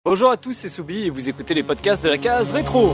Bonjour à tous, c'est Soubi et vous écoutez les podcasts de la case rétro.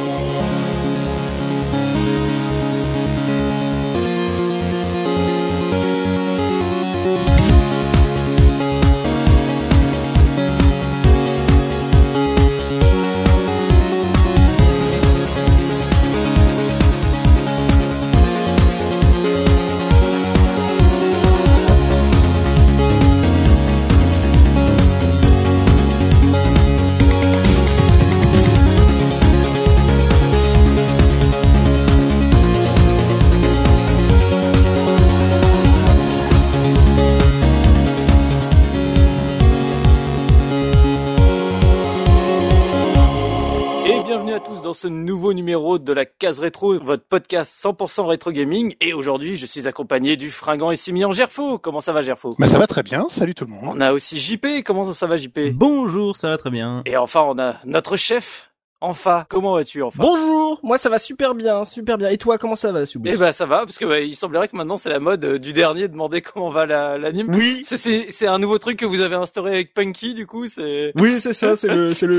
Ce nouveau numéro de la case rétro, votre podcast 100% rétro gaming. Et aujourd'hui, je suis accompagné du fringant et simillant Gerfo. Comment ça va, Gerfo? Ça va très bien. Salut tout le monde. On a aussi JP. Comment ça va, JP? Bonjour, ça va très bien. Et enfin, on a notre chef. Enfin, comment vas-tu, enfin? Bonjour, moi ça va super bien, super bien. Et toi, comment ça va, Soubi? Eh ça va, parce que il semblerait que maintenant c'est la mode du dernier de demander comment va l'anime. Oui. C'est un nouveau truc que vous avez instauré avec Punky, du coup, c'est. Oui, c'est ça, c'est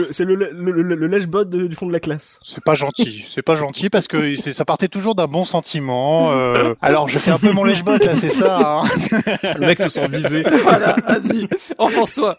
le lèche-bot du fond de la classe. C'est pas gentil parce que ça partait toujours d'un bon sentiment. Alors je fais un peu mon lèche-bot là, c'est ça. Hein. Le mec se sent visé. Voilà, vas-y, enfonce-toi.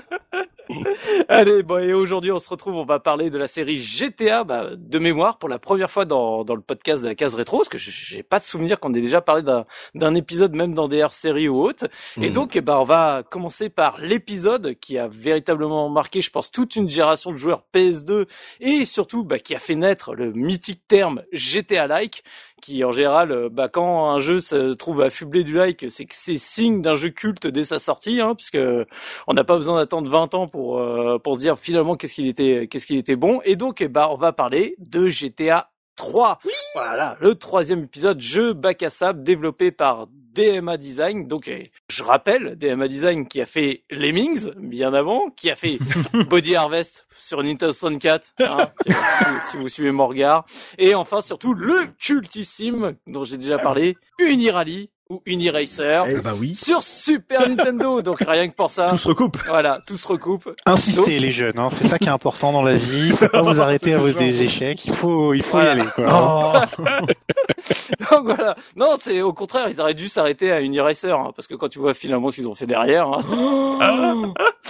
Allez, et aujourd'hui on se retrouve, on va parler de la série GTA, de mémoire, pour la première fois dans le podcast de la case rétro, parce que j'ai pas de souvenir qu'on ait déjà parlé d'un épisode, même dans des hors-séries ou autres. Et donc, on va commencer par l'épisode qui a véritablement marqué, je pense, toute une génération de joueurs PS2, et surtout, qui a fait naître le mythique terme GTA-like, qui en général, quand un jeu se trouve affublé du like, c'est que c'est signe d'un jeu culte dès sa sortie, hein, puisque on n'a pas besoin d'attendre 20 ans pour se dire finalement qu'est-ce qu'il était bon. Et donc, on va parler de GTA 3. Oui. Voilà, le troisième épisode, jeu bac à sable développé par DMA Design. Donc, je rappelle, DMA Design qui a fait Lemmings, bien avant, qui a fait Body Harvest sur Nintendo 64, hein, si vous suivez mon regard. Et enfin, surtout, le cultissime, dont j'ai déjà parlé, Unirally, ou Uniracer, sur Super Nintendo. Donc rien que pour ça, tout se recoupe. Voilà, tout se recoupe. Insistez les jeunes, hein, c'est ça qui est important dans la vie. Faut pas vous arrêter à vos échecs. Il faut y aller, quoi. Donc voilà. Non, c'est au contraire, ils auraient dû s'arrêter à Uniracer, hein, parce que quand tu vois finalement ce qu'ils ont fait derrière. Hein,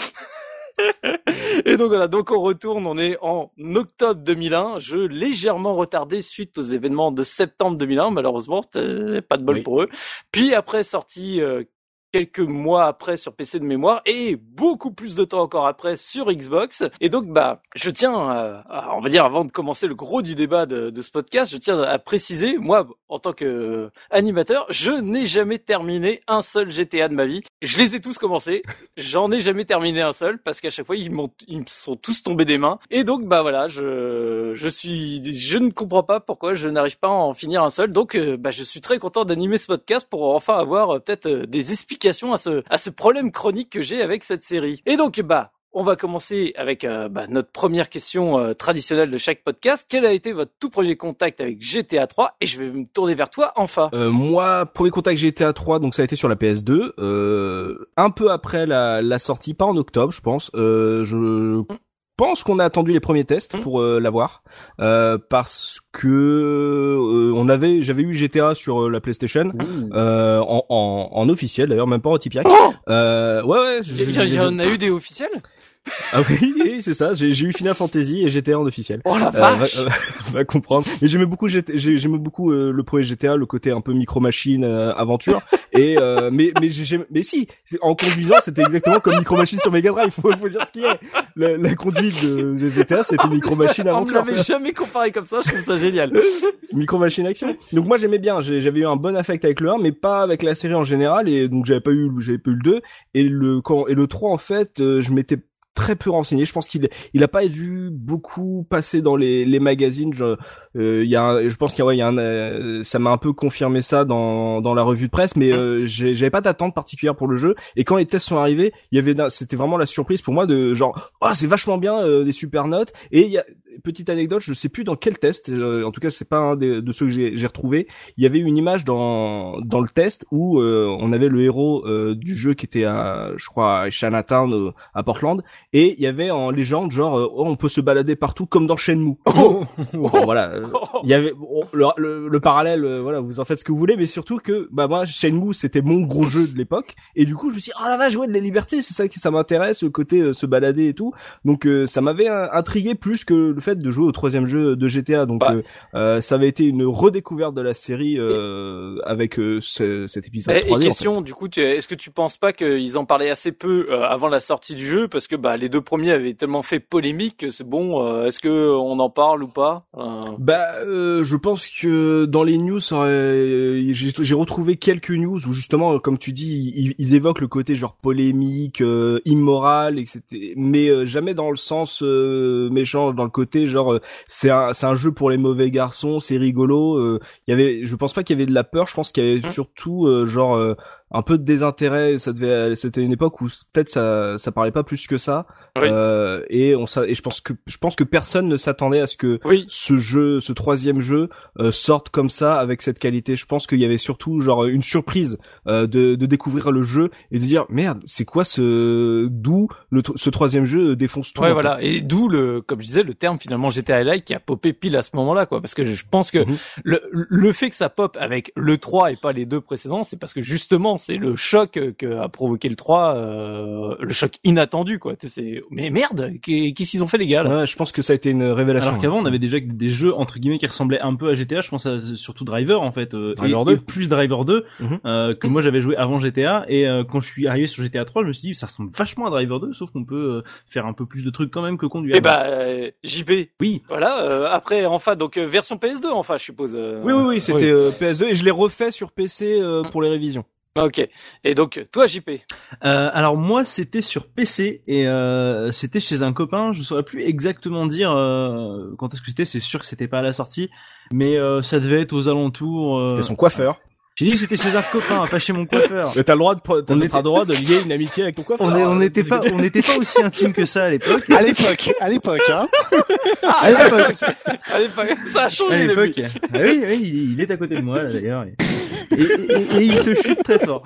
Et donc voilà, on retourne, on est en octobre 2001, jeu légèrement retardé suite aux événements de septembre 2001, malheureusement, pas de bol pour eux. Puis après, sorti quelques mois après sur PC de mémoire, et beaucoup plus de temps encore après sur Xbox. Et donc, je tiens on va dire, avant de commencer le gros du débat de ce podcast, je tiens à préciser, moi, en tant que animateur, je n'ai jamais terminé un seul GTA de ma vie. Je les ai tous commencés, j'en ai jamais terminé un seul, parce qu'à chaque fois, ils me sont tous tombés des mains. Et donc, voilà, je ne comprends pas pourquoi je n'arrive pas à en finir un seul. Donc, je suis très content d'animer ce podcast pour enfin avoir peut-être des explications à ce problème chronique que j'ai avec cette série. Et donc, on va commencer avec notre première question traditionnelle de chaque podcast. Quel a été votre tout premier contact avec GTA 3? Et je vais me tourner vers toi, enfin. Moi, premier contact GTA 3, donc ça a été sur la PS2, un peu après la sortie, pas en octobre, je pense. Je pense qu'on a attendu les premiers tests pour l'avoir, parce que j'avais eu GTA sur la PlayStation, en officiel d'ailleurs, même pas en Tipiac. Ouais. Il y en a eu des officiels? Ah oui, c'est ça. J'ai eu Final Fantasy et GTA en officiel. Oh la vache. Va comprendre. Mais j'aimais beaucoup le premier GTA, le côté un peu micro machine aventure. Et mais si, en conduisant, c'était exactement comme micro machine sur Mega Drive. Faut dire ce qu'il y a. La conduite de GTA, c'était micro machine aventure. On me l'avait jamais comparé comme ça. Je trouve ça génial. Micro machine action. Donc moi j'aimais bien. J'avais eu un bon affect avec le 1, mais pas avec la série en général. Et donc j'avais pas eu le 2 et le 3 en fait, je m'étais très peu renseigné. Je pense qu'il a pas vu beaucoup passer dans les magazines. je pense qu'il y a ça m'a un peu confirmé ça dans la revue de presse, mais j'avais pas d'attente particulière pour le jeu. Et quand les tests sont arrivés, c'était vraiment la surprise pour moi de genre, c'est vachement bien, des super notes. Et il y a petite anecdote, je sais plus dans quel test, en tout cas c'est pas un de ceux que j'ai retrouvé. Il y avait une image dans le test où on avait le héros du jeu qui était je crois à Chinatown à Portland, et il y avait en légende genre on peut se balader partout comme dans Shenmue. Voilà, il y avait le parallèle, voilà, vous en faites ce que vous voulez, mais surtout que moi Shenmue c'était mon gros jeu de l'époque, et du coup je me suis dit, oh la vache, jouer de la liberté, c'est ça qui ça m'intéresse, le côté se balader et tout. Donc ça m'avait intrigué plus que le fait de jouer au troisième jeu de GTA. Donc ça avait été une redécouverte de la série avec cet épisode 3D. Et question, en fait. du coup, est-ce que tu penses pas qu'ils en parlaient assez peu avant la sortie du jeu, parce que les deux premiers avaient tellement fait polémique que c'est bon. Est-ce que on en parle ou pas? Je pense que dans les news, j'ai retrouvé quelques news où justement, comme tu dis, ils évoquent le côté genre polémique, immoral, etc. Mais jamais dans le sens méchant, dans le côté genre c'est un jeu pour les mauvais garçons, c'est rigolo. Je pense pas qu'il y avait de la peur, je pense qu'il y avait surtout un peu de désintérêt. C'était une époque où peut-être ça parlait pas plus que ça. Oui. Et je pense que personne ne s'attendait à ce que ce troisième jeu sorte comme ça avec cette qualité. Je pense qu'il y avait surtout genre une surprise de découvrir le jeu et de dire merde, c'est quoi d'où ce troisième jeu défonce tout. Ouais, voilà. Et d'où comme je disais, le terme finalement GTA-like qui a popé pile à ce moment-là, quoi. Parce que je pense que le fait que ça pop avec le 3 et pas les deux précédents, c'est parce que justement c'est le choc que a provoqué le 3, le choc inattendu, quoi. Mais merde, qu'est-ce qu'ils ont fait les gars là? Ouais, je pense que ça a été une révélation. Alors qu'avant on avait déjà des jeux entre guillemets qui ressemblaient un peu à GTA, je pense à surtout Driver en fait, Driver 2. Et plus Driver 2 que moi j'avais joué avant GTA, et quand je suis arrivé sur GTA 3, je me suis dit ça ressemble vachement à Driver 2, sauf qu'on peut faire un peu plus de trucs quand même que conduire. JP. Oui. Voilà, après enfin donc version PS2 enfin je suppose. Oui, c'était PS2 et je l'ai refait sur PC pour les révisions. Ok. Et donc toi JP? Alors moi c'était sur PC et c'était chez un copain, je saurais plus exactement dire quand est-ce que c'était, c'est sûr que c'était pas à la sortie, mais ça devait être aux alentours. C'était son coiffeur. J'ai dit que c'était chez un copain, pas chez mon coiffeur. Mais t'as le droit de droit de lier une amitié avec ton coiffeur. On n'était pas aussi intime que ça à l'époque. À l'époque, hein. À l'époque, ça a changé depuis. Ah oui, il est à côté de moi là d'ailleurs. Et il te chute très fort.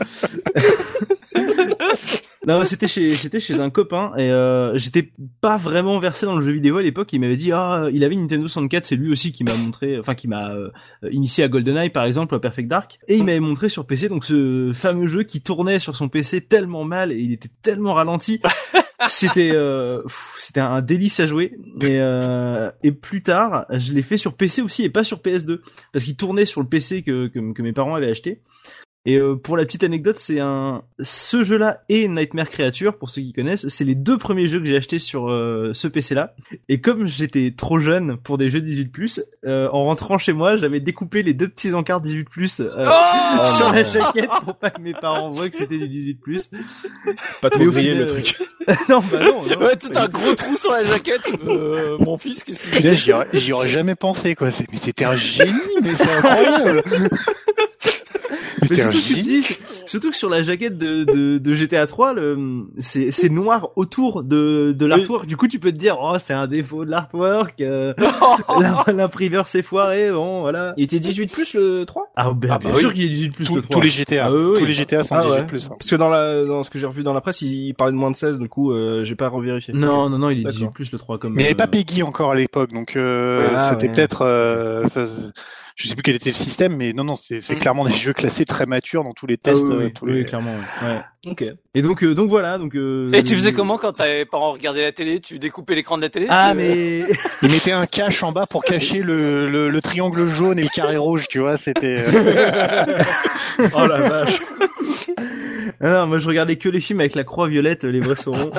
Non, c'était chez un copain et j'étais pas vraiment versé dans le jeu vidéo à l'époque. Il m'avait dit il avait une Nintendo 64, c'est lui aussi qui m'a montré, enfin qui m'a initié à GoldenEye par exemple, à Perfect Dark, et il m'avait montré sur PC donc ce fameux jeu qui tournait sur son PC tellement mal et il était tellement ralenti. C'était un délice à jouer, et plus tard je l'ai fait sur PC aussi et pas sur PS2 parce qu'il tournait sur le PC que mes parents avaient acheté. Et pour la petite anecdote, ce jeu-là et Nightmare Creature, pour ceux qui connaissent, c'est les deux premiers jeux que j'ai achetés sur ce PC-là. Et comme j'étais trop jeune pour des jeux 18+, en rentrant chez moi, j'avais découpé les deux petits encarts 18+, sur la jaquette pour pas que mes parents voient que c'était du 18+. Pas trop grillé le truc. Non. Ouais, t'as un gros trou sur la jaquette. Mon fils, qu'est-ce que c'est? J'y aurais jamais pensé, quoi. Mais c'était un génie, mais c'est incroyable. Mais surtout que sur la jaquette de GTA 3, c'est noir autour de l'artwork. Du coup, tu peux te dire, c'est un défaut de l'artwork, l'imprimeur s'est foiré, bon, voilà. Il était 18+ le 3? Bien sûr qu'il est 18+ le 3. Tous les GTA. Tous les GTA sont 18+. Hein. Parce que dans ce que j'ai revu dans la presse, il parlait de moins de 16, du coup, j'ai pas revérifié. Non, il est 18+ le 3 comme. Mais il n'y avait pas Peggy encore à l'époque, donc c'était peut-être. Je sais plus quel était le système, mais non, c'est clairement des jeux classés très matures dans tous les tests. Oui, clairement. Ouais. Ok. Et donc voilà. Et tu faisais comment quand tes parents regardaient la télé? Tu découpais l'écran de la télé? Mais ils mettaient un cache en bas pour cacher le triangle jaune et le carré rouge, tu vois, c'était. Oh la vache. Non, moi je regardais que les films avec la croix violette, les vrais sauront.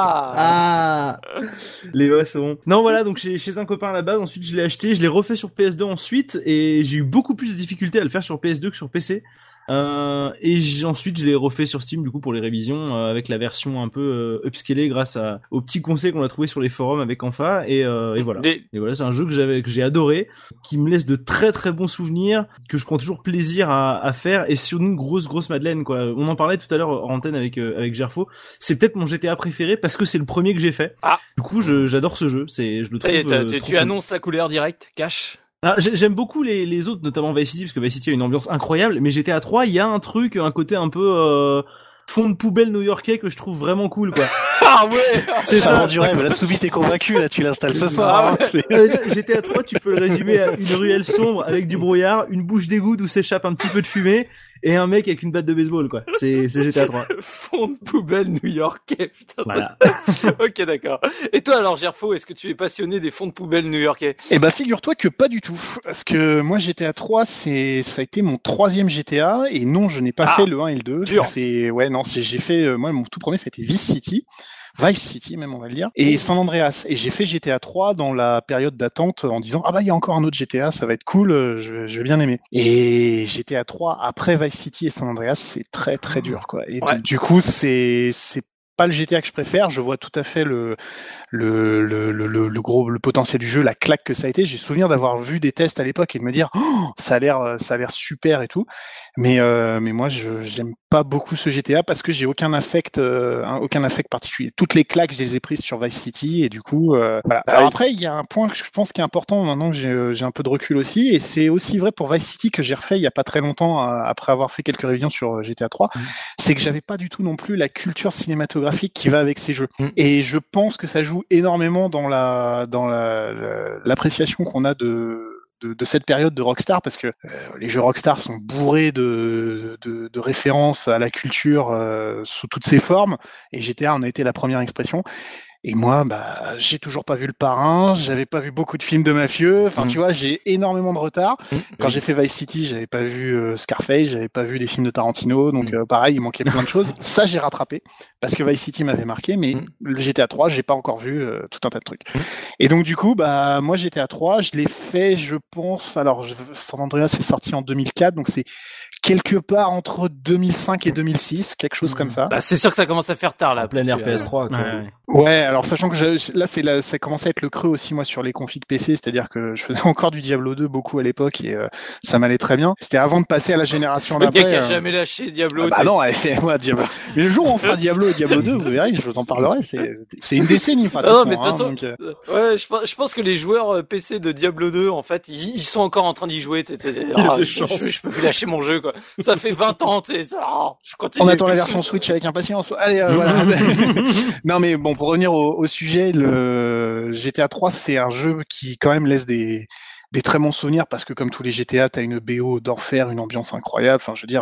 Les vrais sauront. Non, voilà, donc chez un copain à la base, ensuite je l'ai acheté, je l'ai refait sur PS2 ensuite, et j'ai eu beaucoup plus de difficultés à le faire sur PS2 que sur PC. Et ensuite je l'ai refait sur Steam du coup pour les révisions avec la version un peu upscalée grâce aux petits conseils qu'on a trouvé sur les forums avec Enfa et voilà. Et voilà, c'est un jeu que j'ai adoré, qui me laisse de très très bons souvenirs, que je prends toujours plaisir à faire, et sur une grosse madeleine quoi. On en parlait tout à l'heure en antenne avec Gerfo. C'est peut-être mon GTA préféré parce que c'est le premier que j'ai fait. Du coup j'adore ce jeu, je le trouve. Tu annonces la couleur directe, cash. J'aime beaucoup les autres, notamment Vice City, parce que Vice City a une ambiance incroyable, mais GTA 3, il y a un côté un peu fond de poubelle new-yorkais que je trouve vraiment cool, quoi. Ah ouais, c'est ça du rêve. Là, Soubi, t'es convaincu, là, tu l'installes ce soir. GTA 3, tu peux le résumer à une ruelle sombre avec du brouillard, une bouche d'égout d'où s'échappe un petit peu de fumée, et un mec avec une batte de baseball, quoi. C'est GTA 3. Fond de poubelle new-yorkais, putain. Voilà. Ok, d'accord. Et toi, alors, Gerfo, est-ce que tu es passionné des fonds de poubelle new-yorkais? Eh ben, figure-toi que pas du tout. Parce que moi, GTA 3, ça a été mon 3e GTA, et non, je n'ai pas fait le 1 et le 2. Dur. J'ai fait, moi, mon tout premier, ça a été Vice City même on va le dire, et San Andreas, et j'ai fait GTA 3 dans la période d'attente en disant il y a encore un autre GTA, ça va être cool, je vais bien aimer. Et GTA 3 après Vice City et San Andreas, c'est très très dur quoi. Et du coup c'est pas le GTA que je préfère, je vois tout à fait le potentiel du jeu, la claque que ça a été. J'ai souvenir d'avoir vu des tests à l'époque et de me dire ça a l'air super et tout. Mais moi j'aime pas beaucoup ce GTA parce que j'ai aucun affect particulier. Toutes les claques, je les ai prises sur Vice City et du coup voilà. Alors après, il y a un point que je pense qui est important maintenant que j'ai un peu de recul aussi, et c'est aussi vrai pour Vice City que j'ai refait il y a pas très longtemps après avoir fait quelques révisions sur GTA 3, c'est que j'avais pas du tout non plus la culture cinématographique qui va avec ces jeux. Et je pense que ça joue énormément dans l'appréciation qu'on a de cette période de Rockstar, parce que les jeux Rockstar sont bourrés de références à la culture sous toutes ses formes, et GTA en a été la première expression. Et moi, j'ai toujours pas vu Le Parrain, j'avais pas vu beaucoup de films de mafieux, enfin tu vois, j'ai énormément de retard. Quand j'ai fait Vice City, j'avais pas vu Scarface, j'avais pas vu des films de Tarantino, donc pareil, il manquait plein de choses. Ça, j'ai rattrapé, parce que Vice City m'avait marqué, mais le GTA 3, j'ai pas encore vu tout un tas de trucs. Et donc du coup, moi GTA 3, je l'ai fait, je pense, alors San Andreas c'est sorti en 2004, donc c'est quelque part entre 2005 et 2006, quelque chose comme ça. C'est sûr que ça commence à faire tard là. Plein RPS3. Ouais, alors sachant que ça commençait à être le creux aussi moi sur les configs PC, c'est-à-dire que je faisais encore du Diablo 2 beaucoup à l'époque et ça m'allait très bien. C'était avant de passer à la génération d'après. Le gars qui a jamais lâché Diablo. Non, c'est moi Diablo. Mais le jour où on fera Diablo et Diablo 2, vous verrez, je vous en parlerai. C'est une décennie pratiquement. Non, mais de toute façon, ouais, je pense que les joueurs PC de Diablo 2, en fait, ils sont encore en train d'y jouer. Je peux plus lâcher mon jeu quoi. Ça fait 20 ans, je continue. On attend la version Switch avec impatience. Allez, voilà. Non mais bon, pour revenir au sujet, le GTA 3, c'est un jeu qui quand même laisse des très bons souvenirs, parce que comme tous les GTA, t'as une BO d'enfer, une ambiance incroyable. Enfin, je veux dire,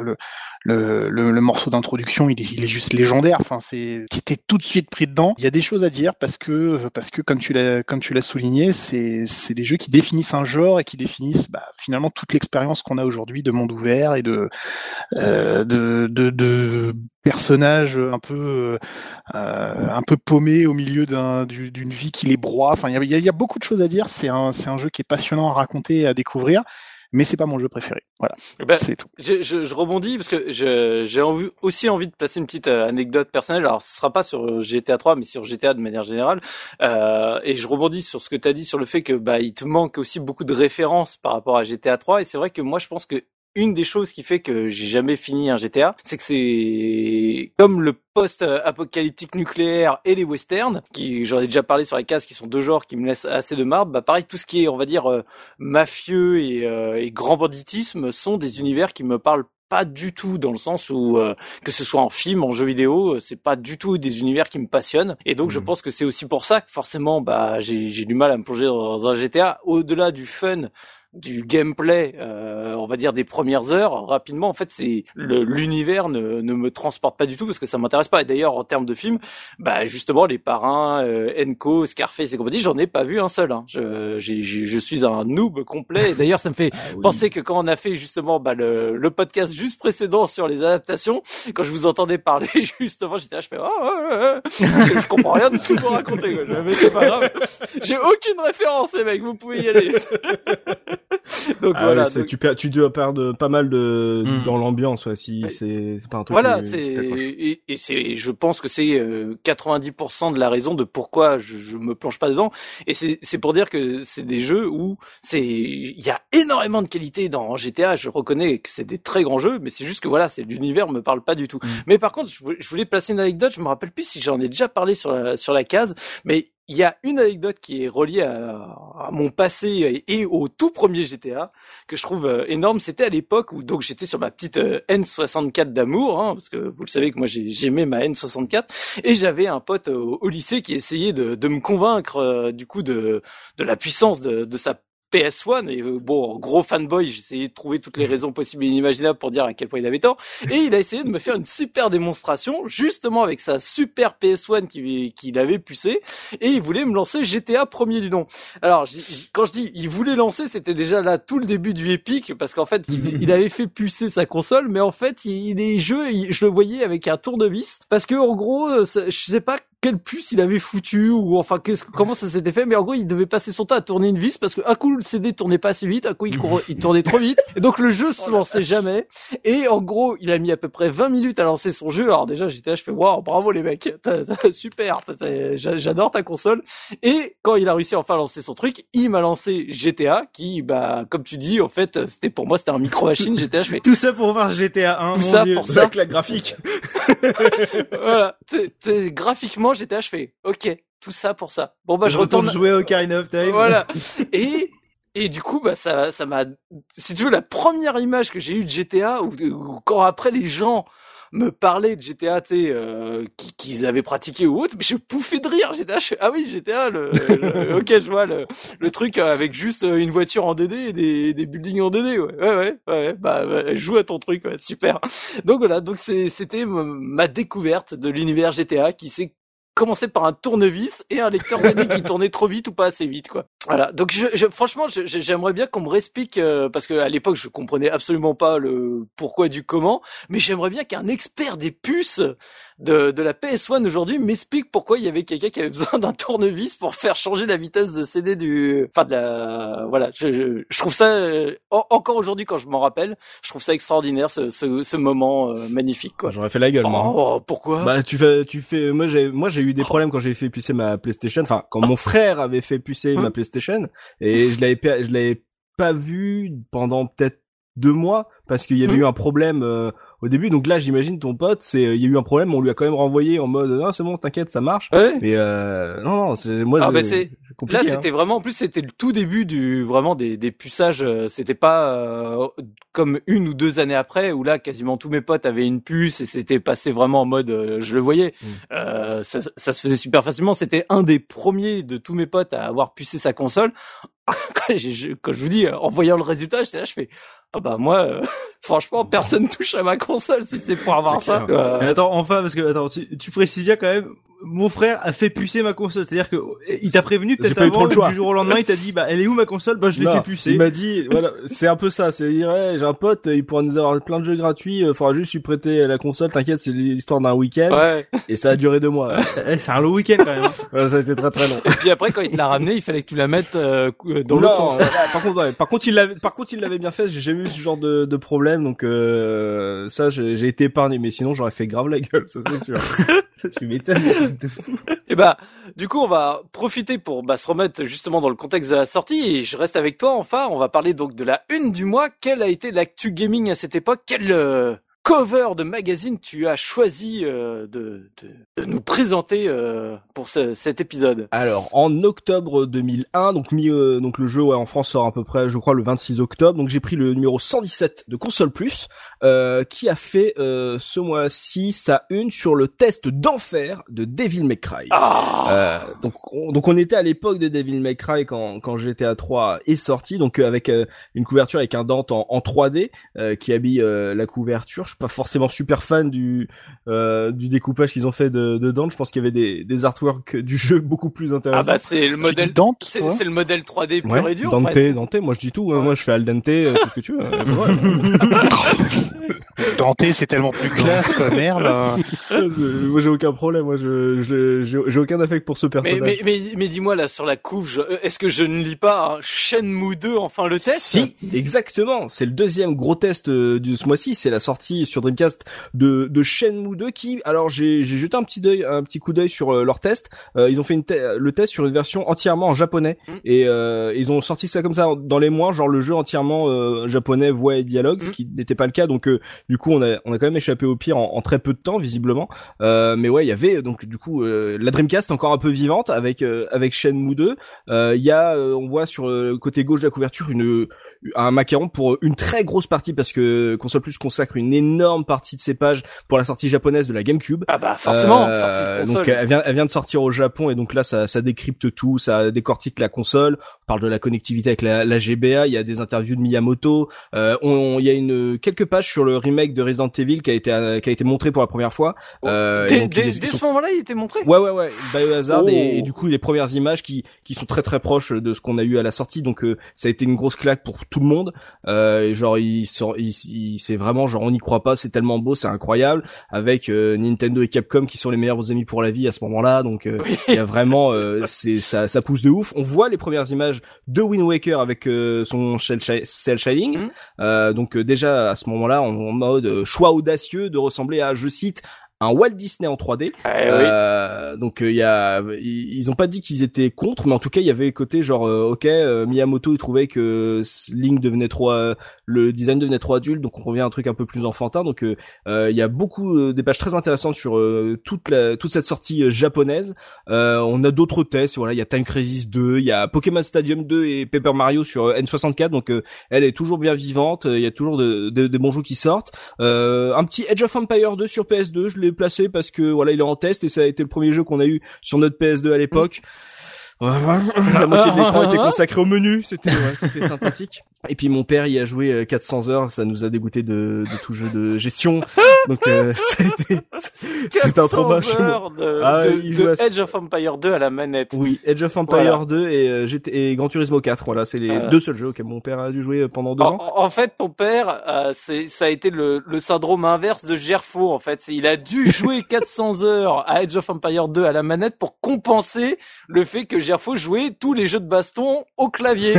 le morceau d'introduction, il est juste légendaire. Enfin, t'es tout de suite pris dedans. Il y a des choses à dire parce que comme tu l'as souligné, c'est des jeux qui définissent un genre et qui définissent finalement toute l'expérience qu'on a aujourd'hui de monde ouvert et de personnages un peu paumés au milieu d'une vie qui les broie. Enfin, il y a beaucoup de choses à dire. C'est un jeu qui est passionnant à raconter et à découvrir. Mais c'est pas mon jeu préféré. Voilà. C'est tout. Je rebondis parce que j'ai aussi envie de placer une petite anecdote personnelle. Alors, ce sera pas sur GTA 3, mais sur GTA de manière générale. Et je rebondis sur ce que t'as dit sur le fait que, il te manque aussi beaucoup de références par rapport à GTA 3. Et c'est vrai que moi, je pense que une des choses qui fait que j'ai jamais fini un GTA, c'est que c'est comme le post-apocalyptique nucléaire et les westerns, qui j'en ai déjà parlé sur les cases, qui sont deux genres qui me laissent assez de marbre. Pareil, tout ce qui est, on va dire, mafieux et grand banditisme sont des univers qui me parlent pas du tout, dans le sens où que ce soit en film, en jeu vidéo, c'est pas du tout des univers qui me passionnent. Et donc je pense que c'est aussi pour ça que forcément j'ai du mal à me plonger dans un GTA, au-delà du fun, du gameplay, on va dire des premières heures. Rapidement, en fait, c'est l'univers ne me transporte pas du tout parce que ça m'intéresse pas. Et d'ailleurs, en termes de films, justement, Les Parrains, Enco, Scarface et compagnie, j'en ai pas vu un seul. Je suis un noob complet. Et d'ailleurs, ça me fait penser que quand on a fait justement le podcast juste précédent sur les adaptations, quand je vous entendais parler justement, j'étais là, je fais je comprends rien de ce que vous racontez. Mais c'est pas grave. J'ai aucune référence, les mecs. Vous pouvez y aller. Donc voilà. Donc... tu dois perdre pas mal dans l'ambiance, ouais, si c'est pas un truc. Voilà, c'est, je pense que c'est 90% de la raison de pourquoi je me plonge pas dedans. Et c'est pour dire que c'est des jeux où il y a énormément de qualité dans GTA. Je reconnais que c'est des très grands jeux, mais c'est juste que voilà, l'univers me parle pas du tout. Mais par contre, je voulais placer une anecdote. Je me rappelle plus si j'en ai déjà parlé sur la case, mais il y a une anecdote qui est reliée à mon passé et au tout premier GTA que je trouve énorme. C'était à l'époque où donc j'étais sur ma petite N64 d'amour, hein, parce que vous le savez que moi j'aimais ma N64 et j'avais un pote au lycée qui essayait de me convaincre du coup de la puissance de sa PS1 et bon, gros fanboy, j'essayais de trouver toutes les raisons possibles et inimaginables pour dire à quel point il avait tort et il a essayé de me faire une super démonstration justement avec sa super PS1 qu'il avait pucé et il voulait me lancer GTA premier du nom. Alors quand je dis il voulait lancer, c'était déjà là tout le début du épique parce qu'en fait il avait fait pucer sa console mais en fait les jeux je le voyais avec un tournevis parce que en gros je sais pas quelle puce il avait foutu ou enfin comment ça s'était fait mais en gros il devait passer son temps à tourner une vis parce que un coup le CD tournait pas assez vite, un coup il tournait trop vite et donc le jeu se lançait jamais et en gros il a mis à peu près 20 minutes à lancer son jeu. Alors déjà j'étais là, je fais waouh, bravo les mecs, super, j'adore ta console. Et quand il a réussi enfin à lancer son truc, il m'a lancé GTA qui bah comme tu dis en fait c'était pour moi c'était un micro machine GTA. Je fais tout ça pour voir GTA 1, tout ça Dieu. pour ça avec la graphique. Voilà, graphiquement j'étais là, je fais ok, tout ça pour ça. Bon bah je retourne jouer au Ocarina of Time. Voilà. Et du coup bah ça m'a, si tu veux, la première image que j'ai eue de GTA ou quand après les gens me parlaient de GTA, tu sais, qu'ils avaient pratiqué ou autre, mais je pouffais de rire. Ah oui, GTA, ok, je vois le truc avec juste une voiture en 2D et des buildings en 2D, ouais, bah, joue à ton truc, ouais, super. Donc voilà, donc c'était ma découverte de l'univers GTA qui s'est commencé par un tournevis et un lecteur CD qui tournait trop vite ou pas assez vite, quoi. Voilà. Donc franchement, j'aimerais bien qu'on me réexplique parce que à l'époque je comprenais absolument pas le pourquoi du comment, mais j'aimerais bien qu'un expert des puces de la PS1 aujourd'hui m'explique pourquoi il y avait quelqu'un qui avait besoin d'un tournevis pour faire changer la vitesse de CD voilà. Je trouve ça encore aujourd'hui quand je m'en rappelle, je trouve ça extraordinaire ce moment magnifique, quoi. J'aurais fait la gueule, moi. Oh, pourquoi? Bah tu fais moi j'ai eu des problèmes quand j'ai fait pucer ma PlayStation, enfin quand mon frère avait fait pucer ma PlayStation et je l'avais pas vu pendant peut-être 2 mois parce qu'il y avait eu un problème au début. Donc là, j'imagine ton pote, il y a eu un problème, on lui a quand même renvoyé en mode non, c'est bon, t'inquiète, ça marche. Ouais. Mais non, c'est moi c'est compliqué. Là, c'était vraiment, en plus c'était le tout début vraiment des puçages, c'était pas comme 1 ou 2 années après où là quasiment tous mes potes avaient une puce et c'était passé vraiment en mode je le voyais. Ça se faisait super facilement, c'était un des premiers de tous mes potes à avoir pucé sa console. Quand je vous dis en voyant le résultat, j'étais là, je fais ah bah moi franchement personne touche à ma console si c'est pour avoir ça. Mais attends, enfin parce que attends, tu précises bien quand même, mon frère a fait pucer ma console, c'est-à-dire que il t'a prévenu peut-être avant du jour au lendemain, il t'a dit bah elle est où ma console? Bah je l'ai fait pucer. Il m'a dit voilà, c'est un peu ça, c'est dire j'ai un pote, il pourra nous avoir plein de jeux gratuits, faudra juste lui prêter la console, t'inquiète, c'est l'histoire d'un week-end. Ouais. Et ça a duré 2 mois. C'est un long week-end quand même. Voilà, ça a été très très long. Et puis après quand il te l'a ramené, il fallait que tu la mettes dans l'autre sens. Par contre il l'avait bien fait, j'ai jamais eu ce genre de problème, donc ça j'ai été épargné, mais sinon j'aurais fait grave la gueule, ça c'est sûr. Tu m'étonnes. Et bah, du coup, on va profiter pour se remettre justement dans le contexte de la sortie. Et je reste avec toi, enfin. On va parler donc de la une du mois. Quelle a été l'actu gaming à cette époque? Quel cover de magazine tu as choisi de nous présenter pour cet épisode? Alors, en octobre 2001, donc le jeu en France sort à peu près, je crois, le 26 octobre. Donc j'ai pris le numéro 117 de Console Plus, qui a fait ce mois-ci sa une sur le test d'enfer de Devil May Cry. Donc on était à l'époque de Devil May Cry quand GTA 3 est sorti, donc avec une couverture avec un Dante en 3D qui habille la couverture. suis pas forcément super fan du découpage qu'ils ont fait de Dante. Je pense qu'il y avait des artworks du jeu beaucoup plus intéressants. Ah bah c'est le modèle Dante, c'est le modèle 3D pur et dur. Dante, moi je dis tout, hein. Moi je fais al dente, tout ce que tu veux. Dante, c'est tellement plus classe, quoi, merde. Moi j'ai aucun problème, moi j'ai aucun affect pour ce personnage. Mais dis-moi là sur la couve, est-ce que je ne lis pas Shenmue 2 enfin le test? Si, exactement. C'est le deuxième gros test de ce mois-ci. C'est la sortie sur Dreamcast de Shenmue 2 qui, alors j'ai jeté un petit coup d'œil sur leur test. Ils ont fait le test sur une version entièrement en japonais et ils ont sorti ça comme ça dans les mois, genre le jeu entièrement japonais, voix et dialogue, ce qui n'était pas le cas. Donc du coup on a quand même échappé au pire en très peu de temps visiblement. Mais ouais, il y avait donc du coup la Dreamcast encore un peu vivante avec Shenmue 2. Il y a on voit sur le côté gauche de la couverture un macaron pour une très grosse partie parce que Console Plus consacre une énorme partie de ses pages pour la sortie japonaise de la GameCube. Ah bah forcément, sortie de console. Donc elle vient de sortir au Japon et donc là ça décrypte tout, ça décortique la console, on parle de la connectivité avec la GBA, il y a des interviews de Miyamoto, il y a quelques pages sur le remake de Resident Evil qui a été montré pour la première fois. Dès ce moment-là, il était montré. Ouais, Biohazard et du coup les premières images qui sont très très proches de ce qu'on a eu à la sortie, donc ça a été une grosse claque pour tout le monde. Et genre c'est vraiment genre on n'y croit pas, c'est tellement beau, c'est incroyable, avec Nintendo et Capcom qui sont les meilleurs amis pour la vie à ce moment-là, donc il y a vraiment ça pousse de ouf. On voit les premières images de Wind Waker avec son cel shading, donc déjà à ce moment-là en mode choix audacieux de ressembler à, je cite, un Walt Disney en 3D. Donc ils ont pas dit qu'ils étaient contre, mais en tout cas il y avait le côté genre Miyamoto il trouvait que Link devenait trop le design devenait trop adulte, donc on revient à un truc un peu plus enfantin. Donc il y a beaucoup des pages très intéressantes sur toute cette sortie japonaise. On a d'autres tests, voilà, il y a Time Crisis 2, il y a Pokémon Stadium 2 et Paper Mario sur N64, donc elle est toujours bien vivante, il y a toujours des bons jeux qui sortent. Un petit Age of Empires 2 sur PS2, je l'ai placé parce que voilà, il est en test et ça a été le premier jeu qu'on a eu sur notre PS2 à l'époque. La moitié de l'écran était consacrée au menu, c'était sympathique. Et puis mon père y a joué 400 heures, ça nous a dégoûté de tout jeu de gestion. Donc c'était un trauma chez moi. De Age of Empire 2 à la manette. Oui, Age of Empire 2 et Gran Turismo 4, voilà, c'est les deux seuls jeux auxquels mon père a dû jouer pendant 2 ans. En fait, ton père ça a été le syndrome inverse de Gerfo en fait, il a dû jouer 400 heures à Age of Empire 2 à la manette pour compenser le fait que Gerfo jouait tous les jeux de baston au clavier.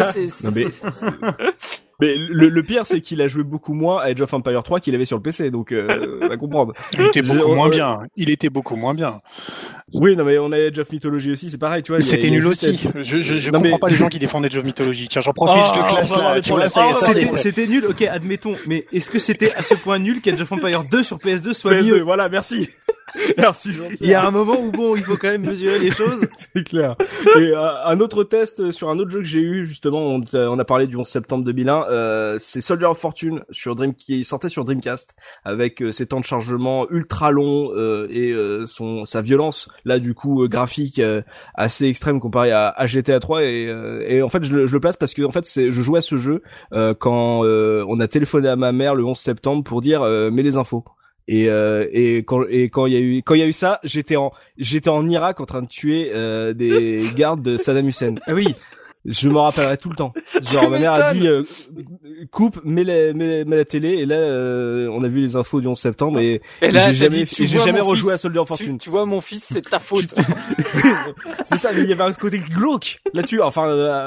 Mais le pire, c'est qu'il a joué beaucoup moins à Age of Empire 3 qu'il avait sur le PC, donc on va comprendre. Il était beaucoup moins bien. Oui, non mais on a Age of Mythology aussi, c'est pareil, tu vois. C'était nul aussi. Je comprends pas les gens qui défendent Age of Mythology. Tiens, j'en profite, je le classe là. Tu vois, c'était nul, ok, admettons. Mais est-ce que c'était à ce point nul qu'Age of Empire 2 sur PS2 soit mieux? Voilà, merci. Merci Jean-Pierre. Il y a un moment où bon, il faut quand même mesurer les choses. C'est clair. Et un autre test sur un autre jeu que j'ai eu justement, on a parlé du 11 septembre 2001, c'est Soldier of Fortune qui sortait sur Dreamcast avec ses temps de chargement ultra longs et sa violence là du coup graphique assez extrême comparé à GTA 3 et en fait je le place parce que en fait je jouais à ce jeu quand on a téléphoné à ma mère le 11 septembre pour dire mets les infos. Et quand il y a eu ça, j'étais en Irak en train de tuer des gardes de Saddam Hussein. Ah oui. Je m'en rappellerai tout le temps. Genre ma mère a dit coupe, mets la télé et là on a vu les infos du 11 septembre et là, j'ai jamais rejoué à Soldier of Fortune. Tu vois mon fils, c'est ta faute. C'est ça, mais il y avait un côté glauque là-dessus. Enfin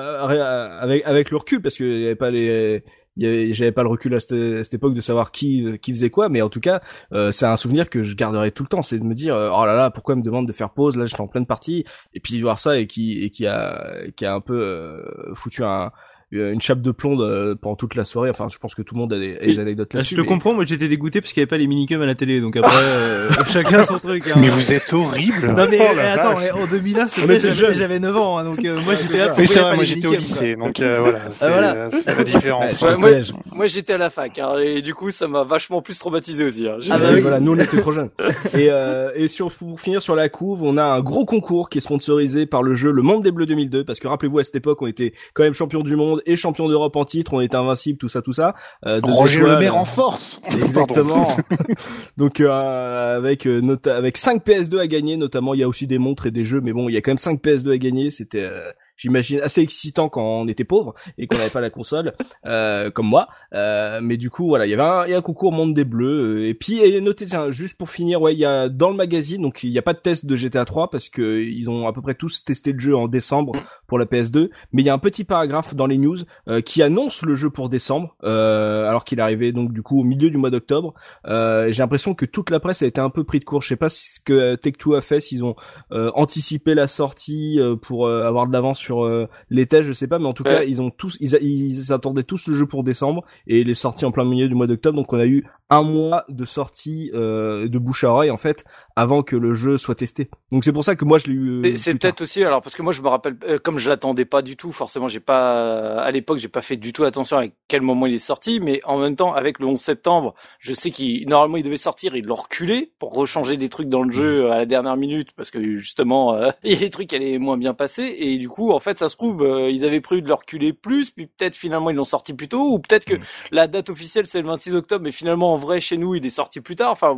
avec le recul parce que il y avait pas j'avais pas le recul à cette époque de savoir qui faisait quoi, mais en tout cas c'est un souvenir que je garderai tout le temps, c'est de me dire oh là là, pourquoi elle me demande de faire pause, là j'étais en pleine partie, et puis voir ça et qui a un peu foutu une chape de plomb pendant toute la soirée. Enfin, je pense que tout le monde a des anecdotes là-dessus. Je te comprends, moi j'étais dégoûté parce qu'il y avait pas les minicums à la télé, donc après chacun son truc. Hein. Mais vous êtes horrible. Non mais attends, en 2001, j'avais 9 ans, hein, donc moi j'étais là. Mais c'est vrai, moi j'étais au lycée, donc voilà, c'est la différence. Moi j'étais à la fac, hein, et du coup ça m'a vachement plus traumatisé aussi. Hein. Voilà, nous on était trop jeunes. Et pour finir sur la couve, on a un gros concours qui est sponsorisé par le jeu Le Monde des Bleus 2002, parce que rappelez-vous à cette époque on était quand même champion du monde et champion d'Europe en titre, on était invincible, tout ça. Roger Le Maire en force. Exactement. Donc avec 5 PS2 à gagner, notamment il y a aussi des montres et des jeux, mais bon, il y a quand même 5 PS2 à gagner, c'était j'imagine assez excitant quand on était pauvre et qu'on n'avait pas la console comme moi, mais du coup voilà, il y a un concours Monde des Bleus et puis notez, tiens, juste pour finir, ouais, il y a dans le magazine, donc il y a pas de test de GTA 3 parce que ils ont à peu près tous testé le jeu en décembre pour la PS2, mais il y a un petit paragraphe dans les news qui annonce le jeu pour décembre alors qu'il arrivait donc du coup au milieu du mois d'octobre. J'ai l'impression que toute la presse a été un peu pris de court. Je sais pas ce que Take-Two a fait, s'ils ont anticipé la sortie pour avoir de l'avance sur les tests, je sais pas, mais en tout cas ils attendaient tous le jeu pour décembre et il est sorti en plein milieu du mois d'octobre, donc on a eu un mois de sortie de bouche à oreille en fait avant que le jeu soit testé. Donc c'est pour ça que moi je l'ai eu. C'est peut-être aussi, alors parce que moi je me rappelle, comme je l'attendais pas du tout, forcément à l'époque j'ai pas fait du tout attention à quel moment il est sorti, mais en même temps avec le 11 septembre, je sais normalement il devait sortir, ils l'ont reculé pour rechanger des trucs dans le jeu à la dernière minute parce que justement il y a des trucs qui allaient moins bien passer et du coup en fait ça se trouve ils avaient prévu de le reculer plus, puis peut-être finalement ils l'ont sorti plus tôt, ou peut-être que la date officielle c'est le 26 octobre mais finalement en vrai chez nous il est sorti plus tard. Enfin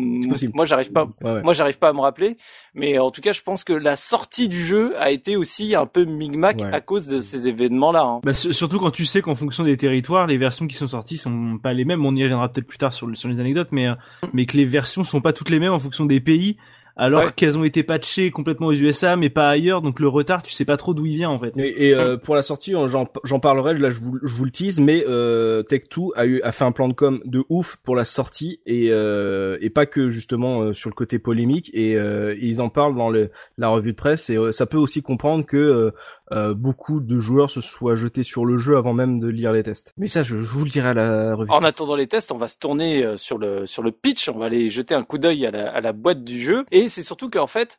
moi j'arrive pas à me rappeler, mais en tout cas je pense que la sortie du jeu a été aussi un peu micmac à cause de ces événements là hein. Bah, surtout quand tu sais qu'en fonction des territoires les versions qui sont sorties sont pas les mêmes. On y reviendra peut-être plus tard sur les anecdotes, mais que les versions sont pas toutes les mêmes en fonction des pays, alors qu'elles ont été patchées complètement aux USA mais pas ailleurs, donc le retard tu sais pas trop d'où il vient en fait. Et pour la sortie j'en parlerai, là je vous le tease, mais Take-Two a fait un plan de com de ouf pour la sortie et pas que justement sur le côté polémique et ils en parlent dans la revue de presse et ça peut aussi comprendre que beaucoup de joueurs se soient jetés sur le jeu avant même de lire les tests. Mais ça je vous le dirai à la revue. En attendant les tests, on va se tourner sur le pitch, on va aller jeter un coup d'œil à la boîte du jeu. Et c'est surtout qu'en fait,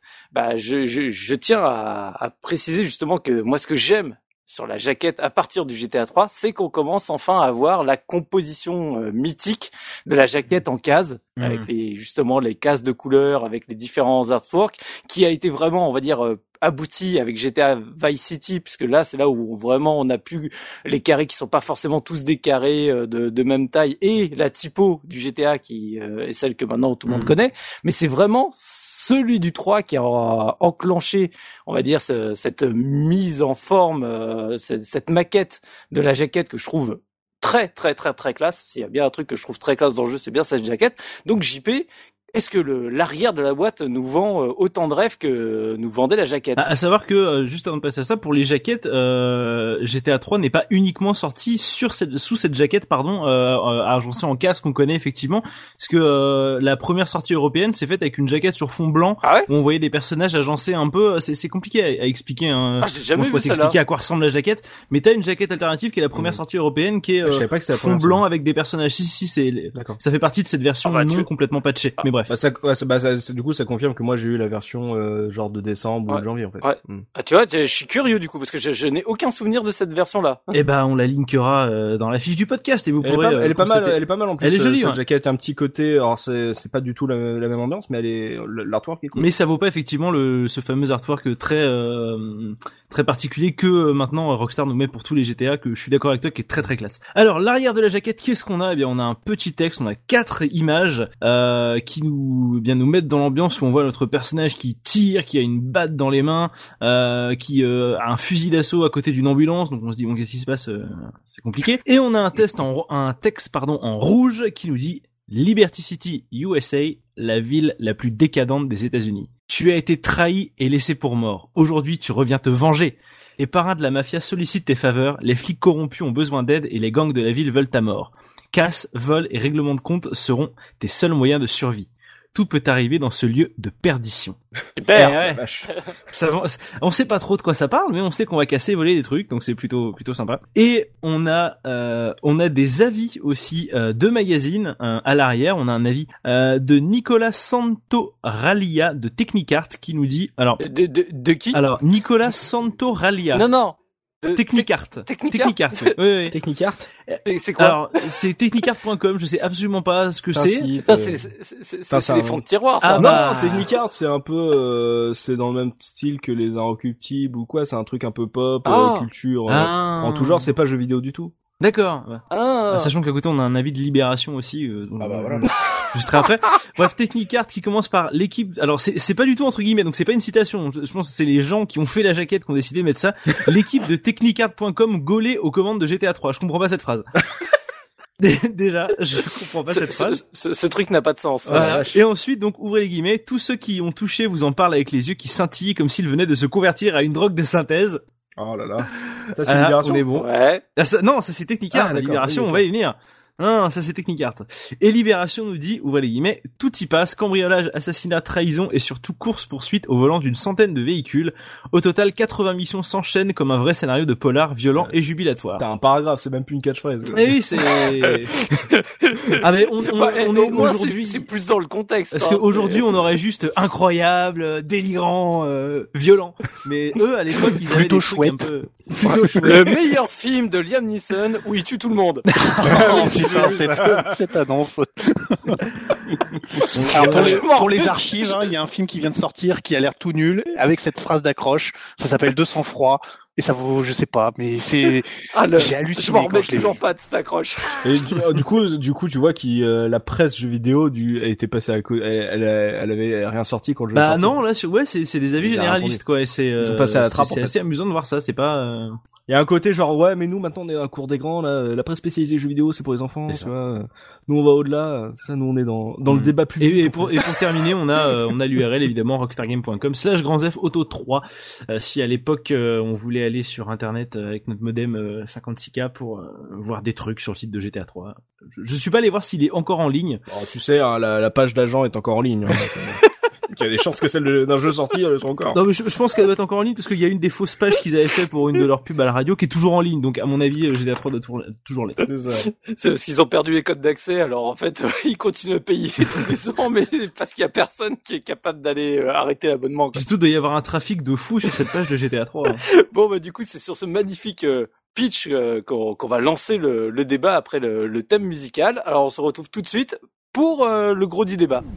je tiens à préciser justement que moi ce que j'aime sur la jaquette à partir du GTA 3, c'est qu'on commence enfin à voir la composition mythique de la jaquette en cases, avec justement les cases de couleurs, avec les différents artworks, qui a été vraiment, on va dire, abouti avec GTA Vice City, puisque là c'est là où vraiment on a plus les carrés qui sont pas forcément tous des carrés de même taille, et la typo du GTA qui est celle que maintenant tout le monde connaît, mais c'est vraiment celui du 3 qui a enclenché, on va dire, cette mise en forme, cette maquette de la jaquette que je trouve très très très très classe. S'il y a bien un truc que je trouve très classe dans le jeu, c'est bien cette jaquette. Donc JP, est-ce que l'arrière de la boîte nous vend autant de rêves que nous vendait la jaquette? À savoir que, juste avant de passer à ça, pour les jaquettes, GTA 3 n'est pas uniquement sorti sous cette jaquette, agencée en casque qu'on connaît effectivement, parce que la première sortie européenne s'est faite avec une jaquette sur fond blanc, où on voyait des personnages agencés un peu. C'est compliqué à expliquer. J'ai jamais vu ça. Expliquer à quoi ressemble la jaquette, mais t'as une jaquette alternative qui est la première sortie européenne, qui est fond blanc avec des personnages. Si, ça fait partie de cette version non complètement patchée. Mais bref. Du coup, ça confirme que moi j'ai eu la version genre de décembre ou de janvier en fait. Ah, tu vois, je suis curieux du coup parce que je n'ai aucun souvenir de cette version-là. Eh ben, on la linkera dans la fiche du podcast et vous pourrez. Elle est pas mal en plus. Elle est jolie. Cette jaquette a un petit côté. Alors c'est pas du tout la même ambiance, mais l'artwork est cool. Mais ça vaut pas effectivement ce fameux artwork très particulier que maintenant Rockstar nous met pour tous les GTA, que je suis d'accord avec toi, qui est très très classe. Alors l'arrière de la jaquette, qu'est-ce qu'on a? Eh bien, on a un petit texte, on a 4 images qui nous mettent dans l'ambiance, où on voit notre personnage qui tire, qui a une batte dans les mains, qui a un fusil d'assaut à côté d'une ambulance. Donc on se dit bon, qu'est-ce qui se passe? C'est compliqué. Et on a un texte en rouge qui nous dit Liberty City, USA, la ville la plus décadente des États-Unis. Tu as été trahi et laissé pour mort. Aujourd'hui, tu reviens te venger. Les parrains de la mafia sollicitent tes faveurs, les flics corrompus ont besoin d'aide et les gangs de la ville veulent ta mort. Casse, vol et règlement de compte seront tes seuls moyens de survie. Tout peut arriver dans ce lieu de perdition. Super. On sait pas trop de quoi ça parle, mais on sait qu'on va casser et voler des trucs, donc c'est plutôt sympa. Et on a des avis aussi de magazines à l'arrière. On a un avis de Nicolas Santoraglia de Technicart qui nous dit alors de qui? Alors Nicolas Santoraglia. Non. Technicart. Technicart. Oui. Technicart. C'est quoi? Alors, c'est technicart.com, je sais absolument pas ce que c'est. Ça, c'est les fonds de tiroir, ça. Ah, bah. Non, Technicart, c'est un peu, c'est dans le même style que les Inrecuptibles ou quoi, c'est un truc un peu pop, culture, en tout genre, c'est pas jeu vidéo du tout. D'accord. Ah. Sachant qu'à côté on a un avis de Libération aussi. Voilà. Juste après. Bref, Technicart qui commence par l'équipe. Alors c'est pas du tout entre guillemets, donc c'est pas une citation. Je pense que c'est les gens qui ont fait la jaquette qui ont décidé de mettre ça. L'équipe de Technicart.com gaulée aux commandes de GTA 3. Je comprends pas cette phrase. Déjà, je comprends pas cette phrase. Ce truc n'a pas de sens. Voilà. Et ensuite, donc, ouvrez les guillemets, tous ceux qui ont touché vous en parlent avec les yeux qui scintillent comme s'ils venaient de se convertir à une drogue de synthèse. Oh là là. Ça c'est Libération. On est bon. Ouais. Non, ça c'est Technicart. Libération, on va y venir. Non, ça c'est Technicart. Et Libération nous dit, ouvrez les guillemets, tout y passe, cambriolage, assassinat, trahison et surtout course-poursuite au volant d'une centaine de véhicules. Au total, 80 missions s'enchaînent comme un vrai scénario de polar violent et jubilatoire. T'as un paragraphe, c'est même plus une catchphrase. Et oui, c'est... Ah mais on est aujourd'hui... C'est plus dans le contexte. Parce qu'aujourd'hui, on aurait juste incroyable, délirant, violent. Mais eux, à l'époque, ils avaient plutôt des chouette. trucs un peu... Plutôt chouette. Le meilleur film de Liam Neeson où il tue tout le monde. Putain, cette annonce. Alors pour les archives, il y a un film qui vient de sortir qui a l'air tout nul avec cette phrase d'accroche. Ça s'appelle 200 froid et ça vaut, je sais pas, mais c'est. J'ai halluciné. Je m'en quand remets je l'ai toujours vu. pas de cette accroche. Et du coup, tu vois que la presse jeux vidéo elle était passée à côté, elle avait rien sorti quand le jeu est sorti. Non, là, c'est des avis Ils ont généralistes, quoi, et c'est, Ils sont passés à la trappe, en c'est fait. assez amusant de voir ça, c'est pas, Il y a un côté genre ouais, mais nous maintenant on est à la cour des grands là, la presse spécialisée jeux vidéo c'est pour les enfants, tu vois. Nous on va au-delà, ça nous on est dans le débat public. Et pour terminer, on a l'URL évidemment rockstargame.com/grandzef auto 3 si à l'époque on voulait aller sur internet avec notre modem 56K pour voir des trucs sur le site de GTA 3. Je suis pas allé voir s'il est encore en ligne. Oh, tu sais la page d'agent est encore en ligne. Hein, il y a des chances que celle d'un jeu sorti elle soit encore. Non mais je pense qu'elle doit être encore en ligne parce qu'il y a une des fausses pages qu'ils avaient fait pour une de leurs pubs à la radio qui est toujours en ligne. Donc à mon avis GTA 3 doit toujours l'être. C'est ça. C'est parce qu'ils ont perdu les codes d'accès, alors en fait ils continuent à payer tous les ans, mais parce qu'il y a personne qui est capable d'aller arrêter l'abonnement. Quoi. Surtout il doit y avoir un trafic de fou sur cette page de GTA 3. Hein. Bon bah du coup c'est sur ce magnifique pitch qu'on va lancer le débat après le thème musical. Alors on se retrouve tout de suite pour le gros du débat.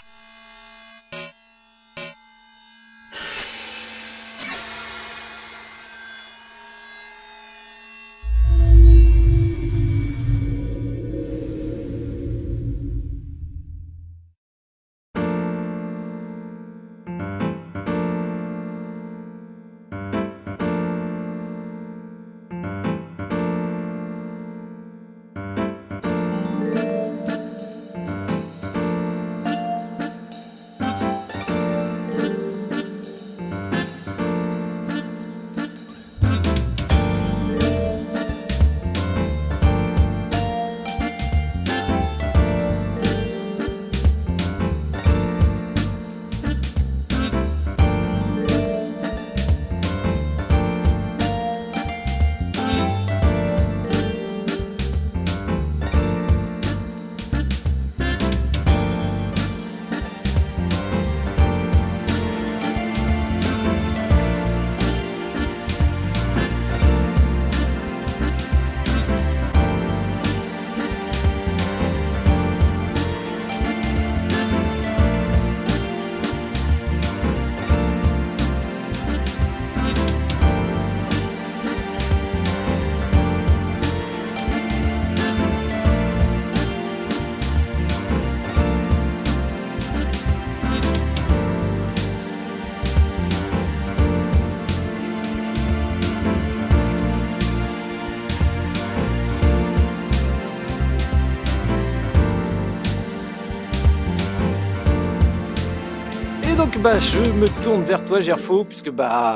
Donc je me tourne vers toi Gerfo puisque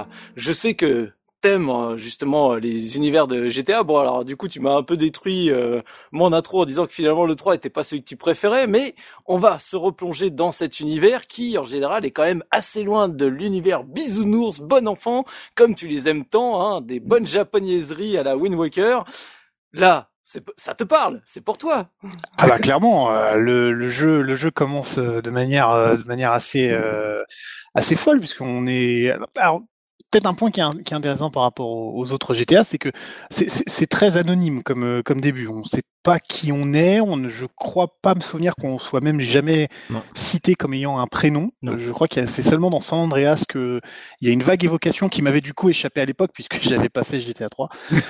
je sais que t'aimes justement les univers de GTA. Bon alors du coup tu m'as un peu détruit mon intro en disant que finalement le 3 était pas celui que tu préférais, mais on va se replonger dans cet univers qui en général est quand même assez loin de l'univers bisounours, bon enfant, comme tu les aimes tant, hein, des bonnes japonaiseries à la Wind Waker. Là, ça te parle, c'est pour toi. Ah bah clairement, le jeu commence de manière assez folle puisqu'on est. Alors, peut-être un point qui est intéressant par rapport aux autres GTA, c'est que c'est très anonyme comme début. On ne sait pas qui on est. Je crois pas me souvenir qu'on soit même jamais cité comme ayant un prénom. Je crois que c'est seulement dans San Andreas que il y a une vague évocation qui m'avait du coup échappé à l'époque puisque j'avais pas fait GTA 3,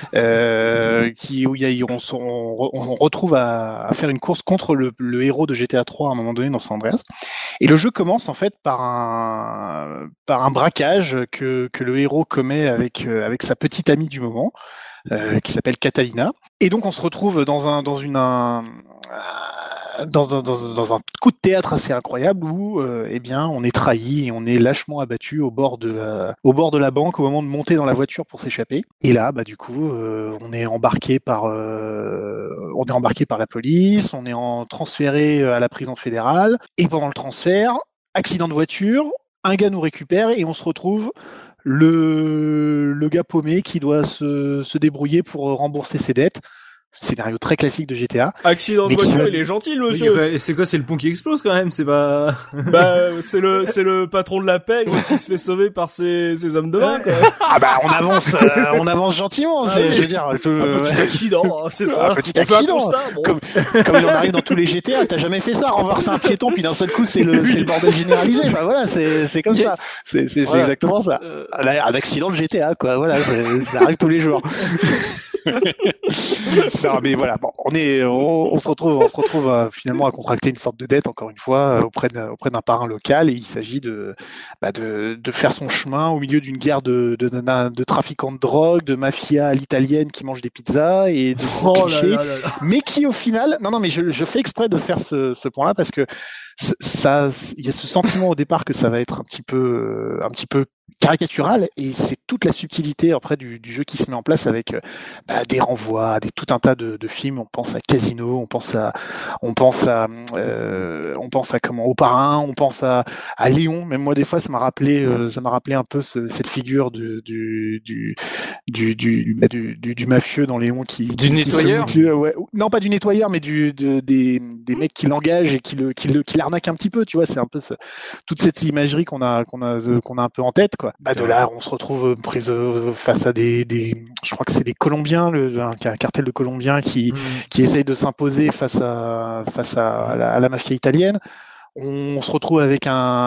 on retrouve à faire une course contre le héros de GTA 3 à un moment donné dans San Andreas. Et le jeu commence en fait par un braquage que le héros commet avec sa petite amie du moment, qui s'appelle Catalina. Et donc on se retrouve dans un coup de théâtre assez incroyable où eh bien on est trahi et on est lâchement abattu au bord de la banque au moment de monter dans la voiture pour s'échapper. Et là du coup on est embarqué par la police, on est transféré à la prison fédérale et pendant le transfert, accident de voiture, un gars nous récupère et on se retrouve le gars paumé qui doit se débrouiller pour rembourser ses dettes. Scénario très classique de GTA. Accident de voiture, il est gentil, le monsieur. Oui, c'est quoi, c'est le pont qui explose quand même, c'est pas... c'est le patron de la paix qui se fait sauver par ses hommes de main, quoi. Ah bah, on avance gentiment, je veux dire. Un petit accident, c'est ça. Un petit accident. Comme il en arrive dans tous les GTA, t'as jamais fait ça, renverser un piéton, puis d'un seul coup, c'est le bordel généralisé. Enfin, voilà, c'est comme ça. C'est exactement ça. Un accident de GTA, quoi. Voilà, ça arrive tous les jours. Non mais voilà, bon, on se retrouve finalement à contracter une sorte de dette encore une fois auprès d'un parrain local et il s'agit de faire son chemin au milieu d'une guerre de trafiquants de drogue, de mafia à l'italienne qui mange des pizzas et de clichés, mais qui au final, non mais je fais exprès de faire ce point-là parce que ça, il y a ce sentiment au départ que ça va être un petit peu caricatural et c'est toute la subtilité après du jeu qui se met en place avec des renvois, tout un tas de films. On pense à Casino, on pense à comment, au Parrain, on pense à Léon. Même moi des fois ça m'a rappelé un peu cette figure du mafieux dans Léon du nettoyeur. Non pas du nettoyeur mais des mecs qui l'engagent et qui l'arnaquent un petit peu. Tu vois, c'est un peu toute cette imagerie qu'on a un peu en tête, quoi. De là, on se retrouve prise face à je crois que c'est des Colombiens, un cartel de Colombiens qui essaye de s'imposer face à la mafia italienne. On se retrouve avec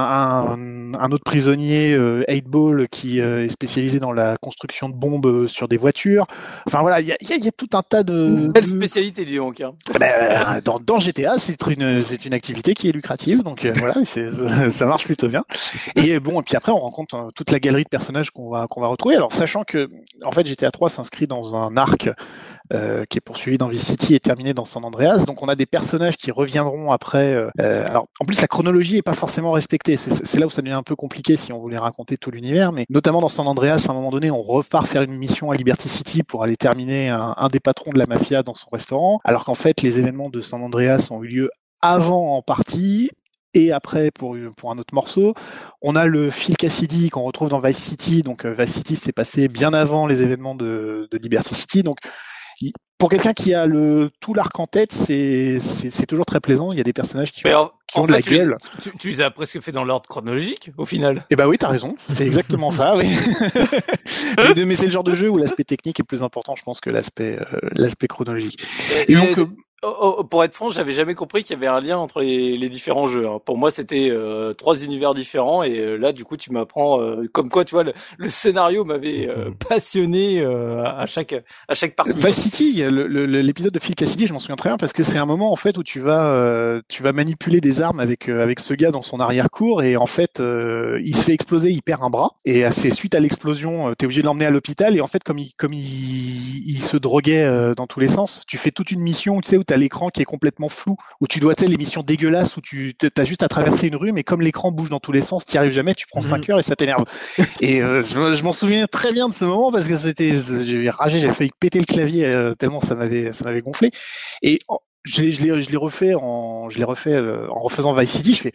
un autre prisonnier, 8Ball, qui est spécialisé dans la construction de bombes sur des voitures. Enfin voilà, il y a tout un tas de... Belle spécialité, dis donc. Hein. Dans GTA, c'est une activité qui est lucrative, donc voilà, ça marche plutôt bien. Et bon, et puis après, on rencontre toute la galerie de personnages qu'on va retrouver. Alors, sachant que, en fait, GTA 3 s'inscrit dans un arc qui est poursuivi dans Vice City et terminé dans San Andreas. Donc on a des personnages qui reviendront après. Alors en plus la chronologie est pas forcément respectée. C'est là où ça devient un peu compliqué si on voulait raconter tout l'univers. Mais notamment dans San Andreas, à un moment donné, on repart faire une mission à Liberty City pour aller terminer un des patrons de la mafia dans son restaurant. Alors qu'en fait les événements de San Andreas ont eu lieu avant en partie. Et après, pour un autre morceau, on a le Phil Cassidy qu'on retrouve dans Vice City. Donc Vice City s'est passé bien avant les événements de Liberty City. Donc pour quelqu'un qui a tout l'arc en tête, c'est toujours très plaisant. Il y a des personnages qui ont de la gueule. Tu les as presque fait dans l'ordre chronologique, au final. Eh ben oui, t'as raison. C'est exactement ça, oui. Mais c'est le genre de jeu où l'aspect technique est plus important, je pense, que l'aspect chronologique. Et donc, pour être franc, j'avais jamais compris qu'il y avait un lien entre les différents jeux. Hein. Pour moi, c'était 3 univers différents et là, du coup, tu m'apprends comme quoi, tu vois, le scénario m'avait passionné à chaque partie. Vice City, l'épisode de Phil Cassidy, je m'en souviens très bien parce que c'est un moment en fait où tu vas manipuler des armes avec ce gars dans son arrière-cour et en fait, il se fait exploser, il perd un bras et c'est suite à l'explosion, t'es obligé de l'emmener à l'hôpital et en fait, comme il se droguait dans tous les sens, tu fais toute une mission, tu sais, où t'as l'écran qui est complètement flou, où tu dois, tu sais, les missions dégueulasses où tu t'as juste à traverser une rue, mais comme l'écran bouge dans tous les sens, t'y arrives jamais, tu prends 5 heures et ça t'énerve. Et je m'en souviens très bien de ce moment parce que j'ai ragé, j'avais failli péter le clavier tellement ça m'avait gonflé. Et je l'ai refait en refaisant Vice City, je fais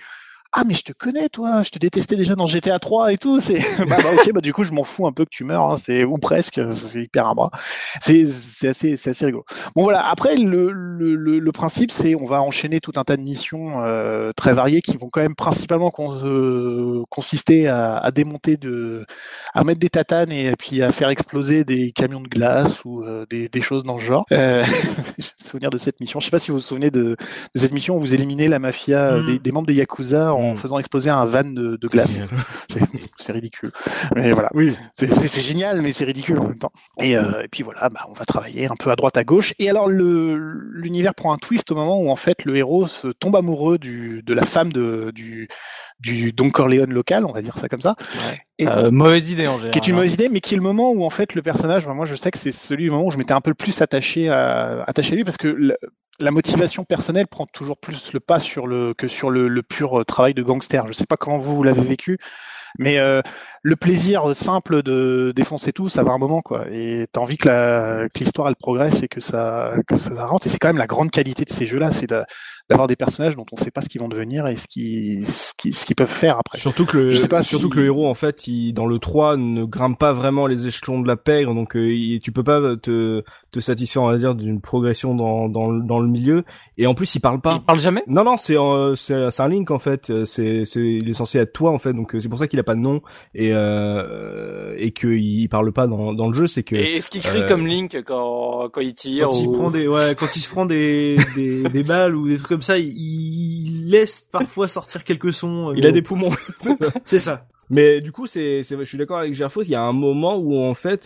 ah mais je te connais toi, je te détestais déjà dans GTA 3 et tout, c'est ok, du coup je m'en fous un peu que tu meurs, hein, c'est ou presque, c'est hyper un bras. C'est assez rigolo. Bon voilà, après le principe c'est on va enchaîner tout un tas de missions très variées qui vont quand même principalement consister à démonter à mettre des tatanes et puis à faire exploser des camions de glace ou des choses dans le genre. Je me souviens de cette mission. Je sais pas si vous vous souvenez de cette mission où vous éliminez la mafia des membres des Yakuza en faisant exploser un van de glace. C'est ridicule. Mais voilà. Oui. C'est génial, mais c'est ridicule en même temps. Et puis voilà, on va travailler un peu à droite à gauche. Et alors l'univers prend un twist au moment où en fait le héros se tombe amoureux de la femme du Don Corleone local, on va dire ça comme ça. Ouais. Et mauvaise idée en général. Qui est une mauvaise idée, mais qui est le moment où en fait le personnage, moi je sais que c'est celui du moment où je m'étais un peu plus attaché à lui parce que la motivation personnelle prend toujours plus le pas que sur le pur travail de gangster. Je sais pas comment vous l'avez vécu, mais le plaisir simple de défoncer tout, ça va un moment quoi. Et t'as envie que l'histoire elle progresse et que ça rentre. Et c'est quand même la grande qualité de ces jeux-là, c'est d'avoir des personnages dont on sait pas ce qu'ils vont devenir et ce qu'ils peuvent faire après. Surtout que le héros en fait, dans le 3 ne grimpe pas vraiment les échelons de la pègre, donc tu peux pas te satisfaire, on va dire, d'une progression dans le milieu. Et en plus, il parle pas. Il parle jamais? Non, c'est un Link en fait. Il est censé être toi en fait, donc c'est pour ça qu'il a pas de nom et qu'il parle pas dans le jeu. C'est que. Et est-ce qu'il crie comme Link quand il tire? Quand il se prend des balles ou des trucs comme ça, il laisse parfois sortir quelques sons. Il a des poumons. C'est ça. Mais du coup, je suis d'accord avec Gerfos. Il y a un moment où en fait,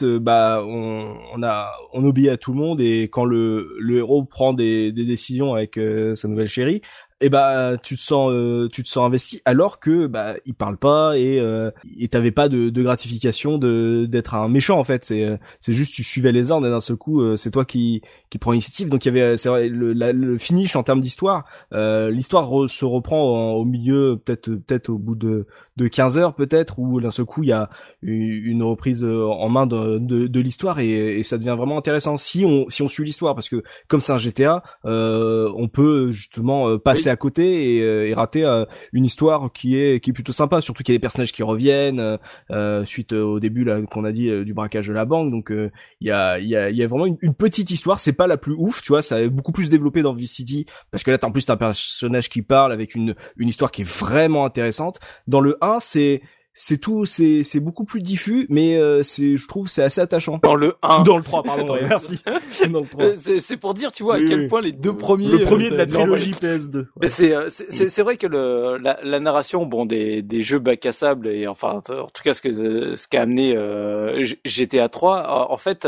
on obéit à tout le monde et quand le héros prend des décisions avec sa nouvelle chérie, et tu te sens investi alors que il parle pas et t'avais pas de gratification d'être un méchant en fait. C'est juste tu suivais les ordres et d'un seul coup c'est toi qui prend l'initiative. Donc il y avait, c'est vrai, le finish en termes d'histoire. L'histoire se reprend au milieu, peut-être au bout de 15 heures peut-être, où d'un seul coup il y a une reprise en main de l'histoire et ça devient vraiment intéressant si on suit l'histoire, parce que comme c'est un GTA, on peut justement passer à côté et rater une histoire qui est plutôt sympa, surtout qu'il y a des personnages qui reviennent suite au début là qu'on a dit du braquage de la banque. Donc il y a vraiment une petite histoire, c'est pas la plus ouf, tu vois, ça est beaucoup plus développé dans Vice City parce que là en plus t'as un personnage qui parle avec une histoire qui est vraiment intéressante. Dans le 1, c'est beaucoup plus diffus, mais je trouve c'est assez attachant. Dans le 1. Dans le 3, pardon, merci. Dans le 3. C'est pour dire, tu vois, à quel point les deux premiers. Le premier de la trilogie PS2. Mais c'est vrai que la narration, des jeux bac à sable et enfin, en tout cas, ce qu'a amené, GTA 3, en fait,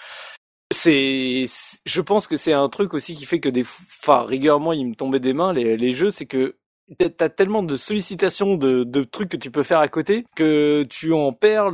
je pense que c'est un truc aussi qui fait que régulièrement, il me tombait des mains, les jeux, c'est que t'as tellement de sollicitations de trucs que tu peux faire à côté que tu en perds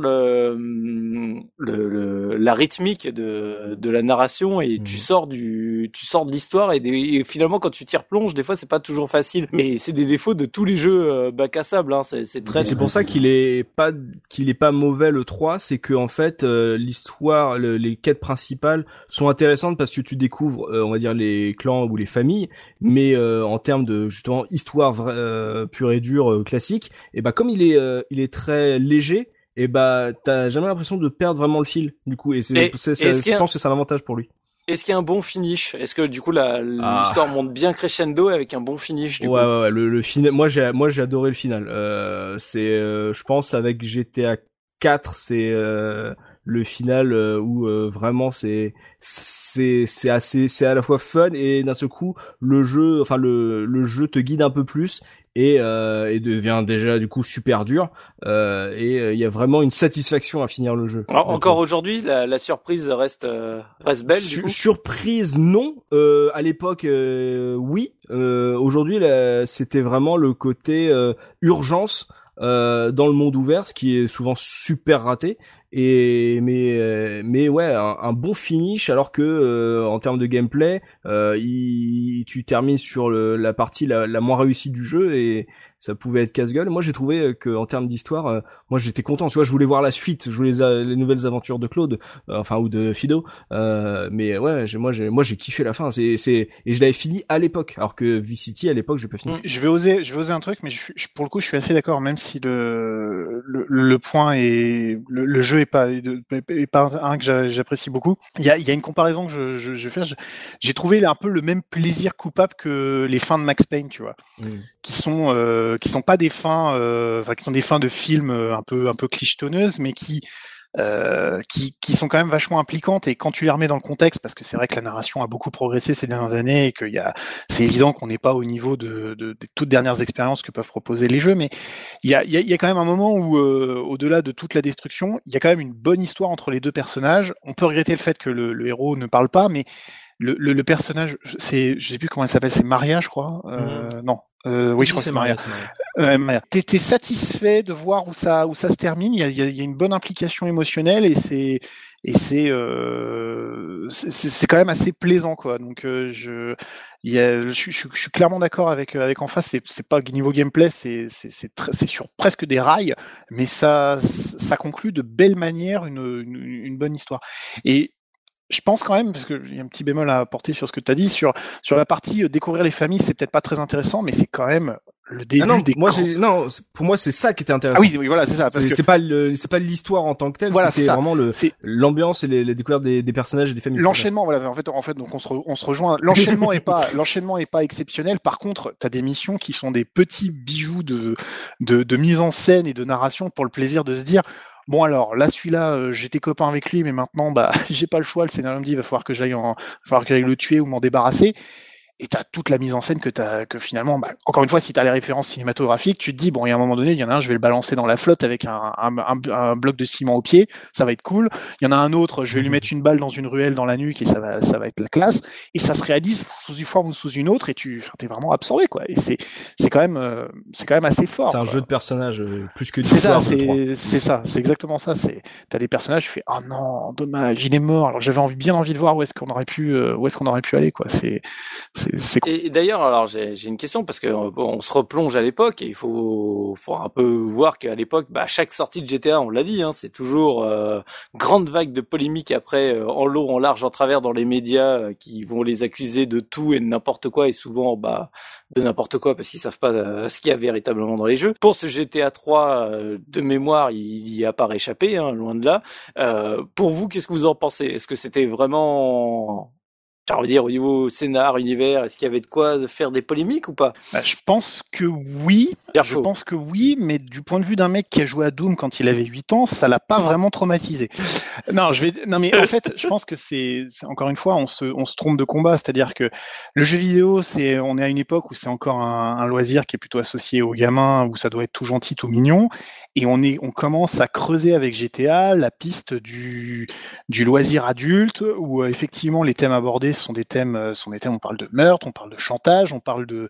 la rythmique de la narration et tu sors de l'histoire et finalement quand tu t'y replonges, des fois c'est pas toujours facile, mais c'est des défauts de tous les jeux bac à sable, hein. C'est pour ça qu'il est pas mauvais le 3, c'est que en fait l'histoire, les quêtes principales sont intéressantes parce que tu découvres on va dire les clans ou les familles, mais en termes de justement histoire pur et dur classique, et comme il est très léger, et t'as jamais l'impression de perdre vraiment le fil du coup, et je pense que c'est un avantage pour lui. Est-ce qu'il y a un bon finish? Est-ce que du coup l'histoire monte bien crescendo avec un bon finish du coup? Ouais, le final, moi j'ai adoré le final. Je pense avec GTA 4, c'est le final où vraiment c'est à la fois fun et d'un seul coup le jeu te guide un peu plus et devient déjà du coup super dur et il y a vraiment une satisfaction à finir le jeu. Alors, encore aujourd'hui la surprise reste belle du coup. Surprise non, à l'époque oui, aujourd'hui c'était vraiment le côté urgence dans le monde ouvert, ce qui est souvent super raté. Mais ouais, un bon finish, alors que en termes de gameplay, tu termines sur la partie la moins réussie du jeu, et ça pouvait être casse-gueule. Moi, j'ai trouvé que en termes d'histoire, moi j'étais content. Tu vois, je voulais voir la suite, je voulais les nouvelles aventures de Claude, ou de Fido. Mais ouais, moi j'ai kiffé la fin. Et je l'avais fini à l'époque, alors que V-City à l'époque, j'ai pas fini. Je vais oser un truc, mais pour le coup, je suis assez d'accord, même si le point est le jeu est pas un que j'apprécie beaucoup. Il y a une comparaison que je vais faire. J'ai trouvé un peu le même plaisir coupable que les fins de Max Payne, tu vois, qui sont pas des fins, qui sont des fins de films un peu clichetonneuses, mais qui sont quand même vachement impliquantes, et quand tu les remets dans le contexte, parce que c'est vrai que la narration a beaucoup progressé ces dernières années et c'est évident qu'on n'est pas au niveau des toutes dernières expériences que peuvent proposer les jeux, mais il y a quand même un moment où au-delà de toute la destruction, il y a quand même une bonne histoire entre les deux personnages. On peut regretter le fait que le héros ne parle pas, mais le personnage, je sais plus comment elle s'appelle, c'est Maria, je crois. Non. Oui, je crois que c'est Maria. Maria. T'es satisfait de voir où ça se termine. Il y a une bonne implication émotionnelle, et c'est quand même assez plaisant, quoi. Donc je suis clairement d'accord avec en face. C'est pas niveau gameplay, c'est sur presque des rails, mais ça conclut de belle manière une bonne histoire. Et je pense quand même, parce qu'il y a un petit bémol à apporter sur ce que tu as dit, sur la partie découvrir les familles, c'est peut-être pas très intéressant, mais c'est quand même le début pour moi c'est ça qui était intéressant. Ah oui, voilà, c'est ça. C'est pas l'histoire en tant que telle, voilà, c'était vraiment l'ambiance et les découvertes des personnages et des familles. L'enchaînement, voilà, en fait, donc on se rejoint. L'enchaînement est pas exceptionnel. Par contre, t'as des missions qui sont des petits bijoux de mise en scène et de narration, pour le plaisir de se dire, bon, alors là, celui-là, j'étais copain avec lui, mais maintenant, j'ai pas le choix. Le scénario me dit, il va falloir que j'aille le tuer ou m'en débarrasser. Et t'as toute la mise en scène que finalement, encore une fois, si t'as les références cinématographiques, tu te dis, bon, il y a un moment donné, il y en a un, je vais le balancer dans la flotte avec un bloc de ciment au pied, ça va être cool. Il y en a un autre, je vais lui mettre une balle dans une ruelle dans la nuque, et ça va être la classe. Et ça se réalise sous une forme ou sous une autre, et t'es vraiment absorbé, quoi. Et c'est quand même assez fort. C'est un jeu de personnages plus que c'est ça, c'est exactement ça. T'as des personnages, tu fais, oh non, dommage, il est mort. Alors j'avais bien envie de voir où est-ce qu'on aurait pu aller, quoi. Et d'ailleurs, alors j'ai une question, parce que on se replonge à l'époque, et il faut un peu voir qu'à l'époque, chaque sortie de GTA, on l'a dit, hein, c'est toujours grande vague de polémiques après, en long, en large, en travers dans les médias, qui vont les accuser de tout et de n'importe quoi, et souvent de n'importe quoi, parce qu'ils savent pas ce qu'il y a véritablement dans les jeux. Pour ce GTA 3, de mémoire, il y a pas réchappé, hein, loin de là. Pour vous, qu'est-ce que vous en pensez? Est-ce que c'était vraiment, j'ai envie de dire, au niveau scénar, univers, est-ce qu'il y avait de quoi faire des polémiques ou pas? Je pense que oui. Mais du point de vue d'un mec qui a joué à Doom quand il avait 8 ans, ça l'a pas vraiment traumatisé. Non, mais en fait, je pense que c'est encore une fois, on se trompe de combat. C'est-à-dire que le jeu vidéo, on est à une époque où c'est encore un loisir qui est plutôt associé aux gamins, où ça doit être tout gentil, tout mignon. Et on commence à creuser avec GTA la piste du loisir adulte, où effectivement les thèmes abordés sont des thèmes, on parle de meurtre, on parle de chantage, on parle de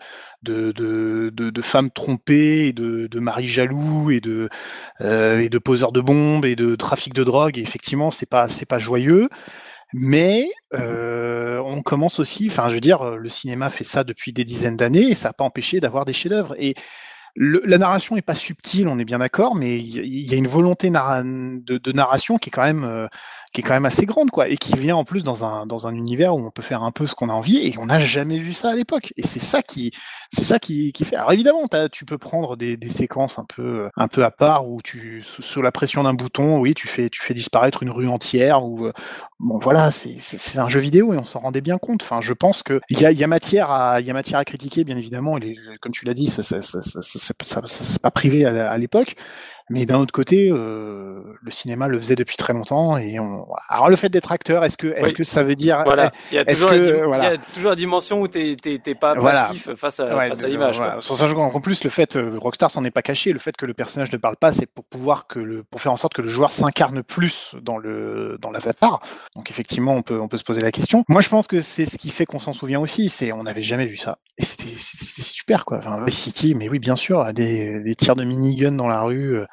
femmes trompées, et de maris jaloux, et de poseurs de bombes, et de trafic de drogue. Et effectivement, c'est pas joyeux. Mais on commence aussi, je veux dire, le cinéma fait ça depuis des dizaines d'années, et ça n'a pas empêché d'avoir des chefs-d'œuvre. Et la narration est pas subtile, on est bien d'accord, mais il y a une volonté de narration qui est quand même assez grande, quoi, et qui vient en plus dans un univers où on peut faire un peu ce qu'on a envie, et on n'a jamais vu ça à l'époque. Et c'est ça qui fait. Alors évidemment, tu peux prendre des séquences un peu à part, où sous la pression d'un bouton, oui, tu fais disparaître une rue entière, ou bon, voilà, c'est un jeu vidéo, et on s'en rendait bien compte. Je pense que il y a matière à critiquer, bien évidemment. Comme tu l'as dit, ça c'est pas privé à l'époque. Mais d'un autre côté, le cinéma le faisait depuis très longtemps, et alors le fait d'être acteur, est-ce que ça veut dire, voilà, il y a toujours la dimension où t'es pas passif face à l'image. Voilà. En plus, le fait, Rockstar s'en est pas caché, le fait que le personnage ne parle pas, c'est pour faire en sorte que le joueur s'incarne plus dans l'avatar. Donc effectivement, on peut se poser la question. Moi, je pense que c'est ce qui fait qu'on s'en souvient aussi, on n'avait jamais vu ça, et c'est super, quoi. Vice City, mais oui, bien sûr, des tirs de minigun dans la rue.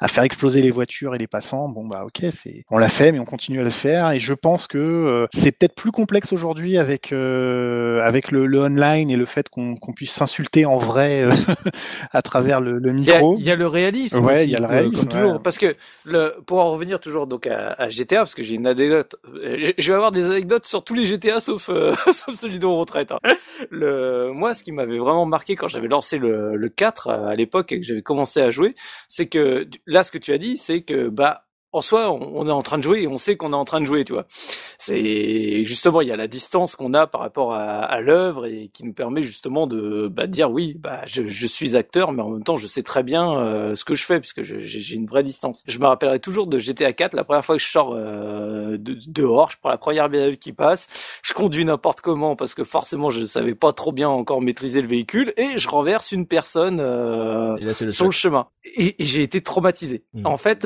à faire exploser les voitures et les passants. Bon bah ok, on l'a fait, mais on continue à le faire. Et je pense que c'est peut-être plus complexe aujourd'hui avec le online et le fait qu'on puisse s'insulter en vrai à travers le micro. Il y a le réalisme. Ouais, aussi, il y a le réalisme. comme toujours. Ouais. Parce que pour en revenir toujours donc à GTA, parce que j'ai une anecdote. Je vais avoir des anecdotes sur tous les GTA sauf sauf celui de retraite. Hein. Moi, ce qui m'avait vraiment marqué quand j'avais lancé le 4 à l'époque et que j'avais commencé à jouer, c'est que là, ce que tu as dit, c'est que en soi, on est en train de jouer et on sait qu'on est en train de jouer, tu vois. C'est justement, il y a la distance qu'on a par rapport à l'œuvre et qui nous permet justement de dire oui, je suis acteur, mais en même temps, je sais très bien ce que je fais puisque j'ai une vraie distance. Je me rappellerai toujours de GTA 4, la première fois que je sors dehors, je prends la première minute qui passe, je conduis n'importe comment parce que forcément, je savais pas trop bien encore maîtriser le véhicule et je renverse une personne sur le chemin. Et j'ai été traumatisé. En fait,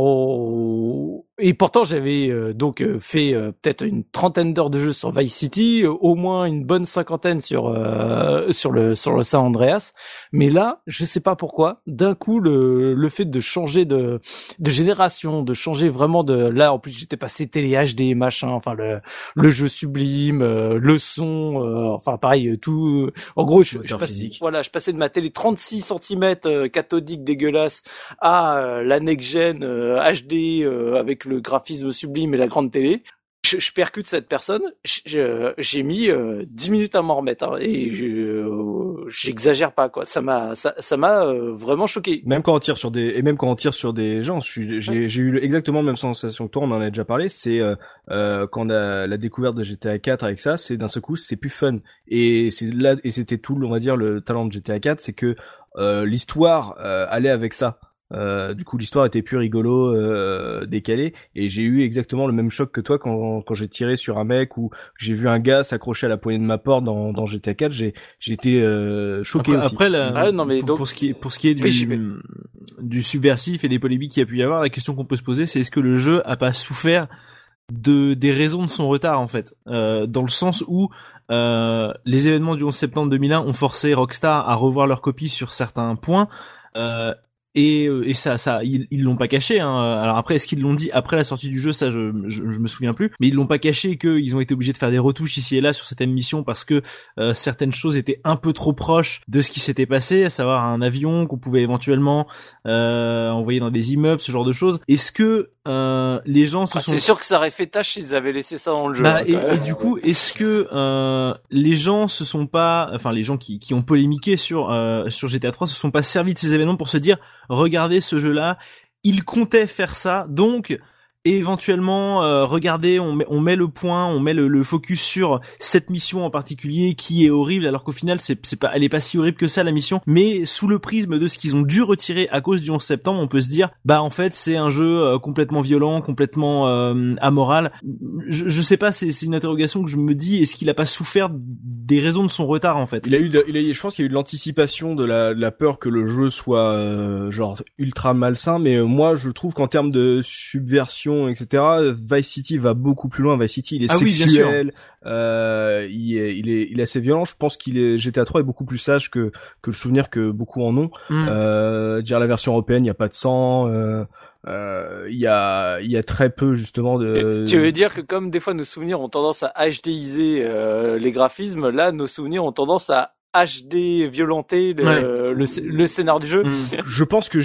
et pourtant j'avais fait peut-être une trentaine d'heures de jeu sur Vice City, au moins une bonne 50aine sur le San Andreas, mais là je sais pas pourquoi d'un coup le fait de changer de génération, de changer vraiment là en plus j'étais passé télé HD machin, enfin le jeu sublime, le son, enfin pareil tout, en gros je passais de ma télé 36 cm cathodique dégueulasse à la next gen HD avec le graphisme sublime et la grande télé. Je percute cette personne, j'ai mis 10 minutes à m'en remettre hein, et j'exagère pas quoi. Ça m'a vraiment choqué. Même quand on tire sur des gens, j'ai eu exactement la même sensation que toi. On en a déjà parlé. C'est quand on a la découverte de GTA 4 avec ça, c'est d'un seul coup c'est plus fun. Et c'était tout, on va dire, le talent de GTA 4, c'est que l'histoire allait avec ça. Du coup l'histoire était plus rigolo, décalée, et j'ai eu exactement le même choc que toi quand j'ai tiré sur un mec ou j'ai vu un gars s'accrocher à la poignée de ma porte dans GTA 4, j'ai été choqué aussi. Après pour ce qui est du subversif et des polémiques qu'il y a pu y avoir, la question qu'on peut se poser, c'est est-ce que le jeu a pas souffert des raisons de son retard en fait, dans le sens où les événements du 11 septembre 2001 ont forcé Rockstar à revoir leur copie sur certains points, et ça ils l'ont pas caché hein. Alors après est-ce qu'ils l'ont dit après la sortie du jeu, ça je me souviens plus, mais ils l'ont pas caché qu'ils ont été obligés de faire des retouches ici et là sur cette émission parce que certaines choses étaient un peu trop proches de ce qui s'était passé, à savoir un avion qu'on pouvait éventuellement envoyer dans des immeubles, ce genre de choses. Est-ce que les gens sont... C'est sûr que ça aurait fait tâche s'ils avaient laissé ça dans le jeu. Et du coup, est-ce que les gens se sont pas, enfin les gens qui ont polémiqué sur GTA 3 se sont pas servis de ces événements pour se dire regardez ce jeu-là, il comptait faire ça, donc et éventuellement regardez, on met le point, on met le focus sur cette mission en particulier qui est horrible, alors qu'au final elle est pas si horrible que ça la mission, mais sous le prisme de ce qu'ils ont dû retirer à cause du 11 septembre, on peut se dire en fait c'est un jeu complètement violent, complètement amoral. Je sais pas, c'est une interrogation que je me dis, est-ce qu'il a pas souffert des raisons de son retard en fait? Je pense qu'il y a eu de l'anticipation de la peur que le jeu soit genre ultra malsain, mais moi je trouve qu'en termes de subversion, etc. Vice City va beaucoup plus loin. Vice City, il est sexuel, il est assez violent. Je pense GTA 3 est beaucoup plus sage que le souvenir que beaucoup en ont. Dire la version européenne, il y a pas de sang. Il y a très peu justement de... Tu veux dire que comme des fois nos souvenirs ont tendance à HDiser les graphismes, là nos souvenirs ont tendance à HD violenter le scénar du jeu. Je pense que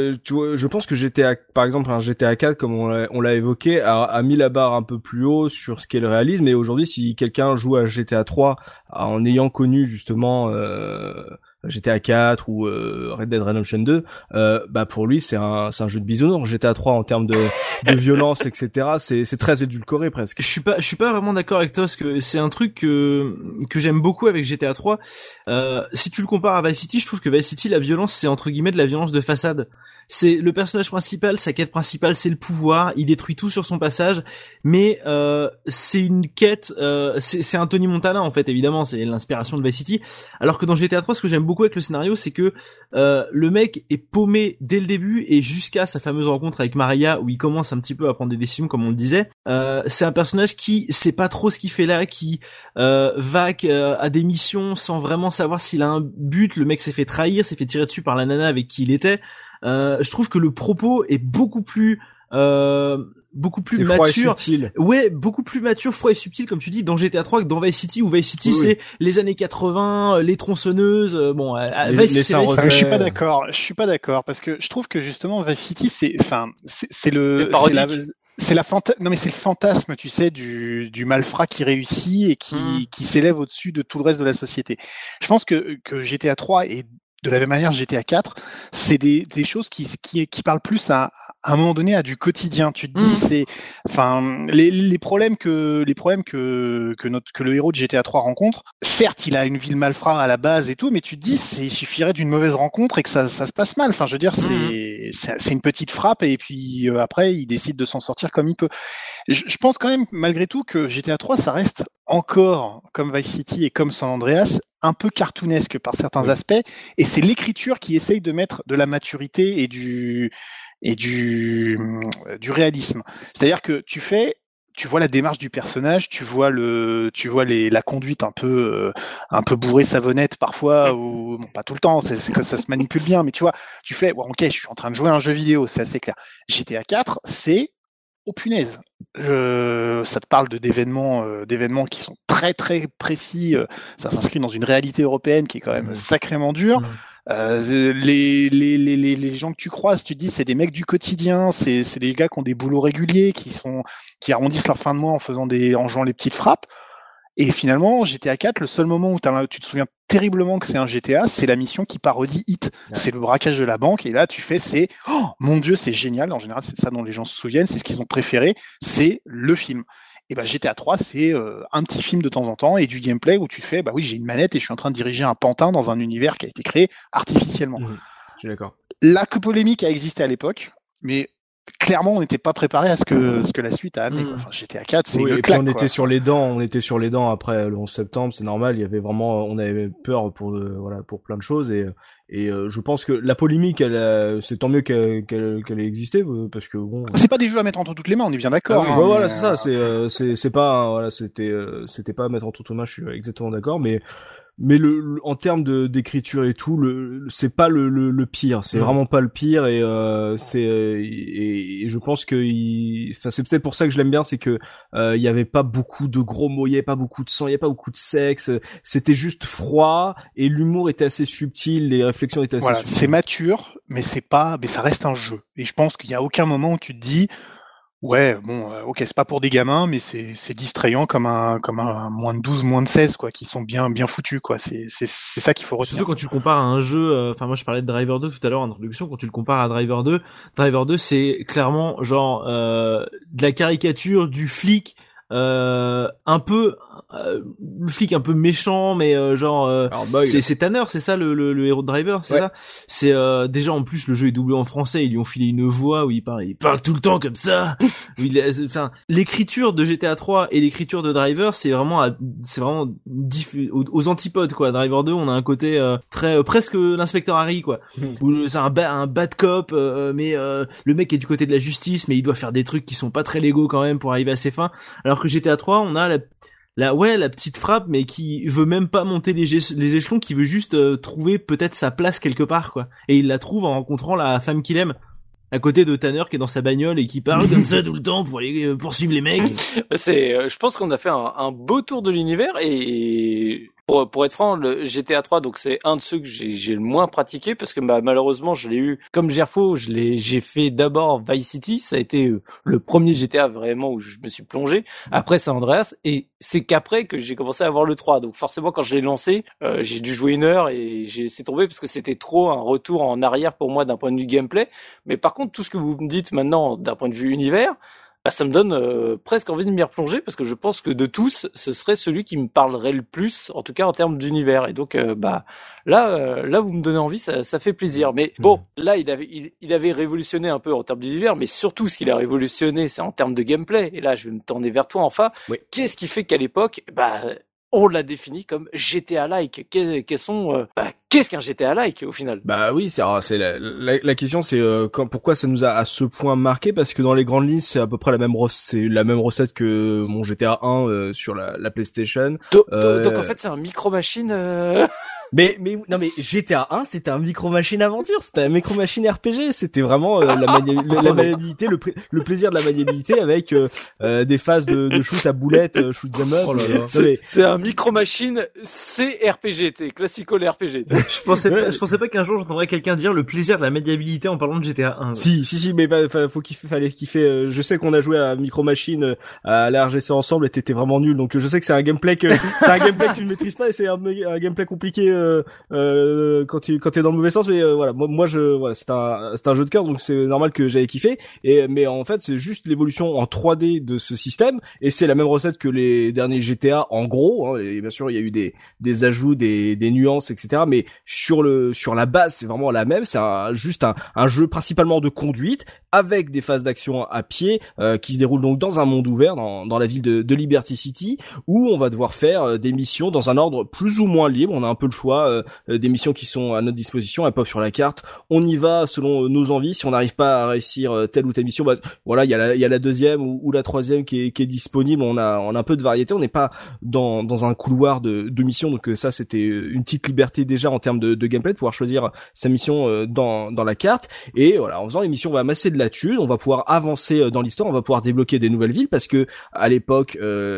GTA, par exemple, un GTA 4, comme on l'a évoqué, a mis la barre un peu plus haut sur ce qu'est le réalisme. Et aujourd'hui, si quelqu'un joue à GTA 3 en ayant connu justement GTA 4 ou Red Dead Redemption 2, pour lui c'est un jeu de bisounours. GTA 3 en termes de violence, etc. c'est très édulcoré presque. Je suis pas vraiment d'accord avec toi parce que c'est un truc que j'aime beaucoup avec GTA 3. Si tu le compares à Vice City, je trouve que Vice City, la violence c'est entre guillemets de la violence de façade. C'est le personnage principal, sa quête principale c'est le pouvoir, il détruit tout sur son passage, mais c'est une quête, c'est un Tony Montana en fait, évidemment, c'est l'inspiration de Vice City, alors que dans GTA 3 ce que j'aime beaucoup avec le scénario c'est que le mec est paumé dès le début et jusqu'à sa fameuse rencontre avec Maria où il commence un petit peu à prendre des décisions comme on le disait. C'est un personnage qui sait pas trop ce qu'il fait là, qui va à des missions sans vraiment savoir s'il a un but. Le mec s'est fait trahir, s'est fait tirer dessus par la nana avec qui il était. je trouve que le propos est beaucoup plus c'est mature. froid et subtil. Ouais, beaucoup plus mature, froid et subtil, comme tu dis, dans GTA 3 que dans Vice City, où Vice City, Oui. c'est les années 80, les tronçonneuses, Les Vice, c'est seins Vice- rosés. Je suis pas d'accord parce que je trouve que justement Vice City c'est C'est le parodique. c'est le fantasme, tu sais, du malfrat qui réussit et qui s'élève au-dessus de tout le reste de la société. Je pense que GTA 3 et de la même manière GTA 4, c'est des choses qui parlent plus à un moment donné à du quotidien. Tu te dis c'est les problèmes que le héros de GTA 3 rencontre. Certes, il a une vie de malfrat à la base et tout, mais tu te dis il suffirait d'une mauvaise rencontre et que ça se passe mal. Enfin, je veux dire, c'est une petite frappe et puis après il décide de s'en sortir comme il peut. Je pense quand même malgré tout que GTA 3 ça reste encore comme Vice City et comme San Andreas un peu cartoonesque par certains aspects, et c'est l'écriture qui essaye de mettre de la maturité et du réalisme. C'est-à-dire que tu vois la démarche du personnage, tu vois la conduite un peu bourrée savonnette parfois, ou bon, pas tout le temps, c'est que ça se manipule bien, mais tu vois, tu fais ok, je suis en train de jouer à un jeu vidéo, c'est assez clair. GTA 4, c'est oh punaise, ça te parle d'événements qui sont très très précis. Ça s'inscrit dans une réalité européenne qui est quand même sacrément dure. Les gens que tu croises, tu te dis c'est des mecs du quotidien, c'est des gars qui ont des boulots réguliers, qui arrondissent leur fin de mois en jouant les petites frappes. Et finalement, GTA 4, le seul moment où tu te souviens terriblement que c'est un GTA, c'est la mission qui parodie Hit. Ouais. C'est le braquage de la banque. Et là, tu fais, oh mon Dieu, c'est génial. En général, c'est ça dont les gens se souviennent. C'est ce qu'ils ont préféré. C'est le film. Et ben GTA 3, c'est un petit film de temps en temps et du gameplay où tu fais, bah oui, j'ai une manette et je suis en train de diriger un pantin dans un univers qui a été créé artificiellement. Je suis d'accord. La polémique a existé à l'époque, mais clairement, on n'était pas préparé à ce que la suite a amené. Enfin, GTA 4, c'est oui, le et claque. Puis on était sur les dents après le 11 septembre, c'est normal. Il y avait vraiment, on avait peur pour plein de choses et je pense que la polémique, c'est tant mieux qu'elle ait existé parce que bon. C'est pas des jeux à mettre entre toutes les mains, on est bien d'accord. Ah oui, voilà, c'est ça. C'est pas, c'était pas à mettre entre toutes les mains. Je suis exactement d'accord, mais en termes d'écriture et tout, c'est pas le pire, c'est vraiment pas le pire et et je pense que c'est peut-être pour ça que je l'aime bien, c'est que il y avait pas beaucoup de gros mots, il y avait pas beaucoup de sang, il y avait pas beaucoup de sexe, c'était juste froid et l'humour était assez subtil, les réflexions étaient assez subtiles. C'est mature, mais ça reste un jeu. Et je pense qu'il y a aucun moment où tu te dis ouais, bon, ok, c'est pas pour des gamins, mais c'est distrayant comme un moins de 12, moins de 16, quoi, qui sont bien foutus, quoi. C'est ça qu'il faut retenir. Surtout quand tu le compares à un jeu, moi je parlais de Driver 2 tout à l'heure en introduction, quand tu le compares à Driver 2 c'est clairement genre de la caricature du flic un peu le flic un peu méchant mais c'est Tanner, c'est ça le héros de Driver, c'est ça. C'est déjà en plus le jeu est doublé en français, ils lui ont filé une voix où il parle tout le temps comme ça. L'écriture de GTA 3 et l'écriture de Driver, c'est vraiment aux antipodes quoi. Driver 2, on a un côté très presque l'inspecteur Harry quoi. Où c'est un bad cop mais le mec est du côté de la justice mais il doit faire des trucs qui sont pas très légaux quand même pour arriver à ses fins. Alors que GTA 3, on a la petite frappe, mais qui veut même pas monter les échelons, qui veut juste trouver peut-être sa place quelque part, quoi. Et il la trouve en rencontrant la femme qu'il aime, à côté de Tanner qui est dans sa bagnole et qui parle comme ça tout le temps pour aller poursuivre les mecs. Je pense qu'on a fait un beau tour de l'univers et pour être franc, le GTA 3, donc c'est un de ceux que j'ai le moins pratiqué parce que malheureusement je l'ai eu comme Gerfo, j'ai fait d'abord Vice City, ça a été le premier GTA vraiment où je me suis plongé. Après San Andreas et c'est qu'après que j'ai commencé à voir le 3. Donc forcément quand je l'ai lancé, j'ai dû jouer 1 heure et j'ai laissé tomber parce que c'était trop un retour en arrière pour moi d'un point de vue gameplay. Mais par contre tout ce que vous me dites maintenant d'un point de vue univers, ça me donne presque envie de m'y replonger parce que je pense que de tous, ce serait celui qui me parlerait le plus, en tout cas en termes d'univers. Et donc, là, vous me donnez envie, ça fait plaisir. Mais bon, là, il avait révolutionné un peu en termes d'univers, mais surtout, ce qu'il a révolutionné, c'est en termes de gameplay. Et là, je vais me tourner vers toi, enfin. Oui. Qu'est-ce qui fait qu'à l'époque, on l'a défini comme GTA-like. Qu'est-ce qu'un GTA-like au final? Bah oui, c'est la question, c'est pourquoi ça nous a à ce point marqué, parce que dans les grandes lignes, c'est à peu près la même recette que mon GTA 1 sur la PlayStation. Donc en fait, c'est un micro machine. Mais non mais GTA 1 c'était un Micro Machine aventure, c'était un Micro Machine RPG, c'était vraiment la maniabilité, le plaisir de la maniabilité avec des phases de shoot à boulettes, shoot them up. Oh là là. C'est un Micro Machine CRPG, classico RPG. Je pensais pas qu'un jour j'entendrais quelqu'un dire le plaisir de la maniabilité en parlant de GTA 1. Si, mais fallait kiffer. Je sais qu'on a joué à Micro Machine à la RGC ensemble et t'étais vraiment nul, donc je sais que c'est un gameplay que tu ne maîtrises pas et c'est un gameplay compliqué quand t'es dans le mauvais sens, mais voilà, moi c'est un jeu de cœur, donc c'est normal que j'avais kiffé. Mais en fait c'est juste l'évolution en 3D de ce système et c'est la même recette que les derniers GTA en gros, hein, et bien sûr il y a eu des ajouts, des nuances, etc. Mais sur la base c'est vraiment la même. C'est juste un jeu principalement de conduite avec des phases d'action à pied qui se déroulent donc dans un monde ouvert dans la ville de Liberty City, où on va devoir faire des missions dans un ordre plus ou moins libre. On a un peu le choix des missions qui sont à notre disposition, elles pop sur la carte. On y va selon nos envies. Si on n'arrive pas à réussir telle ou telle mission, bah voilà, il y a la deuxième ou la troisième qui est disponible. On a un peu de variété. On n'est pas dans un couloir de mission, donc ça c'était une petite liberté déjà en termes de gameplay, de pouvoir choisir sa mission dans la carte. Et voilà, en faisant les missions, on va amasser de la thune, on va pouvoir avancer dans l'histoire, on va pouvoir débloquer des nouvelles villes, parce que à l'époque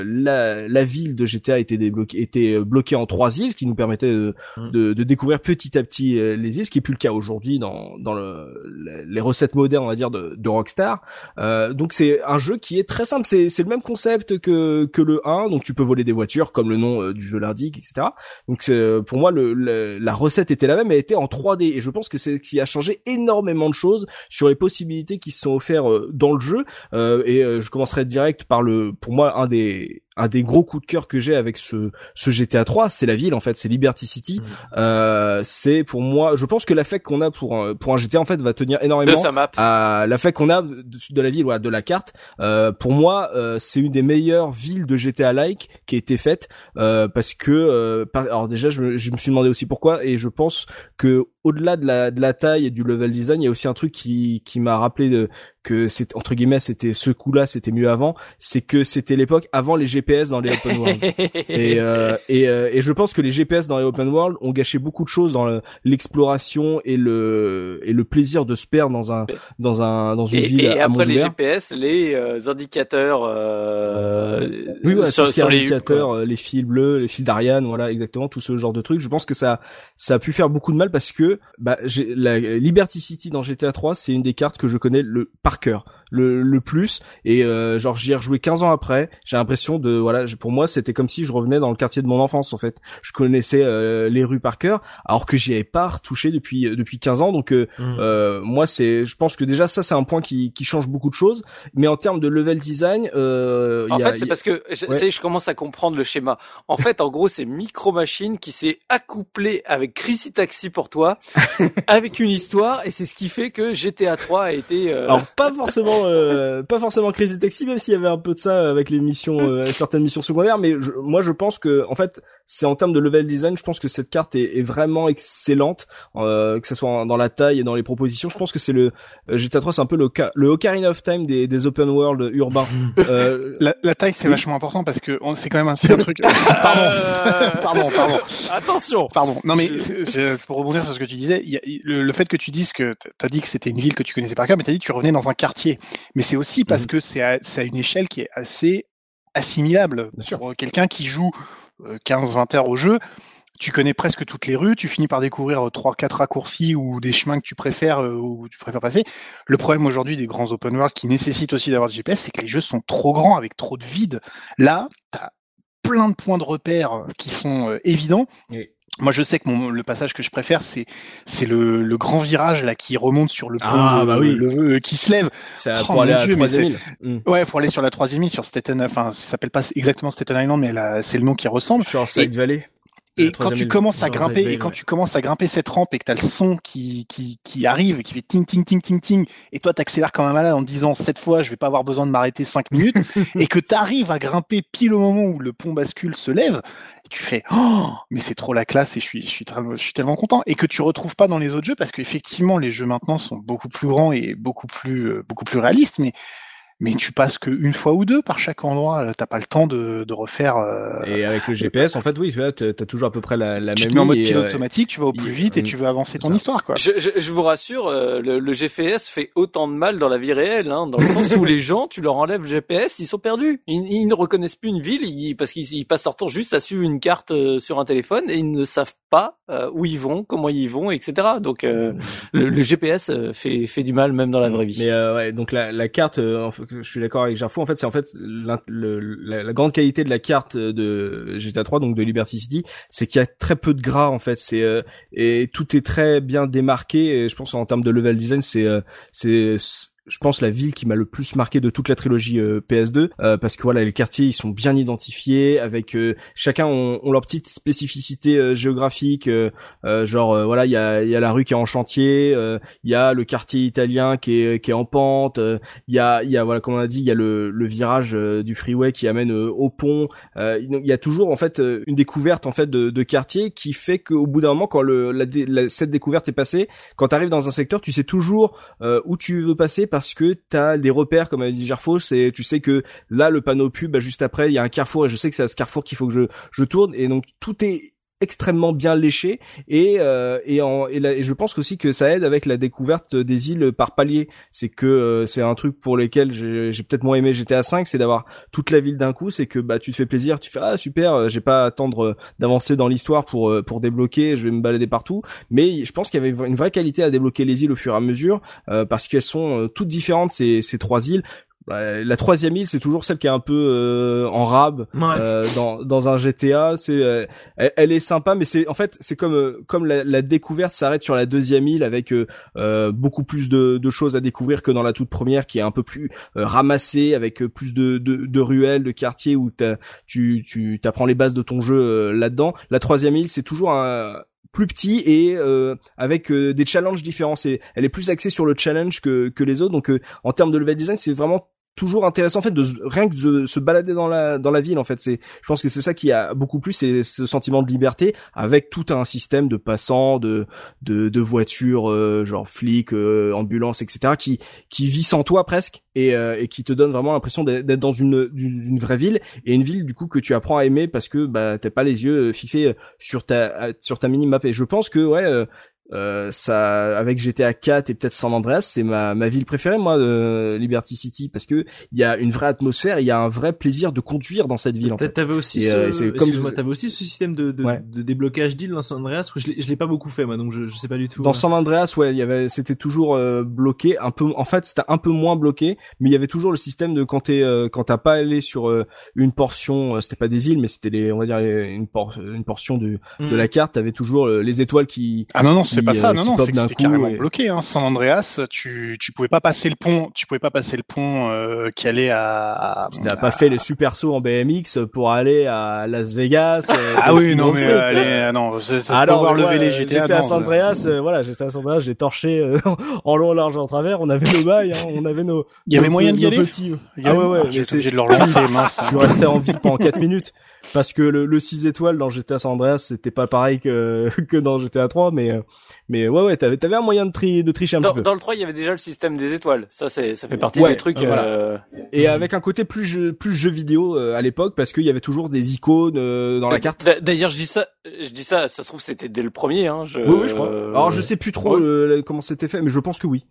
la ville de GTA était bloquée en 3 îles, ce qui nous permettait de découvrir petit à petit les îles, ce qui est plus le cas aujourd'hui dans les recettes modernes, on va dire, de Rockstar. Donc c'est un jeu qui est très simple, c'est le même concept que le 1, donc tu peux voler des voitures comme le nom du jeu l'indique, etc. Donc pour moi la recette était la même, elle était en 3D, et je pense que c'est ce qui a changé énormément de choses sur les possibilités qui se sont offertes dans le jeu. Et je commencerai direct par pour moi un des gros coups de cœur que j'ai avec ce GTA 3, c'est la ville, en fait, c'est Liberty City. C'est pour moi, je pense que l'affect qu'on a pour un GTA, en fait, va tenir énormément de sa map, à l'affect qu'on a de la ville, voilà, de la carte. Pour moi, c'est une des meilleures villes de GTA-like qui a été faite, parce que alors déjà je me suis demandé aussi pourquoi, et je pense que au-delà de la taille et du level design, il y a aussi un truc qui m'a rappelé que c'est, entre guillemets, c'était ce coup-là, c'était mieux avant, c'est que c'était l'époque avant les GPS dans les open world. Et je pense que les GPS dans les open world ont gâché beaucoup de choses dans l'exploration et le plaisir de se perdre dans une ville. Et après les GPS, les indicateurs oui, voilà, sur les indicateurs, les fils bleus, les fils d'Ariane, voilà, exactement, tout ce genre de trucs. Je pense que ça a pu faire beaucoup de mal, parce que la Liberty City dans GTA 3, c'est une des cartes que je connais par cœur le plus, et genre j'y ai rejoué 15 ans après. J'ai l'impression pour moi c'était comme si je revenais dans le quartier de mon enfance, en fait. Je connaissais les rues par cœur, alors que j'y avais pas retouché depuis 15 ans. Donc moi je pense que déjà ça c'est un point qui change beaucoup de choses. Mais en termes de level design, c'est parce que je commence à comprendre le schéma. En fait, en gros, c'est Micro Machine qui s'est accouplé avec Crazy Taxi pour toi, avec une histoire, et c'est ce qui fait que GTA 3 a été alors pas forcément Crazy Taxi, même s'il y avait un peu de ça avec les missions, certaines missions secondaires, mais moi je pense que, en fait, c'est en termes de level design, je pense que cette carte est vraiment excellente, que ça soit dans la taille et dans les propositions. Je pense que c'est GTA 3, c'est un peu le Ocarina of Time des open world urbains. La taille, c'est vachement important, parce que c'est quand même un truc. Pardon. Attention. Pardon. Non, mais c'est pour rebondir sur ce que tu disais, le fait que tu dises que t'as dit que c'était une ville que tu connaissais par cœur, mais t'as dit que tu revenais dans un quartier. Mais c'est aussi parce que c'est à une échelle qui est assez assimilable. Pour quelqu'un qui joue 15-20 heures au jeu, tu connais presque toutes les rues, tu finis par découvrir 3-4 raccourcis ou des chemins que tu préfères passer. Le problème aujourd'hui des grands open world qui nécessitent aussi d'avoir du GPS, c'est que les jeux sont trop grands, avec trop de vide. Là, t'as plein de points de repère qui sont évidents. Oui. Moi, je sais que le passage que je préfère, c'est le grand virage là qui remonte sur le pont, qui se lève. C'est pour aller à la 3e île. Ouais, pour aller sur la 3e île, sur Staten, enfin, ça s'appelle pas exactement Staten Island, mais là, c'est le nom qui ressemble. Sur Side Valley. Et quand tu commences à grimper, cette rampe, et que t'as le son qui arrive, et qui fait ting ting ting ting ting, et toi t'accélères comme un malade en te disant, cette fois je vais pas avoir besoin de m'arrêter 5 minutes, et que t'arrives à grimper pile au moment où le pont bascule se lève, et tu fais, oh, mais c'est trop la classe, et je suis tellement content, et que tu retrouves pas dans les autres jeux, parce qu'effectivement les jeux maintenant sont beaucoup plus grands et beaucoup plus réalistes, mais mais tu passes qu'une fois ou deux par chaque endroit. Là, t'as pas le temps de refaire. Et avec le GPS, en fait, oui, tu vois, t'as toujours à peu près la tu même te mets en mode ligne pilote automatique, tu vas au plus vite et tu veux avancer ton histoire, quoi. Je vous rassure, le GPS fait autant de mal dans la vie réelle, hein, dans le sens où les gens, tu leur enlèves le GPS, ils sont perdus. Ils ne reconnaissent plus une ville parce qu'ils passent leur temps juste à suivre une carte sur un téléphone et ils ne savent pas où ils vont, comment ils vont, etc. Donc le GPS fait du mal même dans la vraie vie. Mais ouais, donc la carte, je suis d'accord avec Gerfo. En fait, c'est la grande qualité de la carte de GTA 3, donc de Liberty City, c'est qu'il y a très peu de gras en fait. Et tout est très bien démarqué. Et je pense en termes de level design, c'est je pense la ville qui m'a le plus marqué de toute la trilogie PS2 parce que voilà, les quartiers ils sont bien identifiés avec chacun ont leur petite spécificité géographique genre voilà, il y a la rue qui est en chantier, il y a le quartier italien qui est en pente, il y a voilà, comme on a dit, il y a le virage du freeway qui amène au pont, il y a toujours en fait une découverte en fait de quartier qui fait qu'au bout d'un moment quand cette découverte est passée, quand tu arrives dans un secteur, tu sais toujours où tu veux passer parce que t'as des repères, comme avait dit Gerfo, tu sais que là le panneau pub, juste après il y a un carrefour et je sais que c'est à ce carrefour qu'il faut que je tourne, et donc tout est extrêmement bien léché et je pense aussi que ça aide avec la découverte des îles par palier. C'est que c'est un truc pour lequel j'ai peut-être moins aimé GTA 5, c'est d'avoir toute la ville d'un coup. C'est que bah tu te fais plaisir, tu fais ah super, j'ai pas à attendre d'avancer dans l'histoire pour débloquer, je vais me balader partout. Mais je pense qu'il y avait une vraie qualité à débloquer les îles au fur et à mesure parce qu'elles sont toutes différentes ces trois îles. La troisième île, c'est toujours celle qui est un peu en rab dans un GTA. C'est elle est sympa, mais c'est en fait c'est comme la découverte s'arrête sur la deuxième île avec beaucoup plus de choses à découvrir que dans la toute première, qui est un peu plus ramassée avec plus de ruelles, de quartiers où tu t'apprends les bases de ton jeu là-dedans. La troisième île, c'est toujours plus petit et avec des challenges différents. Elle est plus axée sur le challenge que les autres. Donc en termes de level design, c'est vraiment toujours intéressant en fait rien que de se balader dans la ville en fait. Je pense que c'est ça qui a beaucoup plu, c'est ce sentiment de liberté avec tout un système de passants, de voitures genre flics, ambulances, etc. qui vit sans toi presque et qui te donne vraiment l'impression d'être dans une vraie ville, et une ville du coup que tu apprends à aimer parce que bah t'as pas les yeux fixés sur ta mini-map. Et je pense que ouais ça, avec GTA 4 et peut-être San Andreas, c'est ma ville préférée, moi, Liberty City, parce que il y a une vraie atmosphère, il y a un vrai plaisir de conduire dans cette ville. En fait. T'avais aussi t'avais aussi ce système de déblocage d'îles dans San Andreas. Je l'ai pas beaucoup fait, moi, donc je sais pas du tout. Dans San Andreas, ouais, c'était toujours bloqué, un peu. En fait, c'était un peu moins bloqué, mais il y avait toujours le système de quand t'as pas allé sur une portion, c'était pas des îles, mais c'était on va dire une portion de la carte, t'avais toujours les étoiles qui. Ah non, c'est pas ça, non, c'est que c'était carrément bloqué, hein. San Andreas, tu pouvais pas passer le pont, qui allait à... Tu n'as pas fait les super sauts en BMX pour aller à Las Vegas. Ah oui, non, mais non, c'est pouvoir lever les GTA. J'étais à San Andreas, j'étais à San Andreas, j'ai torché en long, en large, en travers, on avait nos bails, hein, on avait nos... Il y avait moyen d'y aller? Ah ouais, j'ai été obligé de le relancer, mince. Je suis resté en ville pendant 4 minutes. Parce que le 6 étoiles dans GTA San Andreas, c'était pas pareil que dans GTA 3, mais ouais, t'avais un moyen de tricher un petit peu. Dans le 3, il y avait déjà le système des étoiles. Ça fait partie des trucs, voilà. Et avec un côté plus jeu vidéo, à l'époque, parce qu'il y avait toujours des icônes, dans la carte. D'ailleurs, je dis ça, ça se trouve, c'était dès le premier, hein, Oui, je crois. Alors, je sais plus trop, comment c'était fait, mais je pense que oui.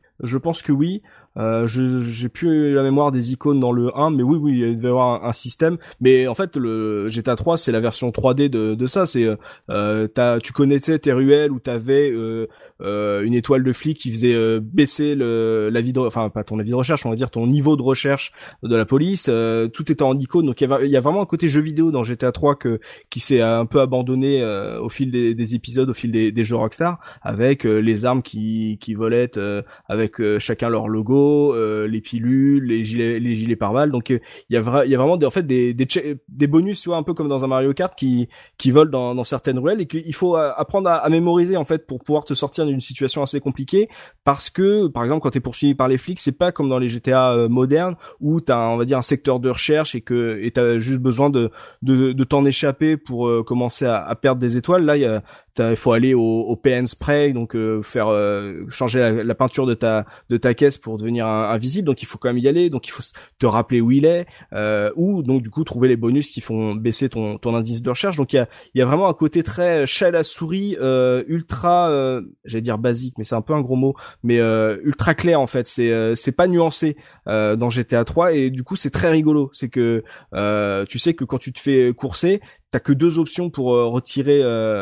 J'ai plus la mémoire des icônes dans le 1, mais oui, il devait y avoir un système. Mais en fait, le GTA 3, c'est la version 3D de ça. C'est tu connaissais tes ruelles où t'avais une étoile de flic qui faisait baisser pas ton avis de recherche, on va dire ton niveau de recherche de la police. Tout était en icône, donc il y a vraiment un côté jeu vidéo dans GTA 3 qui s'est un peu abandonné au fil des épisodes, au fil des jeux Rockstar, avec les armes qui volaient, avec chacun leur logo, les pilules, les gilets pare-balles. Donc il y a vraiment des bonus, tu vois, un peu comme dans un Mario Kart qui volent dans certaines ruelles, et qu'il faut apprendre à mémoriser en fait pour pouvoir te sortir d'une situation assez compliquée, parce que par exemple quand t'es poursuivi par les flics, c'est pas comme dans les GTA modernes où t'as on va dire un secteur de recherche et t'as juste besoin de t'en échapper pour commencer à perdre des étoiles. Là il faut aller au pay and spray, donc faire changer la peinture de ta caisse pour devenir invisible, donc il faut quand même y aller, donc il faut te rappeler où il est, ou donc du coup trouver les bonus qui font baisser ton indice de recherche. Donc il y a vraiment un côté très chat à la souris, ultra j'allais dire basique, mais c'est un peu un gros mot, mais ultra clair en fait. C'est pas nuancé dans GTA 3, et du coup c'est très rigolo. C'est que tu sais que quand tu te fais courser, t'as que 2 options pour retirer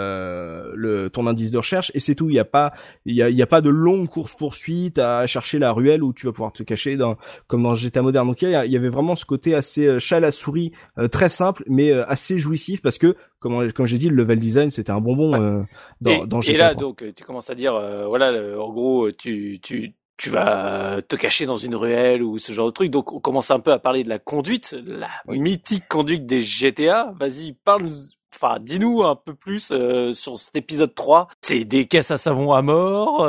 ton indice de recherche, et c'est tout. Il y a pas de longue course poursuite à chercher la ruelle où tu vas pouvoir te cacher comme dans GTA moderne. Donc il y avait vraiment ce côté assez chat à la souris, très simple mais assez jouissif, parce que comme j'ai dit, le level design c'était un bonbon dans GTA 3. Et là donc tu commences à dire en gros tu vas te cacher dans une ruelle ou ce genre de truc. Donc on commence un peu à parler de la conduite, mythique conduite des GTA. Vas-y, dis-nous un peu plus sur cet épisode 3. C'est des caisses à savon à mort,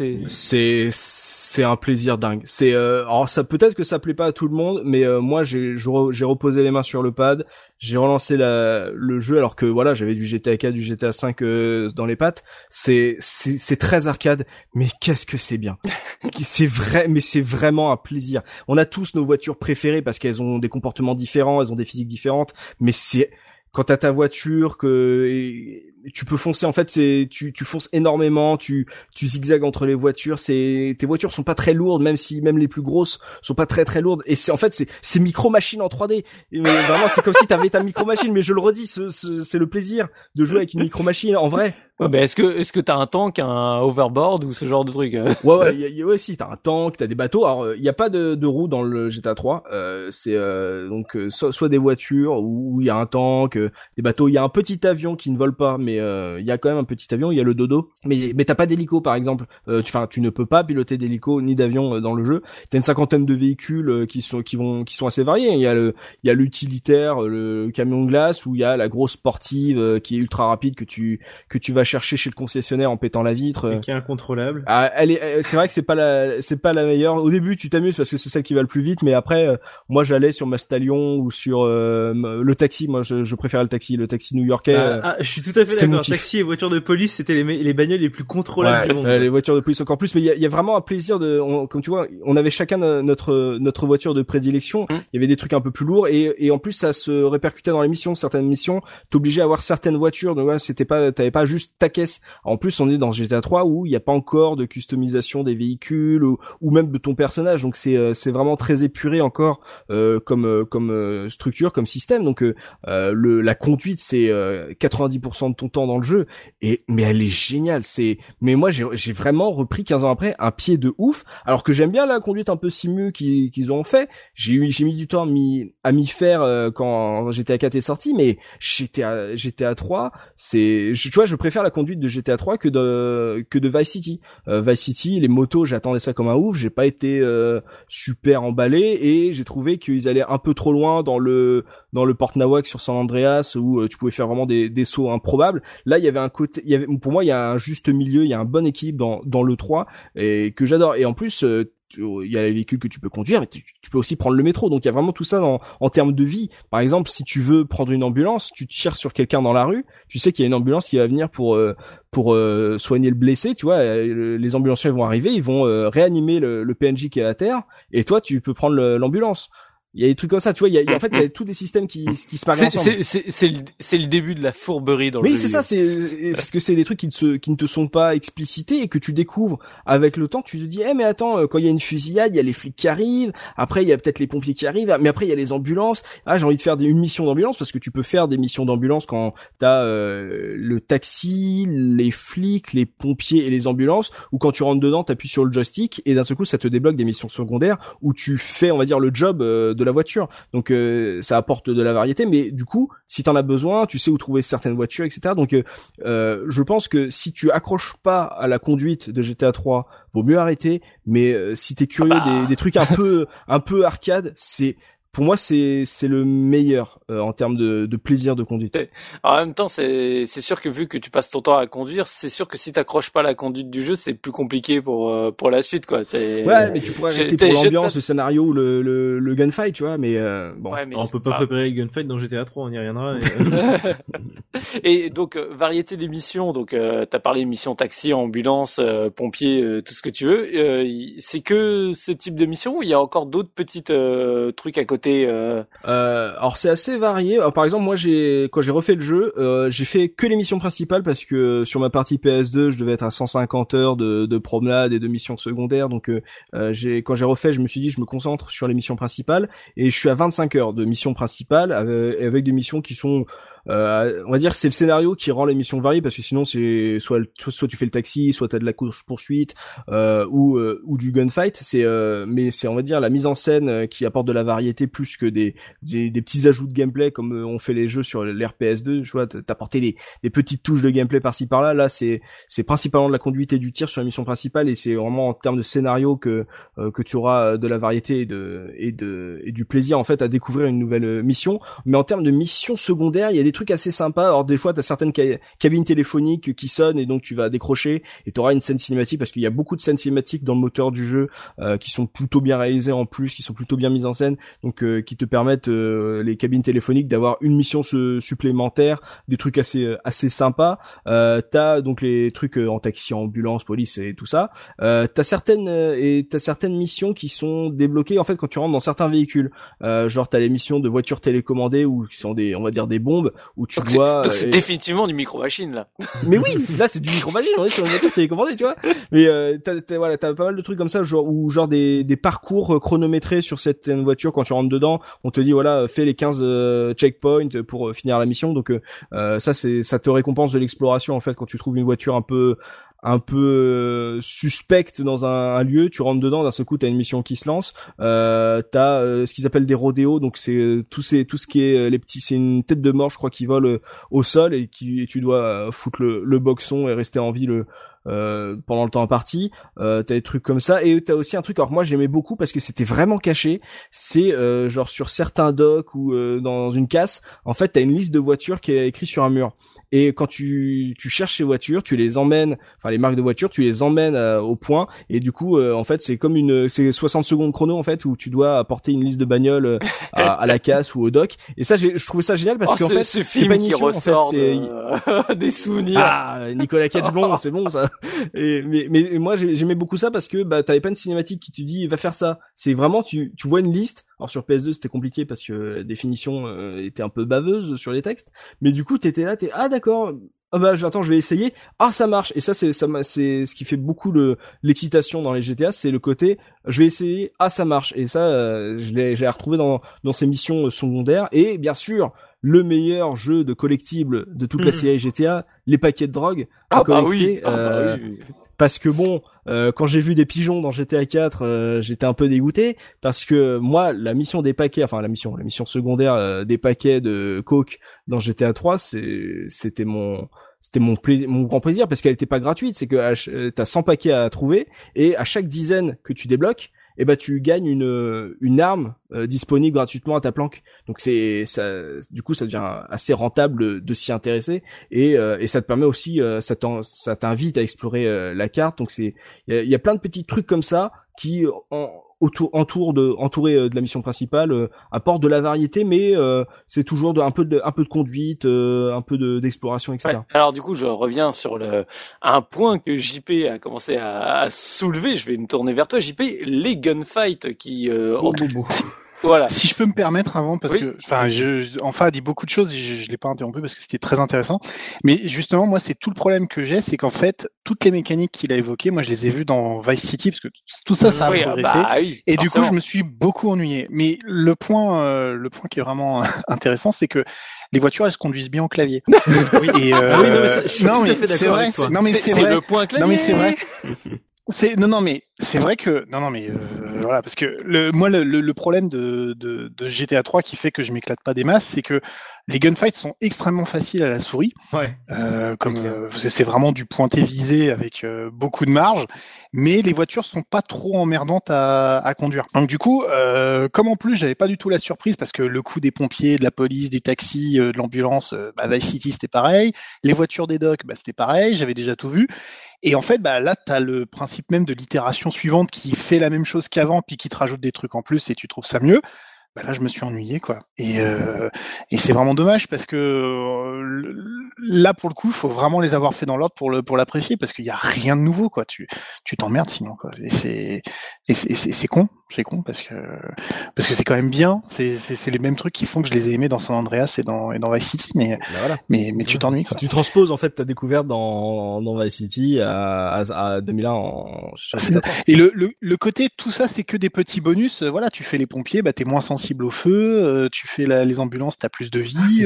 c'est un plaisir dingue. Alors ça peut-être que ça plaît pas à tout le monde, mais moi j'ai reposé les mains sur le pad, j'ai relancé le jeu, alors que voilà, j'avais du GTA 4, du GTA 5 dans les pattes. C'est très arcade, mais qu'est-ce que c'est bien. Mais c'est vraiment un plaisir. On a tous nos voitures préférées parce qu'elles ont des comportements différents, elles ont des physiques différentes, mais quand t'as ta voiture, tu peux foncer, en fait, tu fonces énormément, tu zigzags entre les voitures, tes voitures sont pas très lourdes, même les plus grosses sont pas très très lourdes, et c'est micro machine en 3D. Mais vraiment, c'est comme si t'avais ta micro machine, mais je le redis, c'est le plaisir de jouer avec une micro machine en vrai. Ouais, mais est-ce que t'as un tank, un overboard ou ce genre de truc? Ouais, si t'as un tank, t'as des bateaux. Alors il y a pas de roues dans le GTA 3. C'est donc soit des voitures où il y a un tank, des bateaux. Il y a un petit avion qui ne vole pas, mais il y a quand même un petit avion. Il y a le dodo, mais t'as pas d'hélico par exemple. Tu ne peux pas piloter d'hélico ni d'avion dans le jeu. T'as une 50aine de véhicules qui sont assez variés. Il y a l'utilitaire, le camion de glace, où il y a la grosse sportive qui est ultra rapide que tu vas chercher chez le concessionnaire en pétant la vitre, et qui est incontrôlable. C'est vrai que c'est pas la meilleure. Au début tu t'amuses parce que c'est celle qui va le plus vite, mais après moi j'allais sur ma Stallion ou sur le taxi. Moi je préférais le taxi new-yorkais. Je suis tout à fait d'accord. Taxi et voiture de police, c'était les bagnoles les plus contrôlables du monde. Les voitures de police encore plus, mais il y a vraiment un plaisir comme tu vois, on avait chacun notre voiture de prédilection. Il y avait des trucs un peu plus lourds, et en plus ça se répercutait dans les missions. Certaines missions t'obligeais à avoir certaines voitures, donc voilà, t'avais pas juste ta caisse. En plus, on est dans GTA 3 où il n'y a pas encore de customisation des véhicules ou même de ton personnage. Donc c'est vraiment très épuré encore comme structure, comme système. Donc la conduite, c'est 90% de ton temps dans le jeu. Mais elle est géniale. Mais moi j'ai vraiment repris 15 ans après un pied de ouf. Alors que j'aime bien la conduite un peu simu qu'ils ont fait. J'ai mis du temps à m'y faire quand GTA 4 est sorti, mais GTA 3, tu vois, je préfère la conduite de GTA 3 que de Vice City. Vice City, les motos, j'attendais ça comme un ouf, j'ai pas été super emballé, et j'ai trouvé qu'ils allaient un peu trop loin dans le Port Nawak sur San Andreas, où tu pouvais faire vraiment des sauts improbables. Là, pour moi il y a un juste milieu, il y a un bon équilibre dans le 3, et que j'adore. Et en plus il y a les véhicules que tu peux conduire, mais tu peux aussi prendre le métro. Donc il y a vraiment tout ça en termes de vie. Par exemple, si tu veux prendre une ambulance, tu tires sur quelqu'un dans la rue, tu sais qu'il y a une ambulance qui va venir pour soigner le blessé, tu vois. Les ambulanciers vont arriver, ils vont réanimer le PNJ qui est à terre, et toi tu peux prendre l'ambulance. Il y a des trucs comme ça, tu vois. En fait, il y a tous des systèmes qui se parlent ensemble. C'est le début de la fourberie dans le jeu. Oui, c'est ça. C'est parce que c'est des trucs qui ne te sont pas explicités et que tu découvres avec le temps. Tu te dis, mais attends, quand il y a une fusillade, il y a les flics qui arrivent. Après, il y a peut-être les pompiers qui arrivent. Mais après, il y a les ambulances. J'ai envie de faire une mission d'ambulance, parce que tu peux faire des missions d'ambulance quand t'as le taxi, les flics, les pompiers et les ambulances. Ou quand tu rentres dedans, t'appuies sur le joystick et d'un seul coup, ça te débloque des missions secondaires où tu fais, on va dire, le job de la voiture. Donc ça apporte de la variété, mais du coup si t'en as besoin, tu sais où trouver certaines voitures, etc. Donc je pense que si tu accroches pas à la conduite de GTA 3, vaut mieux arrêter. Mais si t'es curieux des trucs un peu arcade, c'est pour moi c'est le meilleur en termes de plaisir de conduite. En même temps, c'est sûr que vu que tu passes ton temps à conduire, c'est sûr que si t'accroches pas la conduite du jeu, c'est plus compliqué pour la suite, quoi. Ouais, mais tu pourrais rester pour l'ambiance, le scénario ou le gunfight, tu vois, mais bon. Ouais, mais on peut pas préparer le gunfight dans GTA 3, on y reviendra. Et donc variété des missions, donc t'as parlé missions taxi, ambulance, pompier, tout ce que tu veux. C'est que ce type de mission ou il y a encore d'autres petites trucs à côté? Alors c'est assez varié. Alors, par exemple, moi quand j'ai refait le jeu, j'ai fait que les missions principales parce que sur ma partie PS2, je devais être à 150 heures de promenade et de missions secondaires. Donc quand j'ai refait, je me suis dit je me concentre sur les missions principales et je suis à 25 heures de missions principales avec des missions qui sont on va dire c'est le scénario qui rend les missions variées parce que sinon c'est soit tu fais le taxi, soit t'as de la course poursuite ou du gunfight. Mais c'est on va dire la mise en scène qui apporte de la variété plus que des petits ajouts de gameplay comme on fait les jeux sur l'RPS2. Tu vois, t'apporter des petites touches de gameplay par-ci par-là. Là c'est principalement de la conduite et du tir sur la mission principale et c'est vraiment en termes de scénario que tu auras de la variété et du plaisir en fait à découvrir une nouvelle mission. Mais en termes de missions secondaires, il y a des trucs assez sympas. Alors des fois t'as certaines cabines téléphoniques qui sonnent et donc tu vas décrocher et t'auras une scène cinématique parce qu'il y a beaucoup de scènes cinématiques dans le moteur du jeu qui sont plutôt bien réalisées en plus, qui sont plutôt bien mises en scène, donc qui te permettent les cabines téléphoniques d'avoir une mission supplémentaire, des trucs assez sympas. T'as donc les trucs en taxi, ambulance, police et tout ça. T'as certaines missions qui sont débloquées en fait quand tu rentres dans certains véhicules. Genre t'as les missions de voitures télécommandées ou qui sont on va dire des bombes où tu dois. Donc c'est définitivement du micro-machine là. Mais oui, là c'est du micro-machine, on est sur une voiture télécommandée, tu vois. Mais t'as pas mal de trucs comme ça, genre des parcours chronométrés sur certaines voitures quand tu rentres dedans. On te dit voilà, fais les 15 checkpoints pour finir la mission. Donc ça te récompense de l'exploration en fait quand tu trouves une voiture un peu suspecte dans un lieu, tu rentres dedans, d'un seul coup t'as une mission qui se lance. T'as ce qu'ils appellent des rodéos, donc c'est tout ce qui est c'est une tête de mort je crois qui vole au sol et tu dois foutre le boxon et rester en vie pendant le temps imparti. T'as des trucs comme ça et t'as aussi un truc, alors moi j'aimais beaucoup parce que c'était vraiment caché, c'est genre sur certains docks ou dans une casse, en fait t'as une liste de voitures qui est écrite sur un mur et quand tu cherches ces voitures, tu les emmènes, enfin les marques de voitures, tu les emmènes au point et du coup en fait c'est comme c'est 60 secondes chrono en fait où tu dois apporter une liste de bagnoles à la casse ou au dock et ça je trouvais ça génial parce qu'en fait ce film qui ressort en fait, des souvenirs. Nicolas Cage blond, c'est bon ça. Mais moi j'aimais beaucoup ça parce que t'avais pas une cinématique qui te dit va faire ça. C'est vraiment tu vois une liste. Alors sur PS2 c'était compliqué parce que la définition était un peu baveuse sur les textes, mais du coup t'étais là, d'accord. Attends, je vais essayer. Ça marche. Et ça c'est ce qui fait beaucoup l'excitation dans les GTA, c'est le côté je vais essayer. Ça marche. Et ça j'ai retrouvé dans ces missions secondaires et bien sûr le meilleur jeu de collectible de toute la série GTA, les paquets de drogue à collecter. Oui. Parce que bon, quand j'ai vu des pigeons dans GTA 4, j'étais un peu dégoûté parce que moi, la mission la mission secondaire des paquets de coke dans GTA 3, c'était mon grand plaisir parce qu'elle était pas gratuite. C'est que t'as 100 paquets à trouver et à chaque dizaine que tu débloques, tu gagnes une arme disponible gratuitement à ta planque. Donc du coup ça devient assez rentable de s'y intéresser et ça te permet aussi ça t'invite à explorer la carte. Donc il y a plein de petits trucs comme ça qui entourés de la mission principale apportent de la variété, mais c'est toujours un peu de conduite, un peu d'exploration, etc. Ouais. Alors du coup, je reviens sur un point que JP a commencé à soulever. Je vais me tourner vers toi, JP. Les gunfights qui Voilà. Si je peux me permettre avant, parce que, Enfa a dit beaucoup de choses et je l'ai pas interrompu parce que c'était très intéressant. Mais justement, moi, c'est tout le problème que j'ai, c'est qu'en fait, toutes les mécaniques qu'il a évoquées, moi, je les ai vues dans Vice City parce que tout ça, ça a progressé. Et du coup, je me suis beaucoup ennuyé. Mais le point qui est vraiment intéressant, c'est que les voitures, elles se conduisent bien au clavier. Et c'est vrai. Non, mais c'est vrai. le point clavier. Non, mais c'est vrai. C'est vrai que non mais voilà, parce que le problème de GTA 3 qui fait que je m'éclate pas des masses, c'est que les gunfights sont extrêmement faciles à la souris. Ouais. C'est vraiment du pointé visé avec beaucoup de marge, mais les voitures sont pas trop emmerdantes à conduire. Donc du coup, comme en plus j'avais pas du tout la surprise parce que le coup des pompiers, de la police, du taxi, de l'ambulance, Vice City c'était pareil, les voitures des docks, c'était pareil, j'avais déjà tout vu. Et en fait, là, t'as le principe même de l'itération suivante qui fait la même chose qu'avant, puis qui te rajoute des trucs en plus et tu trouves ça mieux. Là, je me suis ennuyé, quoi. Et c'est vraiment dommage parce que là, pour le coup, il faut vraiment les avoir fait dans l'ordre pour l'apprécier parce qu'il y a rien de nouveau, quoi. Tu t'emmerdes sinon, quoi. Et c'est con parce que c'est quand même bien. C'est les mêmes trucs qui font que je les ai aimés dans San Andreas et dans Vice City, mais tu t'ennuies, quoi. Tu transposes en fait ta découverte dans Vice City à 2001 Et le côté tout ça, c'est que des petits bonus. Voilà, tu fais les pompiers, t'es moins sensible au feu, tu fais les ambulances, t'as plus de vie.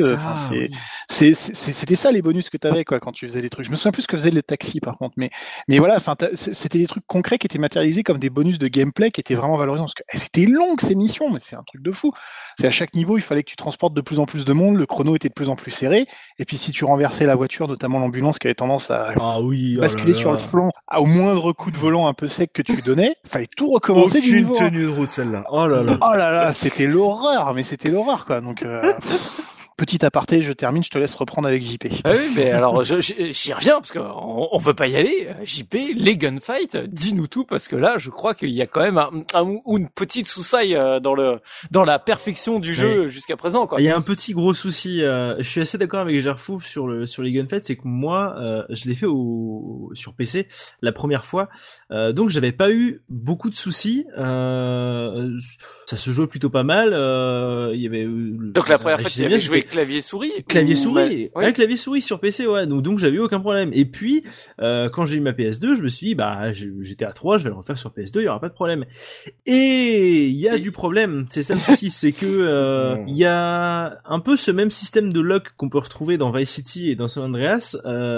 C'était ça les bonus que t'avais, quoi, quand tu faisais des trucs. Je me souviens plus ce que faisait le taxi, par contre, mais voilà, c'était des trucs concrets qui étaient matérialisés comme des bonus de gameplay qui étaient vraiment valorisants. Parce que c'était long ces missions, mais c'est un truc de fou. C'est à chaque niveau, il fallait que tu transportes de plus en plus de monde, le chrono était de plus en plus serré, et puis si tu renversais la voiture, notamment l'ambulance qui avait tendance à basculer sur le flanc, au moindre coup de volant un peu sec que tu donnais, fallait tout recommencer du niveau. Aucune tenue de route celle-là. Oh là là, c'était l'horreur, mais c'était l'horreur, quoi. Donc petit aparté, je termine, je te laisse reprendre avec JP. Ah oui, mais alors j'y reviens parce qu'on veut pas y aller. JP, les gunfights, dis-nous tout parce que là, je crois qu'il y a quand même une petite soussaille dans la perfection du jeu jusqu'à présent, quoi. Il y a un petit gros souci. Je suis assez d'accord avec Gerfou sur les gunfights, c'est que moi, je l'ai fait sur PC la première fois, donc j'avais pas eu beaucoup de soucis. Ça se jouait plutôt pas mal. Il y avait donc la première fois tu avais joué clavier souris clavier souris sur PC, ouais. Donc j'avais eu aucun problème. Et puis quand j'ai eu ma PS2, je me suis dit j'étais à 3, je vais le refaire sur PS2, il y aura pas de problème. Et il y a du problème, c'est ça le souci, c'est que il y a un peu ce même système de lock qu'on peut retrouver dans Vice City et dans San Andreas,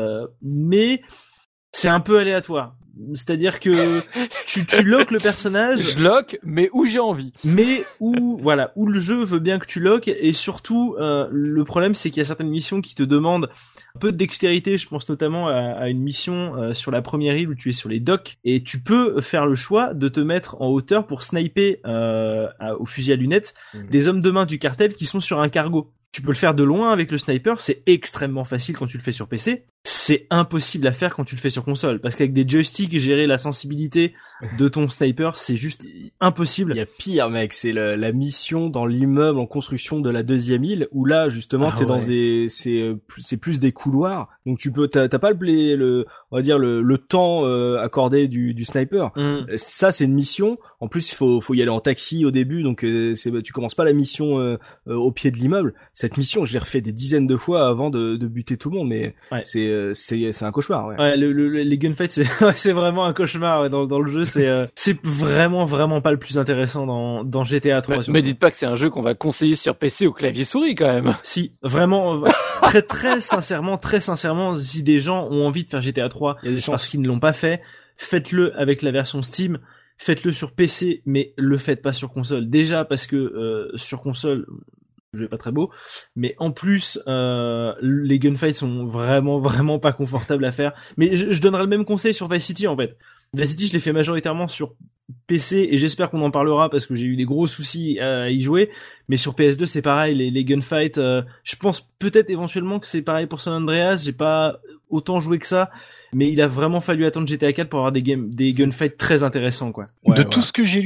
mais c'est un peu aléatoire. C'est-à-dire que tu loques le personnage. Je lock, mais où j'ai envie. Mais où le jeu veut bien que tu loques, et surtout, le problème c'est qu'il y a certaines missions qui te demandent un peu de dextérité. Je pense notamment à une mission sur la première île où tu es sur les docks, et tu peux faire le choix de te mettre en hauteur pour sniper au fusil à lunettes des hommes de main du cartel qui sont sur un cargo. Tu peux le faire de loin avec le sniper, c'est extrêmement facile quand tu le fais sur PC. C'est impossible à faire quand tu le fais sur console, parce qu'avec des joysticks, gérer la sensibilité de ton sniper, c'est juste impossible. Il y a pire, mec, c'est la mission dans l'immeuble en construction de la deuxième île, où là, justement, t'es dans c'est plus des couloirs, donc t'as pas on va dire le temps accordé du sniper. Ça, c'est une mission. En plus, il faut y aller en taxi au début, donc tu commences pas la mission au pied de l'immeuble. Cette mission, je l'ai refait des dizaines de fois avant de buter tout le monde, mais c'est un cauchemar. Ouais, les gunfights, c'est vraiment un cauchemar dans le jeu. C'est vraiment pas le plus intéressant dans GTA 3. Mais dites pas que c'est un jeu qu'on va conseiller sur PC au clavier souris quand même. Si, vraiment, très sincèrement, si des gens ont envie de faire GTA 3 parce qu'ils ne l'ont pas fait, faites-le avec la version Steam. Faites-le sur PC, mais le faites pas sur console. Déjà parce que sur console, le jeu est pas très beau, mais en plus les gunfights sont vraiment pas confortables à faire. Mais je donnerai le même conseil sur Vice City en fait. Vice City, je l'ai fait majoritairement sur PC et j'espère qu'on en parlera parce que j'ai eu des gros soucis à y jouer. Mais sur PS2, c'est pareil, les gunfights. Je pense peut-être éventuellement que c'est pareil pour San Andreas. J'ai pas autant joué que ça. Mais il a vraiment fallu attendre GTA 4 pour avoir des gunfights très intéressants, quoi. De tout ce que j'ai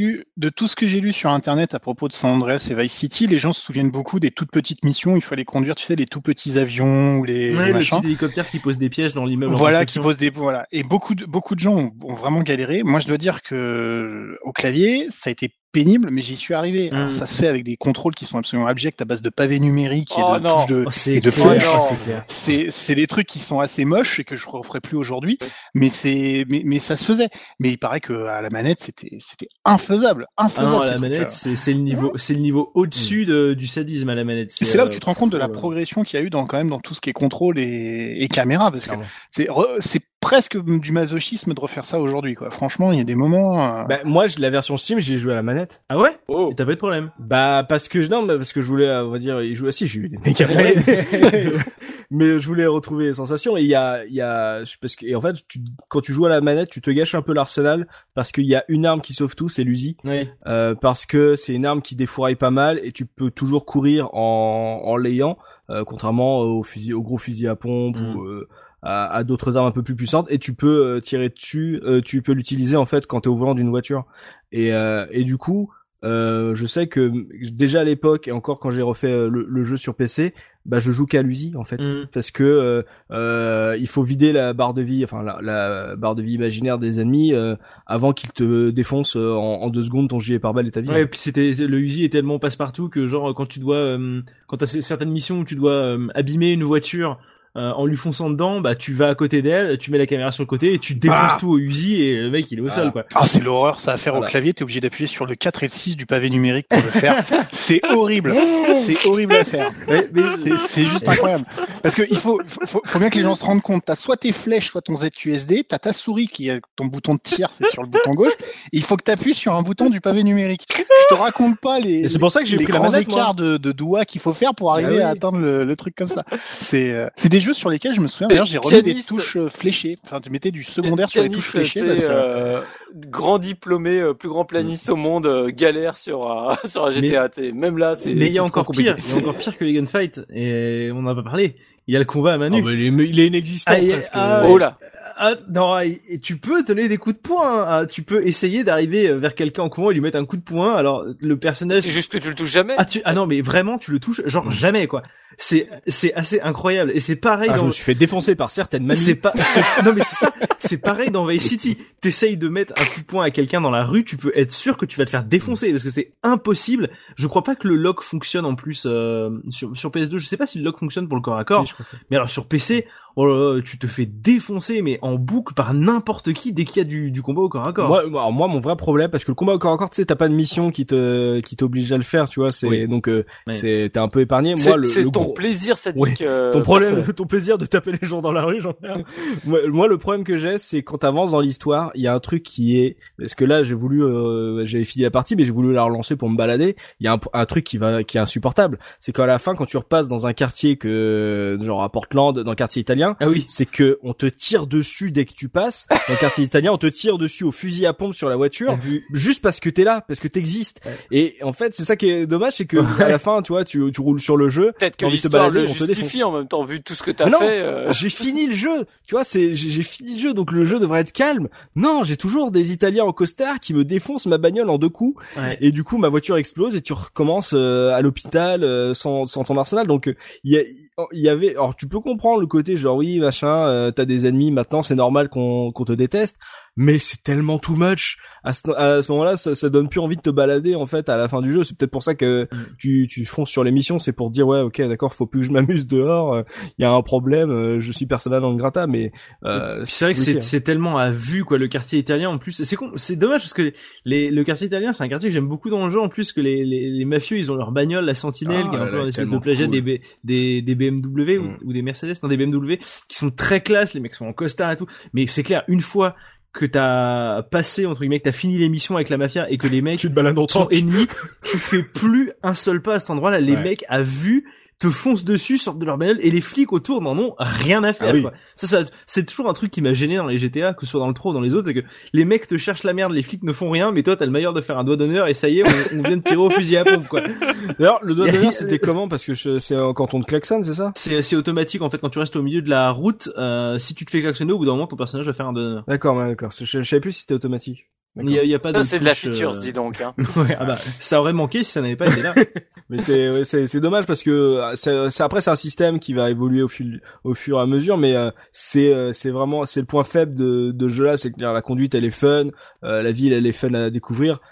lu sur internet à propos de San Andreas et Vice City, les gens se souviennent beaucoup des toutes petites missions, il fallait conduire, tu sais, les tout petits avions ou les machins. Le petit hélicoptère qui pose des pièges dans l'immeuble. Et beaucoup de gens ont vraiment galéré. Moi, je dois dire que au clavier, ça a été pénible, mais j'y suis arrivé. Alors, ça se fait avec des contrôles qui sont absolument abjects à base de pavés numériques et de touches et de flèches. C'est des trucs qui sont assez moches et que je referai plus aujourd'hui, mais ça se faisait. Mais il paraît que à la manette, c'était infaisable. Non, à la manette, c'est le niveau au-dessus du sadisme à la manette. C'est là où tu te rends compte de la progression qu'il y a eu quand même dans tout ce qui est contrôle et caméra, parce que c'est presque du masochisme de refaire ça aujourd'hui, quoi. Franchement, il y a des moments. Bah, moi, la version Steam, j'ai joué à la manette. Ah ouais? Oh. Et t'as pas de problème. Bah, parce que je voulais, on va dire, y jouer. Ah, si, j'ai eu des méga problèmes. Mais je voulais retrouver les sensations. Et parce que, et en fait, quand tu joues à la manette, tu te gâches un peu l'arsenal parce qu'il y a une arme qui sauve tout, c'est l'Uzi. Oui. Parce que c'est une arme qui défouraille pas mal et tu peux toujours courir en l'ayant, contrairement au gros fusil à pompe ou à d'autres armes un peu plus puissantes, et tu peux tirer dessus, tu peux l'utiliser en fait quand t'es au volant d'une voiture. Et du coup, je sais que déjà à l'époque et encore quand j'ai refait le jeu sur PC, bah je joue qu'à l'Uzi en fait, parce que il faut vider la barre de vie, enfin la barre de vie imaginaire des ennemis avant qu'ils te défoncent en 2 secondes ton gilet pare-balles et ta vie. Ouais, et puis le Uzi est tellement passe-partout que genre quand tu dois quand t'as certaines missions où tu dois abîmer une voiture en lui fonçant dedans, bah tu vas à côté d'elle, tu mets la caméra sur le côté et tu défonces tout au Uzi et le mec il est au sol, quoi. Ah, c'est l'horreur, ça à faire au clavier, t'es obligé d'appuyer sur le 4 et le 6 du pavé numérique pour le faire. C'est horrible. C'est horrible à faire. Mais c'est juste incroyable. Parce que il faut bien que les gens se rendent compte, t'as soit tes flèches, soit ton ZQSD, t'as ta souris qui a ton bouton de tir, c'est sur le bouton gauche, et il faut que t'appuies sur un bouton du pavé numérique. Je te raconte pas les pour ça que j'ai pris grands la manette, écarts de doigts qu'il faut faire pour arriver à atteindre le truc comme ça. C'est des jeux sur lesquels je me souviens, d'ailleurs, j'ai remis des touches fléchées. Enfin, tu mettais du secondaire sur les touches fléchées. Parce que... grand diplômé, plus grand planiste au monde, galère sur un GTA. Même là, c'est. Mais il y a encore compliqué. pire. Il y a encore pire que les gunfights. Et on en a pas parlé. Il y a le combat à main nue. Oh, il est inexistant presque. Oh là. Non, et tu peux donner des coups de poing. Hein. Tu peux essayer d'arriver vers quelqu'un en combat et lui mettre un coup de poing. Alors le personnage. C'est juste que tu le touches jamais. Non, mais vraiment, tu le touches genre jamais, quoi. C'est assez incroyable. Et c'est pareil. Je me suis fait défoncer par certaines mamies. Non, mais c'est ça. C'est pareil dans Vice City. T'essayes de mettre un coup de poing à quelqu'un dans la rue, tu peux être sûr que tu vas te faire défoncer parce que c'est impossible. Je crois pas que le lock fonctionne en plus sur PS2. Je sais pas si le lock fonctionne pour le corps à corps. Si, mais alors sur PC, oh là là, tu te fais défoncer mais en boucle par n'importe qui dès qu'il y a du combat au corps à corps. Moi mon vrai problème, parce que le combat au corps à corps, tu sais, t'as pas de mission qui t'oblige à le faire, tu vois, t'es un peu épargné. C'est ton plaisir sadique. Ton problème, ton plaisir de taper les gens dans la rue, j'en ai. Moi le problème que j'ai, c'est quand t'avances dans l'histoire, il y a un truc qui est, parce que là j'avais fini la partie mais j'ai voulu la relancer pour me balader, il y a un truc qui est insupportable, c'est qu'à la fin quand tu repasses dans un quartier genre à Portland, dans le quartier italien, c'est que on te tire dessus dès que tu passes. Dans le quartier italien, on te tire dessus au fusil à pompe sur la voiture, juste parce que t'es là, parce que t'existes. Ouais. Et en fait, c'est ça qui est dommage, c'est que à la fin, tu vois, tu roules sur le jeu. Peut-être que l'histoire le justifie en même temps, vu tout ce que t'as fait. J'ai fini le jeu. Tu vois, j'ai fini le jeu, donc le jeu devrait être calme. Non, j'ai toujours des Italiens en costard qui me défoncent ma bagnole en 2 coups. Ouais. Et du coup, ma voiture explose et tu recommences à l'hôpital sans ton arsenal. Donc il y avait, alors tu peux comprendre le côté genre oui machin, t'as des ennemis maintenant, c'est normal qu'on te déteste, mais c'est tellement too much à ce moment-là, ça donne plus envie de te balader en fait à la fin du jeu. C'est peut-être pour ça que tu fonces sur les missions, c'est pour dire ouais ok d'accord, faut plus que je m'amuse dehors, il y a un problème, je suis personnel dans le gratin, mais c'est vrai que c'est tellement à vue quoi, le quartier italien en plus. C'est dommage parce que le quartier italien c'est un quartier que j'aime beaucoup dans le jeu en plus, que les mafieux ils ont leur bagnole, la Sentinelle, qui est un peu une espèce de plagiat cool. des BMW ou des Mercedes, des BMW qui sont très classe, les mecs sont en costard et tout, mais c'est clair, une fois que t'as passé entre guillemets, que t'as fini l'émission avec la mafia et que les mecs tu te balades en sont ennemis, tu fais plus un seul pas à cet endroit-là. Les mecs à vue te foncent dessus, sortent de leur bagnole et les flics autour n'en ont rien à faire. Quoi. Ça c'est toujours un truc qui m'a gêné dans les GTA, que ce soit dans le 3 ou dans les autres, c'est que les mecs te cherchent la merde, les flics ne font rien, mais toi t'as le meilleur de faire un doigt d'honneur et ça y est, on vient de tirer au fusil à pompe quoi. D'ailleurs le doigt d'honneur c'était comment, parce que c'est quand on te klaxonne, c'est ça? C'est automatique en fait, quand tu restes au milieu de la route, si tu te fais klaxonner au bout d'un moment ton personnage va faire un doigt d'honneur. D'accord, je savais plus si c'était automatique. Il y a pas de c'est de la feature, dis donc. Hein. Ouais, ça aurait manqué si ça n'avait pas été là. Mais c'est dommage parce que après c'est un système qui va évoluer au fur et à mesure, mais c'est vraiment le point faible de jeu là, c'est que la conduite elle est fun, la ville elle est fun à découvrir,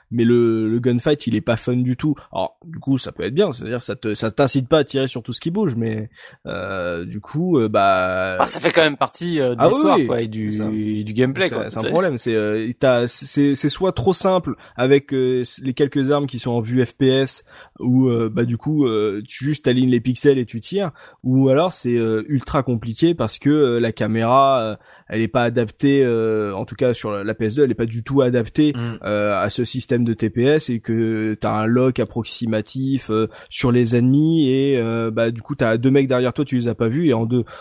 mais le gunfight il est pas fun du tout. Alors du coup ça peut être bien, c'est-à-dire ça t'incite pas à tirer sur tout ce qui bouge, mais du coup ça fait quand même partie de l'histoire quoi et du gameplay quoi. C'est un problème, c'est soit trop simple avec les quelques armes qui sont en vue FPS où du coup tu juste alignes les pixels et tu tires, ou alors c'est ultra compliqué parce que la caméra elle est pas adaptée, en tout cas sur la PS2 elle est pas du tout adaptée à ce système de TPS, et que t'as un lock approximatif sur les ennemis, et du coup t'as 2 mecs derrière toi, tu les as pas vus, et en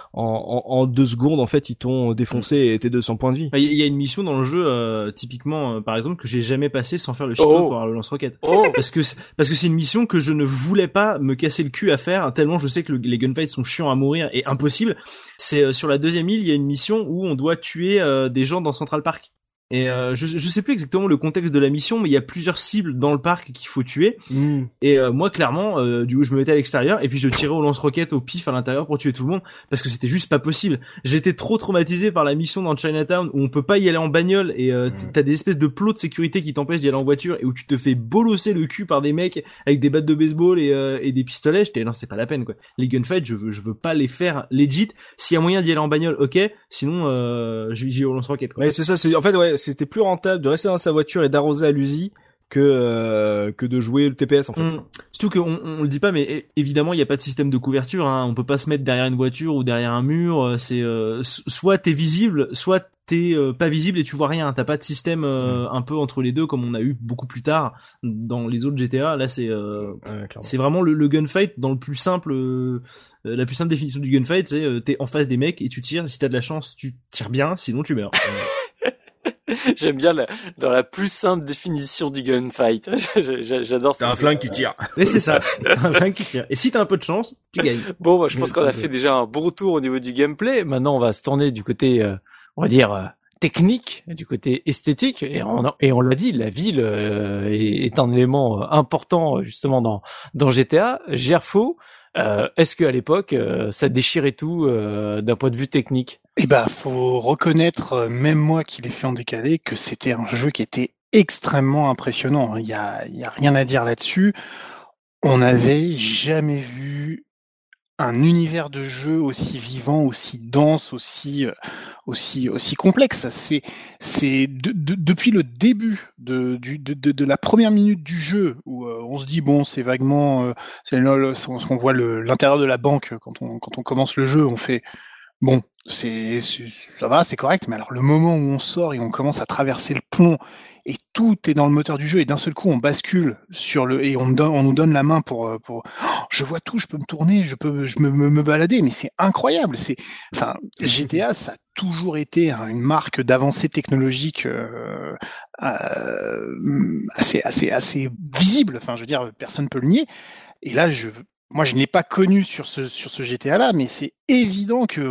2 secondes en fait ils t'ont défoncé et tes 200 points de vie. Il y a une mission dans le jeu typiquement par exemple que j'ai jamais passé sans faire le cheat-code pour le lance-roquette. Parce que c'est une mission que je ne voulais pas me casser le cul à faire, tellement je sais que les gunfights sont chiants à mourir et impossibles. C'est sur la 2e île, il y a une mission où on doit tuer des gens dans Central Park. Et je sais plus exactement le contexte de la mission, mais il y a plusieurs cibles dans le parc qu'il faut tuer. Et moi clairement, du coup je me mettais à l'extérieur et puis je tirais au lance-roquettes au pif à l'intérieur pour tuer tout le monde, parce que c'était juste pas possible. J'étais trop traumatisé par la mission dans Chinatown où on peut pas y aller en bagnole, et t'as des espèces de plots de sécurité qui t'empêchent d'y aller en voiture, et où tu te fais bolosser le cul par des mecs avec des battes de baseball et des pistolets. J'étais non, c'est pas la peine quoi. Les gunfights, je veux pas les faire legit. S'il y a moyen d'y aller en bagnole, ok. Sinon j'y vais au lance-roquettes quoi. Ouais, c'est ça, en fait ouais, c'était plus rentable de rester dans sa voiture et d'arroser à l'usi que de jouer le TPS en fait. Surtout qu'on le dit pas, mais évidemment il y a pas de système de couverture, hein. On peut pas se mettre derrière une voiture ou derrière un mur. C'est soit t'es visible, soit t'es pas visible et tu vois rien. T'as pas de système un peu entre les deux comme on a eu beaucoup plus tard dans les autres GTA. Là c'est vraiment le gunfight dans le plus simple. La plus simple définition du gunfight, c'est t'es en face des mecs et tu tires. Si t'as de la chance, tu tires bien, sinon tu meurs. J'aime bien dans la plus simple définition du gunfight. J'adore ça. T'as un flingue, tu tires. Et c'est ça. T'as un flingue, tu tires. Et si t'as un peu de chance, tu gagnes. Bon, je pense qu'on a fait déjà un bon tour au niveau du gameplay. Maintenant, on va se tourner du côté, on va dire, technique, du côté esthétique. Et on l'a dit, la ville est un élément important justement dans GTA. Gerfo, est-ce qu'à l'époque, ça déchirait tout d'un point de vue technique? Eh ben, faut reconnaître, même moi qui l'ai fait en décalé, que c'était un jeu qui était extrêmement impressionnant. Il y a rien à dire là-dessus. On n'avait jamais vu un univers de jeu aussi vivant, aussi dense, aussi complexe. C'est depuis le début de la première minute du jeu où on se dit bon, c'est vaguement on voit l'intérieur de la banque quand on commence le jeu, on fait bon, ça va, c'est correct, mais alors le moment où on sort et on commence à traverser le pont et tout est dans le moteur du jeu, et d'un seul coup on bascule et on nous donne la main pour je vois tout, je peux me tourner, je peux me balader, mais c'est incroyable. GTA, ça a toujours été une marque d'avancée technologique assez visible. Enfin, je veux dire, personne peut le nier. Et là, moi, je ne l'ai pas connu sur ce GTA-là, mais c'est évident que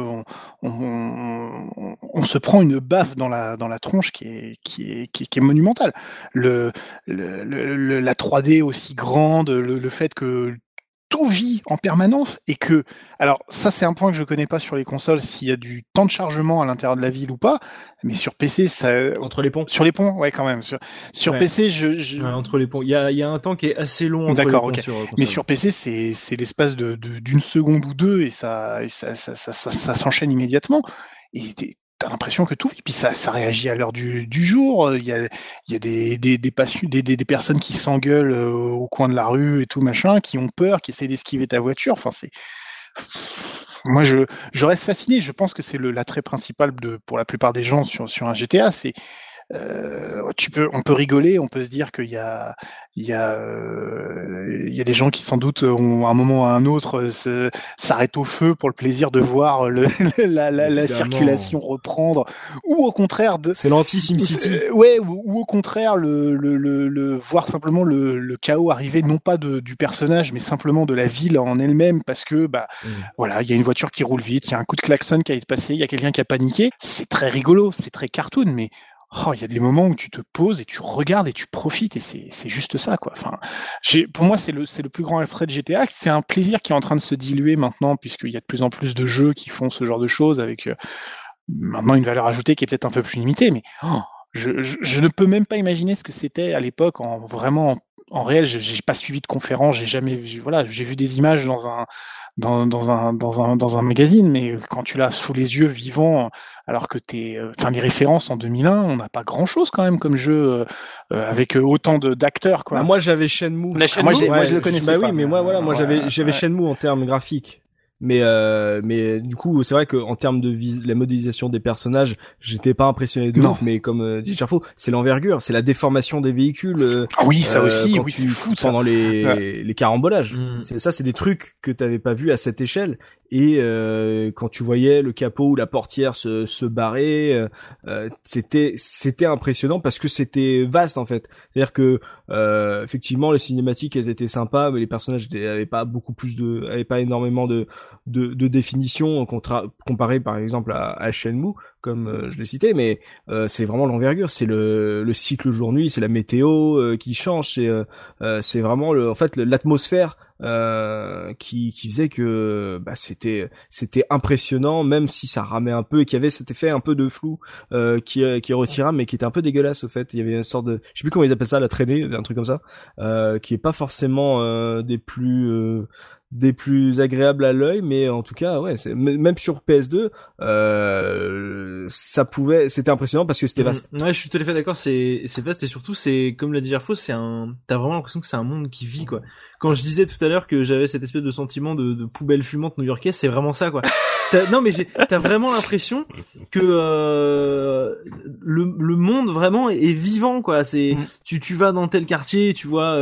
on se prend une baffe dans la tronche qui est monumentale. La 3D aussi grande, le fait que tout vit en permanence, et que, alors ça c'est un point que je connais pas sur les consoles, s'il y a du temps de chargement à l'intérieur de la ville ou pas, mais sur PC ça... Entre les ponts. Sur les ponts, ouais, quand même. Sur ouais. PC, Ouais, entre les ponts. Il y a un temps qui est assez long entre D'accord, les ponts. ok. Mais sur PC, c'est l'espace d'une seconde ou deux, et ça s'enchaîne immédiatement. Et t'as l'impression que tout vit, puis ça réagit à l'heure du jour. Il y a des personnes qui s'engueulent au coin de la rue et tout machin, qui ont peur, qui essaient d'esquiver ta voiture. Enfin, moi je reste fasciné. Je pense que c'est l'attrait principal pour la plupart des gens sur un GTA. C'est on peut rigoler, on peut se dire qu'il y a des gens qui sans doute ont à un moment ou à un autre s'arrêtent au feu pour le plaisir de voir la circulation reprendre, ou au contraire c'est l'anti-SimCity. Ouais, ou au contraire le voir simplement le chaos arriver, non pas du personnage, mais simplement de la ville en elle-même, parce que voilà, il y a une voiture qui roule vite, il y a un coup de klaxon qui a été passé, il y a quelqu'un qui a paniqué. C'est très rigolo, c'est très cartoon, mais il y a des moments où tu te poses et tu regardes et tu profites, et c'est juste ça, quoi. Enfin, pour moi, c'est le plus grand attrait de GTA. C'est un plaisir qui est en train de se diluer maintenant, puisqu'il y a de plus en plus de jeux qui font ce genre de choses avec maintenant une valeur ajoutée qui est peut-être un peu plus limitée, mais je ne peux même pas imaginer ce que c'était à l'époque en réel. J'ai pas suivi de conférence, j'ai jamais vu, voilà, j'ai vu des images dans un magazine, mais quand tu l'as sous les yeux vivant, alors que les références en 2001, on n'a pas grand chose quand même comme jeu avec autant d'acteurs, quoi. Bah, moi j'avais Shenmue. Moi je le connaissais pas. Bah oui, mais moi j'avais Shenmue en termes graphiques. Mais du coup, c'est vrai que en termes de la modélisation des personnages, j'étais pas impressionné de ouf, mais comme dit Gerfo, c'est l'envergure, c'est la déformation des véhicules. Ah oui, ça aussi, oui, c'est fou ça. Pendant les carambolages. C'est des trucs que t'avais pas vu à cette échelle. Et quand tu voyais le capot ou la portière se barrer, c'était impressionnant parce que c'était vaste en fait. C'est-à-dire que effectivement les cinématiques elles étaient sympas, mais les personnages avaient pas énormément de définition comparé par exemple à Shenmue comme je l'ai cité, mais c'est vraiment l'envergure, c'est le cycle jour-nuit, c'est la météo qui change, c'est vraiment l'atmosphère qui faisait que c'était impressionnant, même si ça ramait un peu et qu'il y avait cet effet un peu de flou qui retira, mais qui était un peu dégueulasse au fait. Il y avait une sorte de, je sais plus comment ils appellent ça, la traînée, un truc comme ça, qui est pas forcément des plus agréables à l'œil, mais en tout cas ouais, même sur PS2 c'était impressionnant parce que c'était vaste. Ouais, je suis tout à fait d'accord, c'est vaste et surtout c'est comme l'a dit Gerfo, t'as vraiment l'impression que c'est un monde qui vit quoi. Quand je disais tout à l'heure que j'avais cette espèce de sentiment de poubelle fumante new-yorkaise, c'est vraiment ça quoi. T'as vraiment l'impression que le monde vraiment est vivant quoi. C'est tu vas dans tel quartier, tu vois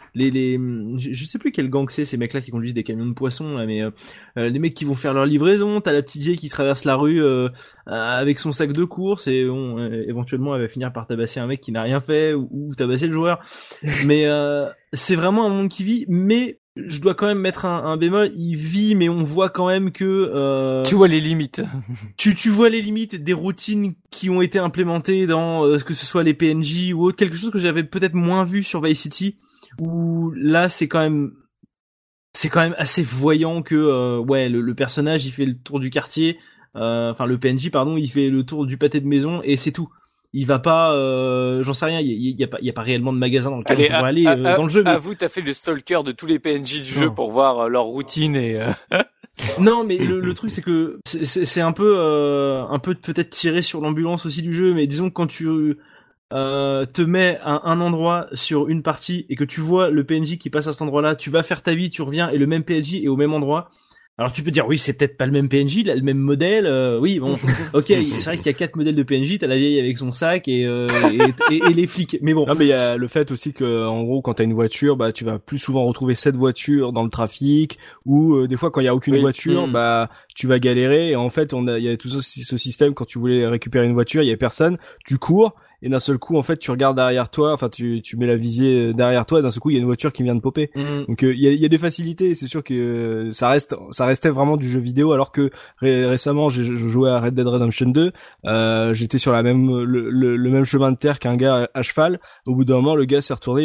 je sais plus quel gang c'est ces mecs là qui conduisent des camions de poissons là, mais les mecs qui vont faire leur livraison, t'as la petite vieille qui traverse la rue avec son sac de course et éventuellement elle va finir par tabasser un mec qui n'a rien fait ou tabasser le joueur. Mais c'est vraiment un monde qui vit, mais je dois quand même mettre un bémol, il vit mais on voit quand même que tu vois les limites. Tu vois les limites des routines qui ont été implémentées dans que ce soit les PNJ ou autre, quelque chose que j'avais peut-être moins vu sur Vice City, où là c'est quand même assez voyant que le personnage il fait le tour du quartier, le PNJ pardon, il fait le tour du pâté de maison et c'est tout. Il va pas, j'en sais rien, il y a pas réellement de magasin dans lequel on pourrait aller dans le jeu. Mais... Avoue, t'as fait le stalker de tous les PNJ du jeu pour voir leur routine et. Non, mais le truc c'est que c'est un peu peut-être tiré sur l'ambulance aussi du jeu, mais disons que quand tu te mets à un endroit sur une partie et que tu vois le PNJ qui passe à cet endroit-là, tu vas faire ta vie, tu reviens et le même PNJ est au même endroit. Alors tu peux dire oui, c'est peut-être pas le même PNJ, il a le même modèle, oui bon, ok, c'est vrai qu'il y a 4 modèles de PNJ, t'as la vieille avec son sac et les flics, mais bon. Non mais il y a le fait aussi que en gros quand t'as une voiture, tu vas plus souvent retrouver cette voiture dans le trafic, ou des fois quand il y a aucune voiture, tu vas galérer et en fait il y a tout ce système quand tu voulais récupérer une voiture, il y a personne, tu cours. Et d'un seul coup, en fait, tu regardes derrière toi, enfin, tu mets la visée derrière toi, et d'un seul coup, il y a une voiture qui vient de popper. Donc, il y a des facilités, c'est sûr que ça restait vraiment du jeu vidéo, alors que récemment, je jouais à Red Dead Redemption 2, j'étais sur le même chemin de terre qu'un gars à cheval. Au bout d'un moment, le gars s'est retourné, il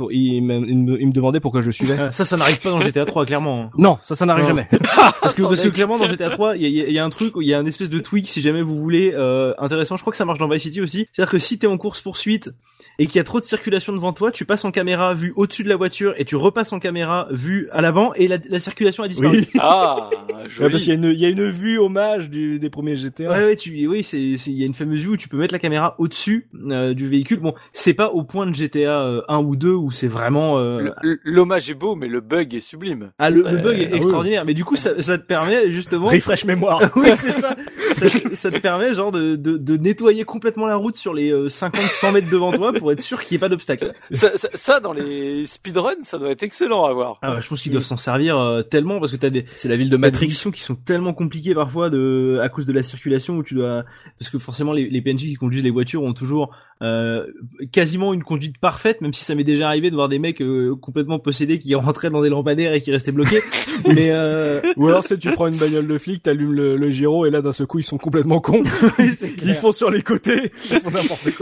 me demandait pourquoi je le suivais. Ça n'arrive pas dans GTA 3, clairement. Non, ça n'arrive jamais. Parce que clairement, dans GTA 3, il y a un truc, il y a un espèce de tweak, si jamais vous voulez, intéressant. Je crois que ça marche dans Vice City aussi. C'est-à-dire que si t'es en course poursuite et qu'il y a trop de circulation devant toi, tu passes en caméra vue au-dessus de la voiture et tu repasses en caméra vue à l'avant et la circulation a disparu. Oui. Ah, joli. Parce qu'il y a une vue hommage des premiers GTA. Ouais, il y a une fameuse vue où tu peux mettre la caméra au-dessus du véhicule. Bon, c'est pas au point de GTA 1 ou 2 où c'est vraiment l'hommage est beau mais le bug est sublime. Ah, le bug est extraordinaire, oui. Mais du coup ça te permet justement refresh mémoire. Oui, c'est ça. Ça te permet genre de nettoyer complètement la route sur les 50-100 mètres devant toi pour être sûr qu'il n'y ait pas d'obstacle. Ça dans les speedruns, ça doit être excellent à voir. Ah ouais, je pense qu'ils doivent s'en servir tellement parce que c'est la ville de Matrix. Des missions qui sont tellement compliquées parfois à cause de la circulation où parce que forcément les PNJ qui conduisent les voitures ont toujours quasiment une conduite parfaite, même si ça m'est déjà arrivé de voir des mecs complètement possédés qui rentraient dans des lampadaires et qui restaient bloqués. Mais ou alors tu prends une bagnole de flic, t'allumes le gyro et là d'un seul coup ils sont complètement cons. Oui, ils font sur les côtés, ils font n'importe quoi.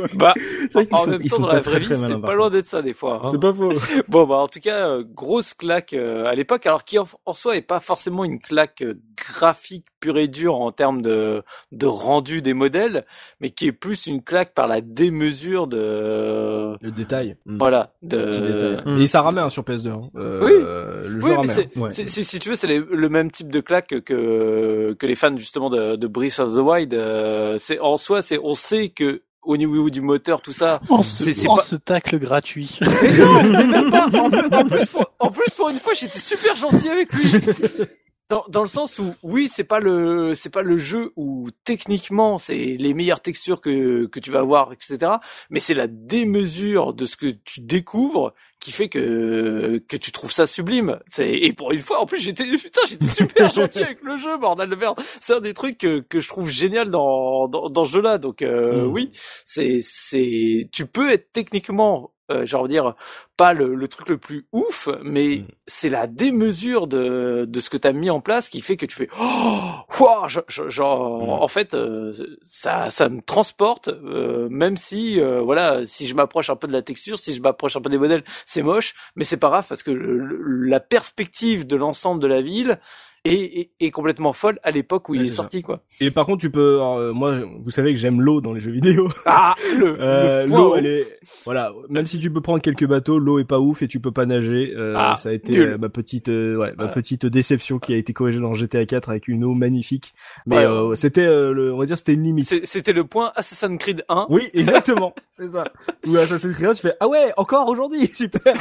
quoi. Bah, C'est vrai qu'ils en sont- même ils temps, sont dans pas la très, vraie vie, très c'est malins, pas par loin d'être ça des fois. Hein. C'est pas faux. Bon, bah en tout cas, grosse claque à l'époque, alors qui en soi est pas forcément une claque graphique pure et dure en termes de rendu des modèles, mais qui est plus une claque par la démesure de Le détail. voilà Petit détail. Mm. Et ça ramait hein, sur PS2. Hein. Oui. Le jeu Oui, mais ramait. c'est, Ouais. si tu veux, c'est le même type de claque que les fans justement de Breath of the Wild. C'est en soi, on sait que au niveau du moteur, tout ça. c'est pas... ce tacle gratuit. Mais non, mais même pas. En plus, pour une fois, j'étais super gentil avec lui. Dans le sens où, oui, c'est pas le jeu où techniquement c'est les meilleures textures que tu vas avoir, etc. Mais c'est la démesure de ce que tu découvres qui fait que tu trouves ça sublime. Et pour une fois, en plus, j'étais super gentil avec le jeu, bordel de merde. C'est un des trucs que je trouve génial dans ce jeu-là. Donc, oui, tu peux être techniquement, j'ai envie de dire, pas le truc le plus ouf, mais c'est la démesure de ce que t'as mis en place qui fait que tu fais wow, en fait ça me transporte, même si voilà, si je m'approche un peu de la texture, si je m'approche un peu des modèles, c'est moche, mais c'est pas grave parce que la perspective de l'ensemble de la ville est complètement folle à l'époque où il est sorti, quoi. Et par contre, tu peux, alors, moi, vous savez que j'aime l'eau dans les jeux vidéo. Ah, le point l'eau, haut. elle est, voilà, même si tu peux prendre quelques bateaux, l'eau est pas ouf et tu peux pas nager. Ça a été nul. ma petite déception qui a été corrigée dans GTA 4 avec une eau magnifique. Mais c'était, on va dire, c'était une limite. C'était le point Assassin's Creed 1. Oui, exactement, c'est ça. Ou Assassin's Creed, tu fais ah ouais, encore aujourd'hui, super.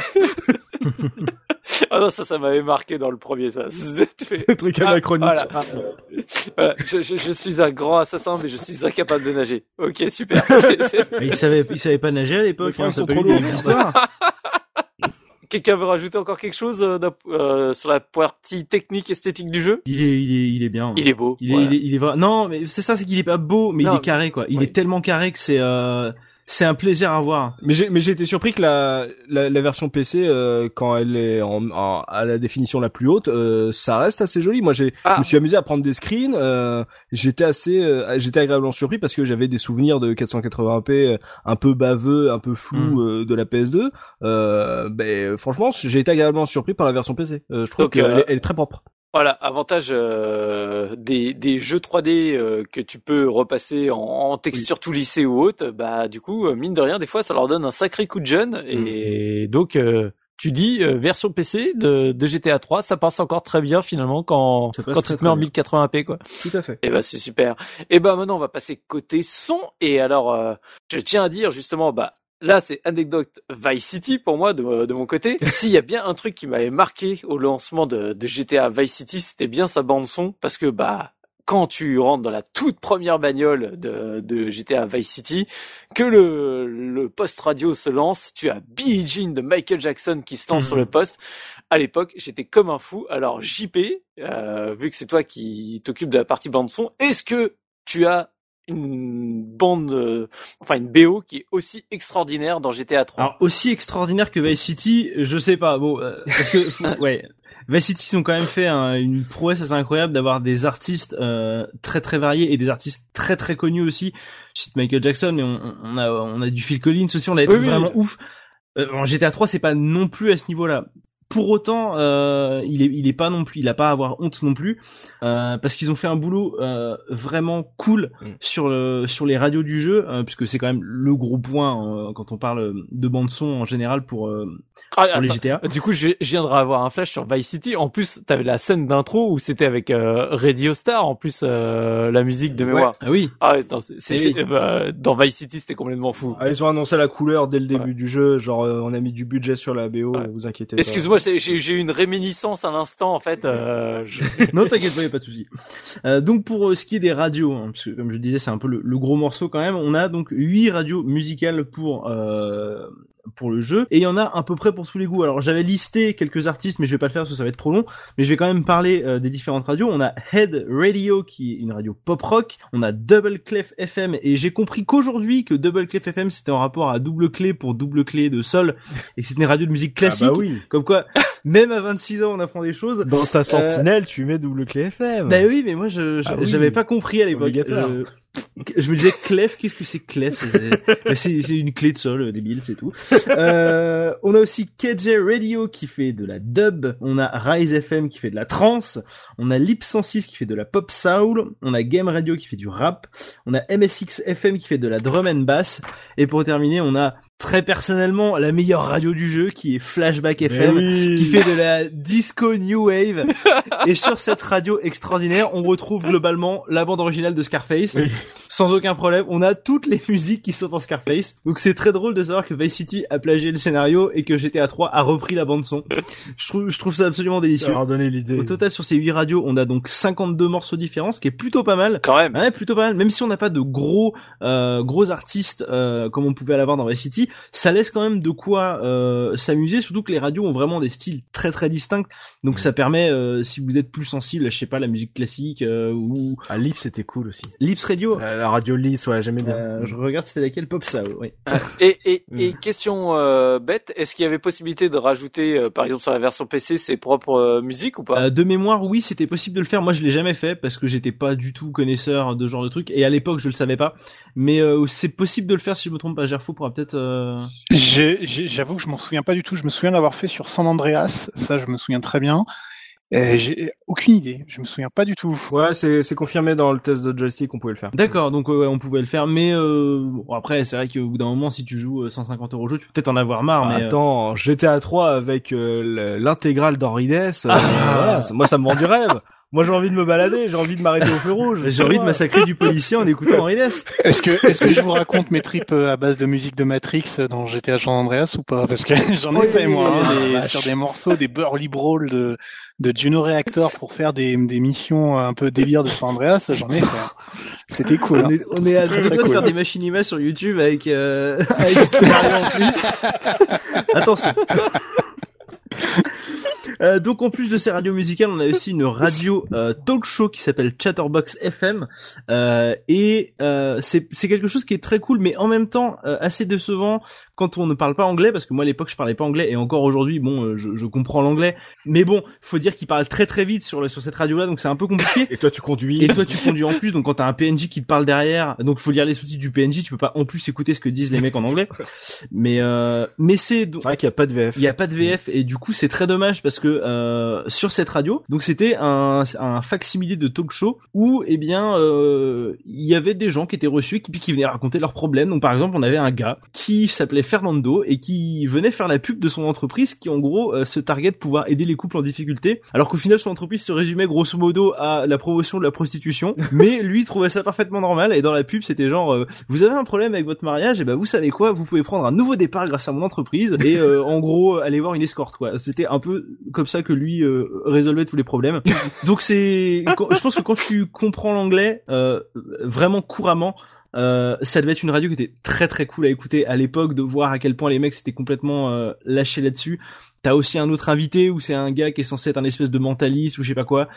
Ah non, ça m'avait marqué dans le premier, ça. Tu fais, Le truc anachronique. voilà. Voilà. Je suis un grand assassin, mais je suis incapable de nager. Ok, super. Mais il savait pas nager à l'époque. Mais Hein, ils sont t'as trop pas eu lourds. l'histoire. Quelqu'un veut rajouter encore quelque chose sur la partie technique esthétique du jeu? Il est bien. Il est beau. Il voilà. est vrai. Non, mais c'est ça, c'est qu'il est pas beau, mais Non, il est carré, quoi. Il oui. est tellement carré que c'est un plaisir à voir. Mais j'ai été surpris que la version PC quand elle est à la définition la plus haute, ça reste assez joli. Moi je me suis amusé à prendre des screens, j'étais agréablement surpris parce que j'avais des souvenirs de 480p un peu baveux, un peu flou de la PS2. Franchement, j'ai été agréablement surpris par la version PC. Je trouve qu'elle elle est très propre. Voilà, avantage des jeux 3D que tu peux repasser en texture tout lissée ou haute, bah du coup mine de rien des fois ça leur donne un sacré coup de jeune et donc tu dis version PC de GTA 3, ça passe encore très bien finalement quand tu te mets en 1080p quoi. Tout à fait. Et bah c'est super. Et bah maintenant on va passer côté son et alors je tiens à dire justement là, c'est anecdote Vice City pour moi de mon côté. S'il y a bien un truc qui m'avait marqué au lancement de GTA Vice City, c'était bien sa bande son parce que quand tu rentres dans la toute première bagnole de GTA Vice City, que le poste radio se lance, tu as Billie Jean de Michael Jackson qui se lance sur le poste. À l'époque, j'étais comme un fou. Alors JP, vu que c'est toi qui t'occupes de la partie bande son, est-ce que tu as une bande, une BO qui est aussi extraordinaire dans GTA 3. Alors aussi extraordinaire que Vice City, je sais pas. Bon, parce que ouais, Vice City ils ont quand même fait une prouesse assez incroyable d'avoir des artistes très très variés et des artistes très très connus aussi. Je cite Michael Jackson, mais on a du Phil Collins aussi. On a des trucs vraiment ouf. En GTA 3 c'est pas non plus à ce niveau-là. Pour autant, il est pas non plus, il a pas à avoir honte non plus, parce qu'ils ont fait un boulot vraiment cool sur les radios du jeu, puisque c'est quand même le gros point quand on parle de bande son en général pour les GTA. Du coup, je viendrai avoir un flash sur Vice City. En plus, t'avais la scène d'intro où c'était avec Radio Star. En plus, la musique de mémoire. Ah oui. Ah ouais, dans Vice City, c'était complètement fou. Ah, ils ont annoncé la couleur dès le début du jeu. Genre, on a mis du budget sur la BO. Vous inquiétez pas. Excuse-moi, j'ai eu une réminiscence à l'instant en fait. Non, t'inquiète pas, y a pas de souci. Donc pour ce qui est des radios, hein, parce que comme je disais, c'est un peu le gros morceau quand même. On a donc 8 radios musicales pour le jeu et il y en a à peu près pour tous les goûts. Alors j'avais listé quelques artistes mais je vais pas le faire parce que ça va être trop long, mais je vais quand même parler des différentes radios. On a Head Radio qui est une radio pop rock, on a Double Clef FM et j'ai compris qu'aujourd'hui que Double Clef FM c'était en rapport à double clé pour double clé de sol et que c'était une radio de musique classique. Ah bah oui. Comme quoi même à 26 ans on apprend des choses. Dans ta sentinelle tu mets double clé FM. Bah oui mais moi j'avais pas compris à l'époque. Je me disais Clef, qu'est-ce que c'est Clef? C'est une clé de sol, débile, c'est tout. On a aussi KJ Radio qui fait de la dub, on a Rise FM qui fait de la trance, on a Lip 106 qui fait de la pop soul, on a Game Radio qui fait du rap, on a MSX FM qui fait de la drum and bass, et pour terminer, on a très personnellement la meilleure radio du jeu qui est Flashback FM qui fait de la disco new wave. Et sur cette radio extraordinaire, on retrouve globalement la bande originale de Scarface sans aucun problème. On a toutes les musiques qui sont dans Scarface. Donc c'est très drôle de savoir que Vice City a plagié le scénario et que GTA 3 a repris la bande son. Je trouve ça absolument délicieux. Ça leur donner l'idée. Au total sur ces 8 radios, on a donc 52 morceaux différents, ce qui est plutôt pas mal. Quand même. Ouais, plutôt pas mal. Même si on n'a pas de gros artistes comme on pouvait l'avoir dans Vice City, ça laisse quand même de quoi s'amuser, surtout que les radios ont vraiment des styles très très distincts, donc ça permet, si vous êtes plus sensible, je sais pas, la musique classique ou... Lips c'était cool aussi. Lips Radio, la radio Lips, ouais, j'aimais bien. je regarde c'était laquelle, Pop Soul, oui. Et question bête, est-ce qu'il y avait possibilité de rajouter, par exemple sur la version PC, ses propres musiques ou pas? De mémoire, oui, c'était possible de le faire. Moi, je l'ai jamais fait parce que j'étais pas du tout connaisseur de ce genre de truc, et à l'époque, je le savais pas. Mais c'est possible de le faire si je me trompe pas. Gerfo pourra peut-être. J'avoue que je m'en souviens pas du tout. Je me souviens l'avoir fait sur San Andreas. Ça, je me souviens très bien. J'ai aucune idée. Je me souviens pas du tout. Ouais, c'est confirmé dans le test de joystick qu'on pouvait le faire. D'accord, donc ouais, on pouvait le faire. Mais bon, après, c'est vrai qu'au bout d'un moment, si tu joues 150 € au jeu, tu peux peut-être en avoir marre. Mais attends, GTA 3 avec l'intégrale d'Henri Dess. Voilà, moi, ça me vend du rêve. Moi, j'ai envie de me balader, j'ai envie de m'arrêter au feu rouge. J'ai envie de massacrer du policier en écoutant Henri Dess. Est-ce que je vous raconte mes tripes à base de musique de Matrix dans GTA San Andreas ou pas? Parce que j'en ai fait, moi, sur des morceaux, des Burly Brawl de Juno Reactor pour faire des missions un peu délire de San Andreas, j'en ai fait. C'était cool. On est à deux doigts de faire des machinimas sur YouTube avec le scénario en plus. Attention. Donc en plus de ces radios musicales, on a aussi une radio talk show qui s'appelle Chatterbox FM et c'est quelque chose qui est très cool, mais en même temps assez décevant quand on ne parle pas anglais, parce que moi à l'époque je parlais pas anglais et encore aujourd'hui bon je comprends l'anglais, mais bon faut dire qu'il parle très très vite sur cette radio là, donc c'est un peu compliqué. Et toi tu conduis en plus, donc quand t'as un PNJ qui te parle derrière, donc il faut lire les sous-titres du PNJ, tu peux pas en plus écouter ce que disent les mecs en anglais. Mais c'est vrai qu'il y a pas de VF. Il y a pas de VF et du coup c'est très dommage parce que sur cette radio, donc c'était un fac-similé de talk show où il y avait des gens qui étaient reçus et qui venaient raconter leurs problèmes. Donc par exemple, on avait un gars qui s'appelait Fernando et qui venait faire la pub de son entreprise qui en gros se target de pouvoir aider les couples en difficulté, alors qu'au final son entreprise se résumait grosso modo à la promotion de la prostitution, mais lui trouvait ça parfaitement normal et dans la pub c'était genre vous avez un problème avec votre mariage, et ben vous savez quoi, vous pouvez prendre un nouveau départ grâce à mon entreprise et en gros aller voir une escorte quoi. C'était un peu comme ça que lui résolvait tous les problèmes. Donc je pense que quand tu comprends l'anglais vraiment couramment, ça devait être une radio qui était très très cool à écouter à l'époque, de voir à quel point les mecs s'étaient complètement lâchés là-dessus. T'as aussi un autre invité où c'est un gars qui est censé être un espèce de mentaliste ou je sais pas quoi,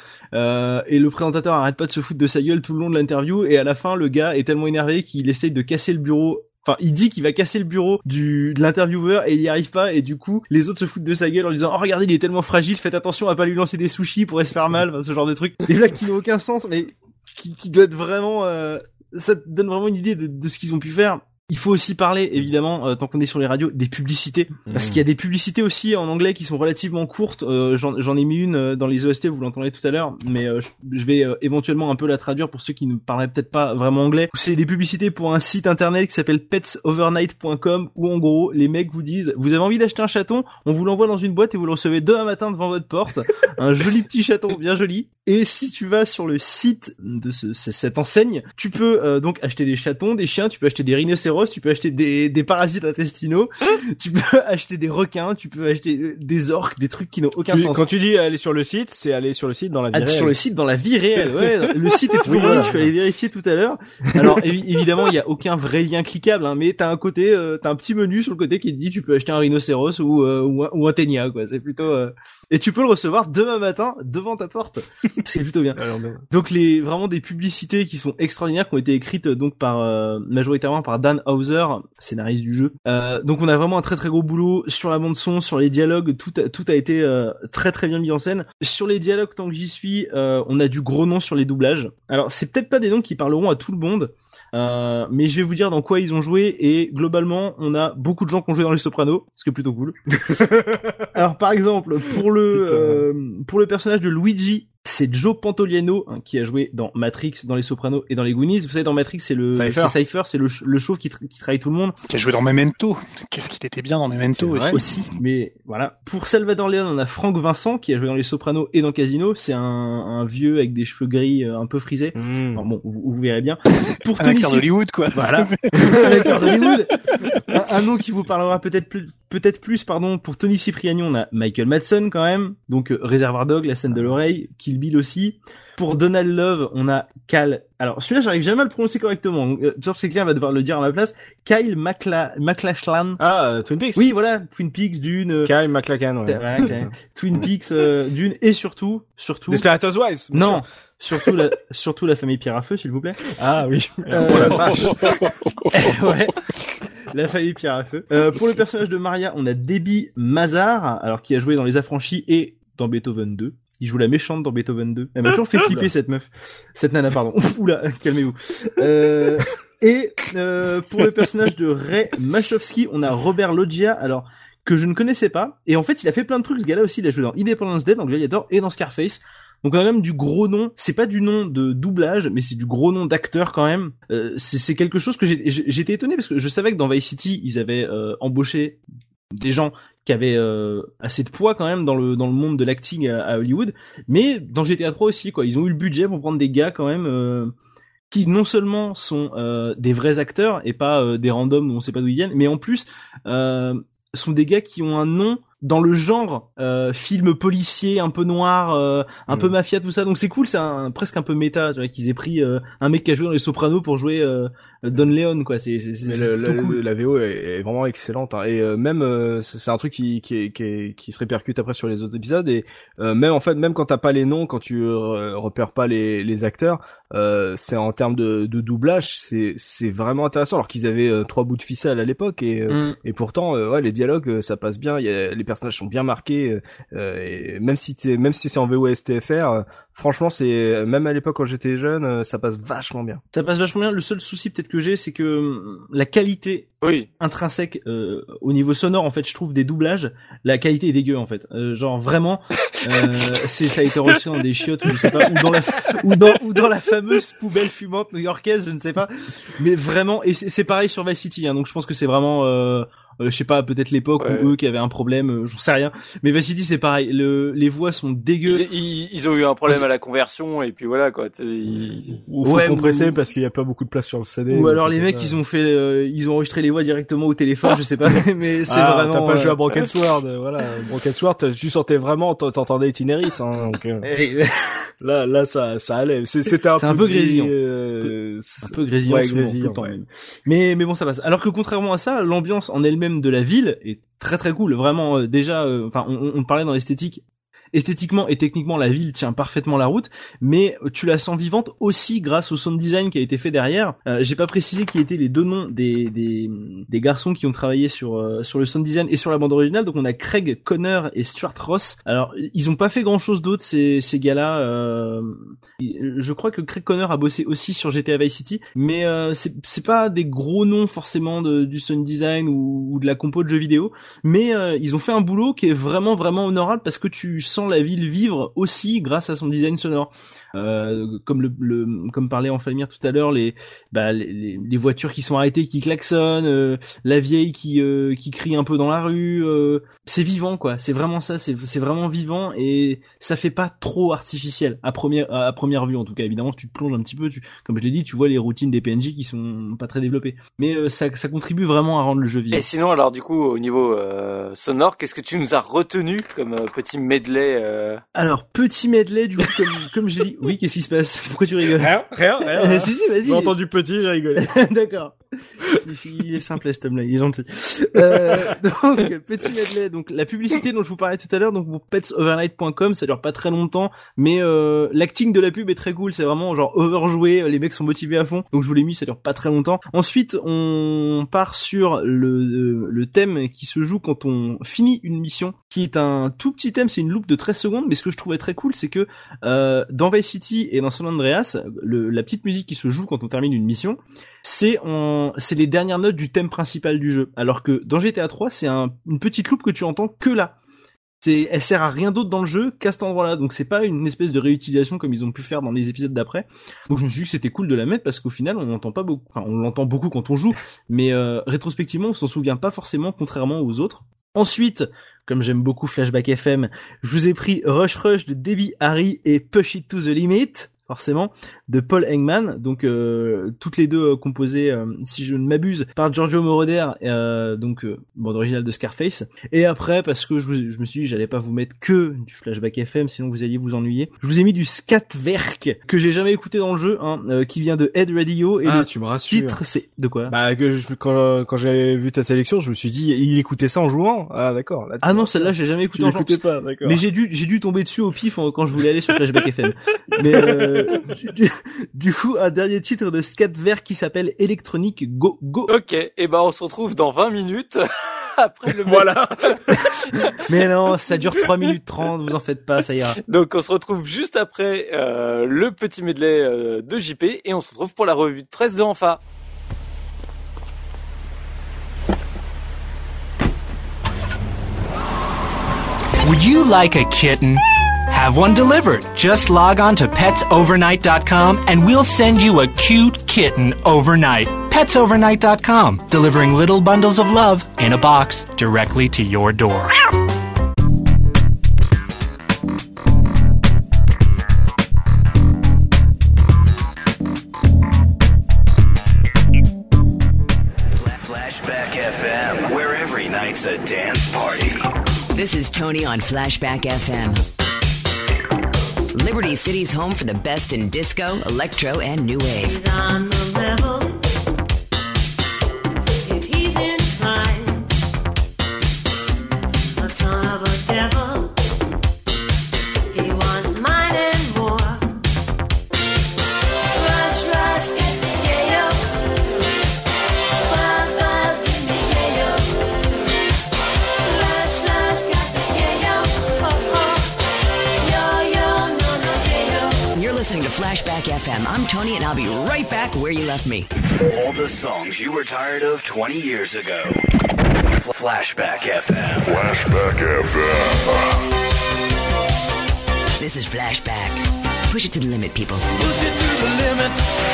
et le présentateur arrête pas de se foutre de sa gueule tout le long de l'interview, et à la fin le gars est tellement énervé qu'il essaye de casser le bureau. Enfin, il dit qu'il va casser le bureau de l'intervieweur et il y arrive pas, et du coup, les autres se foutent de sa gueule en lui disant « Oh, regardez, il est tellement fragile, faites attention à pas lui lancer des sushis, il pourrait se faire mal », enfin, ce genre de trucs. Des blagues qui n'ont aucun sens, mais qui doivent être vraiment... ça te donne vraiment une idée de ce qu'ils ont pu faire. Il faut aussi parler, évidemment, tant qu'on est sur les radios, des publicités. Parce qu'il y a des publicités aussi en anglais qui sont relativement courtes. J'en ai mis une dans les OST, vous l'entendrez tout à l'heure, mais je vais éventuellement un peu la traduire pour ceux qui ne parleraient peut-être pas vraiment anglais. C'est des publicités pour un site internet qui s'appelle petsovernight.com, où en gros, les mecs vous disent, vous avez envie d'acheter un chaton, on vous l'envoie dans une boîte et vous le recevez demain matin devant votre porte. Un joli petit chaton, bien joli. Et si tu vas sur le site de cette enseigne, tu peux donc acheter des chatons, des chiens, tu peux acheter des rhinocéros, tu peux acheter des parasites intestinaux, tu peux acheter des requins, tu peux acheter des orques, des trucs qui n'ont aucun sens. Quand tu dis aller sur le site, c'est aller sur le site dans la vie réelle. Sur le site dans la vie réelle, ouais. Le site est toujours là, je suis allé vérifier tout à l'heure. Alors évidemment, il y a aucun vrai lien cliquable, hein, mais t'as un côté, t'as un petit menu sur le côté qui te dit tu peux acheter un rhinocéros ou un ténia, quoi. C'est plutôt et tu peux le recevoir demain matin devant ta porte. C'est plutôt bien. Donc vraiment des publicités qui sont extraordinaires, qui ont été écrites donc par majoritairement par Dan Hauser, scénariste du jeu. Donc on a vraiment un très très gros boulot sur la bande son, sur les dialogues, tout a été très très bien mis en scène. Sur les dialogues, tant que j'y suis, on a du gros nom sur les doublages. Alors c'est peut-être pas des noms qui parleront à tout le monde, mais je vais vous dire dans quoi ils ont joué, et globalement on a beaucoup de gens qui ont joué dans Les Sopranos, ce qui est plutôt cool. Alors par exemple pour le personnage de Luigi, c'est Joe Pantoliano qui a joué dans Matrix, dans Les Sopranos et dans les Goonies. Vous savez, dans Matrix, c'est Cypher, c'est le chauve qui trahit tout le monde. Qui a joué dans Memento. Qu'est-ce qu'il était bien dans Memento aussi. Mais voilà. Pour Salvador Leone, on a Franck Vincent qui a joué dans Les Sopranos et dans Casino. C'est un vieux avec des cheveux gris un peu frisés. Alors, bon, vous verrez bien. Pour un acteur d'Hollywood, quoi. Voilà. Un acteur d'Hollywood. Un nom qui vous parlera peut-être plus, pour Tony Cipriani, on a Michael Madsen quand même. Donc, Réservoir Dog, La scène de l'oreille, Kill Bill aussi. Pour Donald Love, on a alors celui-là, j'arrive jamais à le prononcer correctement. Sauf c'est clair, va devoir le dire à ma place. Kyle MacLachlan. Twin Peaks. Oui, voilà, Twin Peaks, Dune. Kyle MacLachlan, ouais. Okay. Twin Peaks, Dune, et surtout. Desperate Housewives. Non. Surtout la famille Pierre à Feu, s'il vous plaît. Ah oui. Oh la vache. Ouais. La famille Pierre à Feu. Pour le personnage de Maria, on a Debbie Mazar, alors qui a joué dans Les Affranchis et dans Beethoven 2. Il joue la méchante dans Beethoven 2. Elle m'a toujours fait flipper cette nana, pardon. Oula, calmez-vous. Et pour le personnage de Ray Machowski, on a Robert Loggia, alors que je ne connaissais pas. Et en fait, il a fait plein de trucs. Ce gars-là aussi, il a joué dans Independence Day, dans Gladiator et dans Scarface. Donc on a même du gros nom. C'est pas du nom de doublage, mais c'est du gros nom d'acteur quand même. C'est quelque chose que j'étais étonné parce que je savais que dans Vice City, ils avaient embauché des gens qui avaient assez de poids quand même dans le monde de l'acting à Hollywood, mais dans GTA 3 aussi, quoi. Ils ont eu le budget pour prendre des gars quand même qui non seulement sont des vrais acteurs et pas des randoms où on sait pas d'où ils viennent, mais en plus sont des gars qui ont un nom dans le genre film policier un peu noir, un peu mafia, tout ça. Donc c'est cool, c'est presque un peu méta, tu vois, qu'ils aient pris un mec qui a joué dans Les Sopranos pour jouer Don Leon, quoi. C'est cool. La VO est vraiment excellente, hein. Et même c'est un truc qui se répercute après sur les autres épisodes, et même quand t'as pas les noms, quand tu repères pas les acteurs, c'est en termes de doublage, c'est vraiment intéressant, alors qu'ils avaient 3 bouts de ficelle à l'époque, et pourtant ouais, les dialogues ça passe bien, les personnages sont bien marqués, et même si c'est en VO STFR, franchement, c'est même à l'époque quand j'étais jeune, ça passe vachement bien. Ça passe vachement bien. Le seul souci peut-être que j'ai, c'est que la qualité intrinsèque au niveau sonore, en fait, je trouve des doublages, la qualité est dégueu en fait. Genre vraiment, ça a été enregistré dans des chiottes, ou je sais pas, ou dans la fameuse poubelle fumante new-yorkaise, je ne sais pas. Mais vraiment, et c'est pareil sur Vice City, hein, donc je pense que c'est vraiment je sais pas, peut-être l'époque où eux qui avaient un problème, j'en sais rien. Mais Vice City c'est pareil, les voix sont dégueu. Ils ont eu un problème à la conversion, et puis voilà quoi. Ou faut compresser parce qu'il y a pas beaucoup de place sur le CD. Ou alors les mecs ils ont enregistré les voix directement au téléphone, je sais pas. Mais c'est vraiment. T'as pas joué à Broken Sword, voilà. Broken Sword, tu sentais vraiment, t'entendais Itineris, hein. Donc là ça allait. C'était un peu grésillant. Un peu grésillant, tout le temps même. Mais bon, ça passe. Alors que contrairement à ça, l'ambiance en elle-même de la ville est très très cool. Vraiment, déjà, enfin, on parlait dans l'esthétique. Esthétiquement et techniquement, la ville tient parfaitement la route, mais tu la sens vivante aussi grâce au sound design qui a été fait derrière. J'ai pas précisé qui étaient les deux noms des garçons qui ont travaillé sur le sound design et sur la bande originale. Donc on a Craig Connor et Stuart Ross. Alors ils ont pas fait grand chose d'autre ces gars-là. Je crois que Craig Connor a bossé aussi sur GTA Vice City, mais c'est pas des gros noms forcément du sound design ou de la compo de jeux vidéo, mais ils ont fait un boulot qui est vraiment vraiment honorable parce que tu sens la ville vivre aussi grâce à son design sonore. Comme parlait Enfalmir tout à l'heure, les voitures qui sont arrêtées, qui klaxonnent, la vieille qui crie un peu dans la rue, c'est vivant quoi. C'est vraiment ça, c'est vraiment vivant et ça fait pas trop artificiel à première vue en tout cas. Évidemment, tu te plonges un petit peu, comme je l'ai dit, tu vois les routines des PNJ qui sont pas très développées, mais ça contribue vraiment à rendre le jeu vivant. Et sinon, alors du coup, au niveau sonore, qu'est-ce que tu nous as retenu comme petit medley Alors petit medley du coup, comme j'ai dit. Oui, qu'est-ce qui se passe? Pourquoi tu rigoles? Rien. Si, vas-y. J'ai entendu petit, j'ai rigolé. D'accord. Il est simple, cet homme-là, il est gentil. Donc, petit medley. Donc, la publicité dont je vous parlais tout à l'heure, donc, pour petsovernight.com, ça dure pas très longtemps, mais, l'acting de la pub est très cool. C'est vraiment, genre, overjoué. Les mecs sont motivés à fond. Donc, je vous l'ai mis, ça dure pas très longtemps. Ensuite, on part sur le thème qui se joue quand on finit une mission, qui est un tout petit thème, c'est une loupe de 13 secondes, mais ce que je trouvais très cool, c'est que, dans Vice City et dans San Andreas, la petite musique qui se joue quand on termine une mission, c'est les dernières notes du thème principal du jeu. Alors que dans GTA 3, c'est une petite loupe que tu entends que là. Elle sert à rien d'autre dans le jeu qu'à cet endroit-là. Donc c'est pas une espèce de réutilisation comme ils ont pu faire dans les épisodes d'après. Donc je me suis dit que c'était cool de la mettre parce qu'au final on l'entend pas beaucoup. Enfin, on l'entend beaucoup quand on joue, mais rétrospectivement on s'en souvient pas forcément, contrairement aux autres. Ensuite, comme j'aime beaucoup Flashback FM, je vous ai pris Rush Rush de Debbie Harry et Push It to the Limit, forcément, de Paul Hegman, donc toutes les deux composées, si je ne m'abuse, par Giorgio Moroder, bande originale de Scarface. Et après, parce que je me suis dit j'allais pas vous mettre que du Flashback FM, sinon vous alliez vous ennuyer, je vous ai mis du Skatwerk, que j'ai jamais écouté dans le jeu, qui vient de Head Radio, et tu me rassures. Titre c'est... De quoi? Bah, quand j'ai vu ta sélection, je me suis dit, il écoutait ça en jouant? Ah, d'accord. Là, non, celle-là, j'ai jamais écouté en jouant. Pas, d'accord. Mais j'ai dû tomber dessus au pif quand je voulais aller sur Flashback FM. Mais, du coup, un dernier titre de Skatwerk qui s'appelle Electronic Go Go. Ok, et ben on se retrouve dans 20 minutes après le voilà. Mais non, ça dure 3 minutes 30, vous en faites pas, ça ira. Donc on se retrouve juste après le petit medley de JP et on se retrouve pour la revue de 13 de Enfa. Would you like a kitten? Have one delivered. Just log on to petsovernight.com and we'll send you a cute kitten overnight. Petsovernight.com, delivering little bundles of love in a box directly to your door. Flashback FM, where every night's a dance party. This is Tony on Flashback FM. Liberty City's home for the best in disco, electro, and new wave. He's on the level. If he's inclined, a son of a devil. He wants mine and more. Rush, rush, get the yayo. Buzz, buzz, give me yayo. Rush, rush, got the yayo. Oh, oh. Yo, yo, no, no, yayo. You're listening to Flashback FM. I'm Tony, and I'll be right back where you left me. All the songs you were tired of 20 years ago. Flashback FM. Flashback FM. This is Flashback. Push it to the limit, people. Push it to the limit.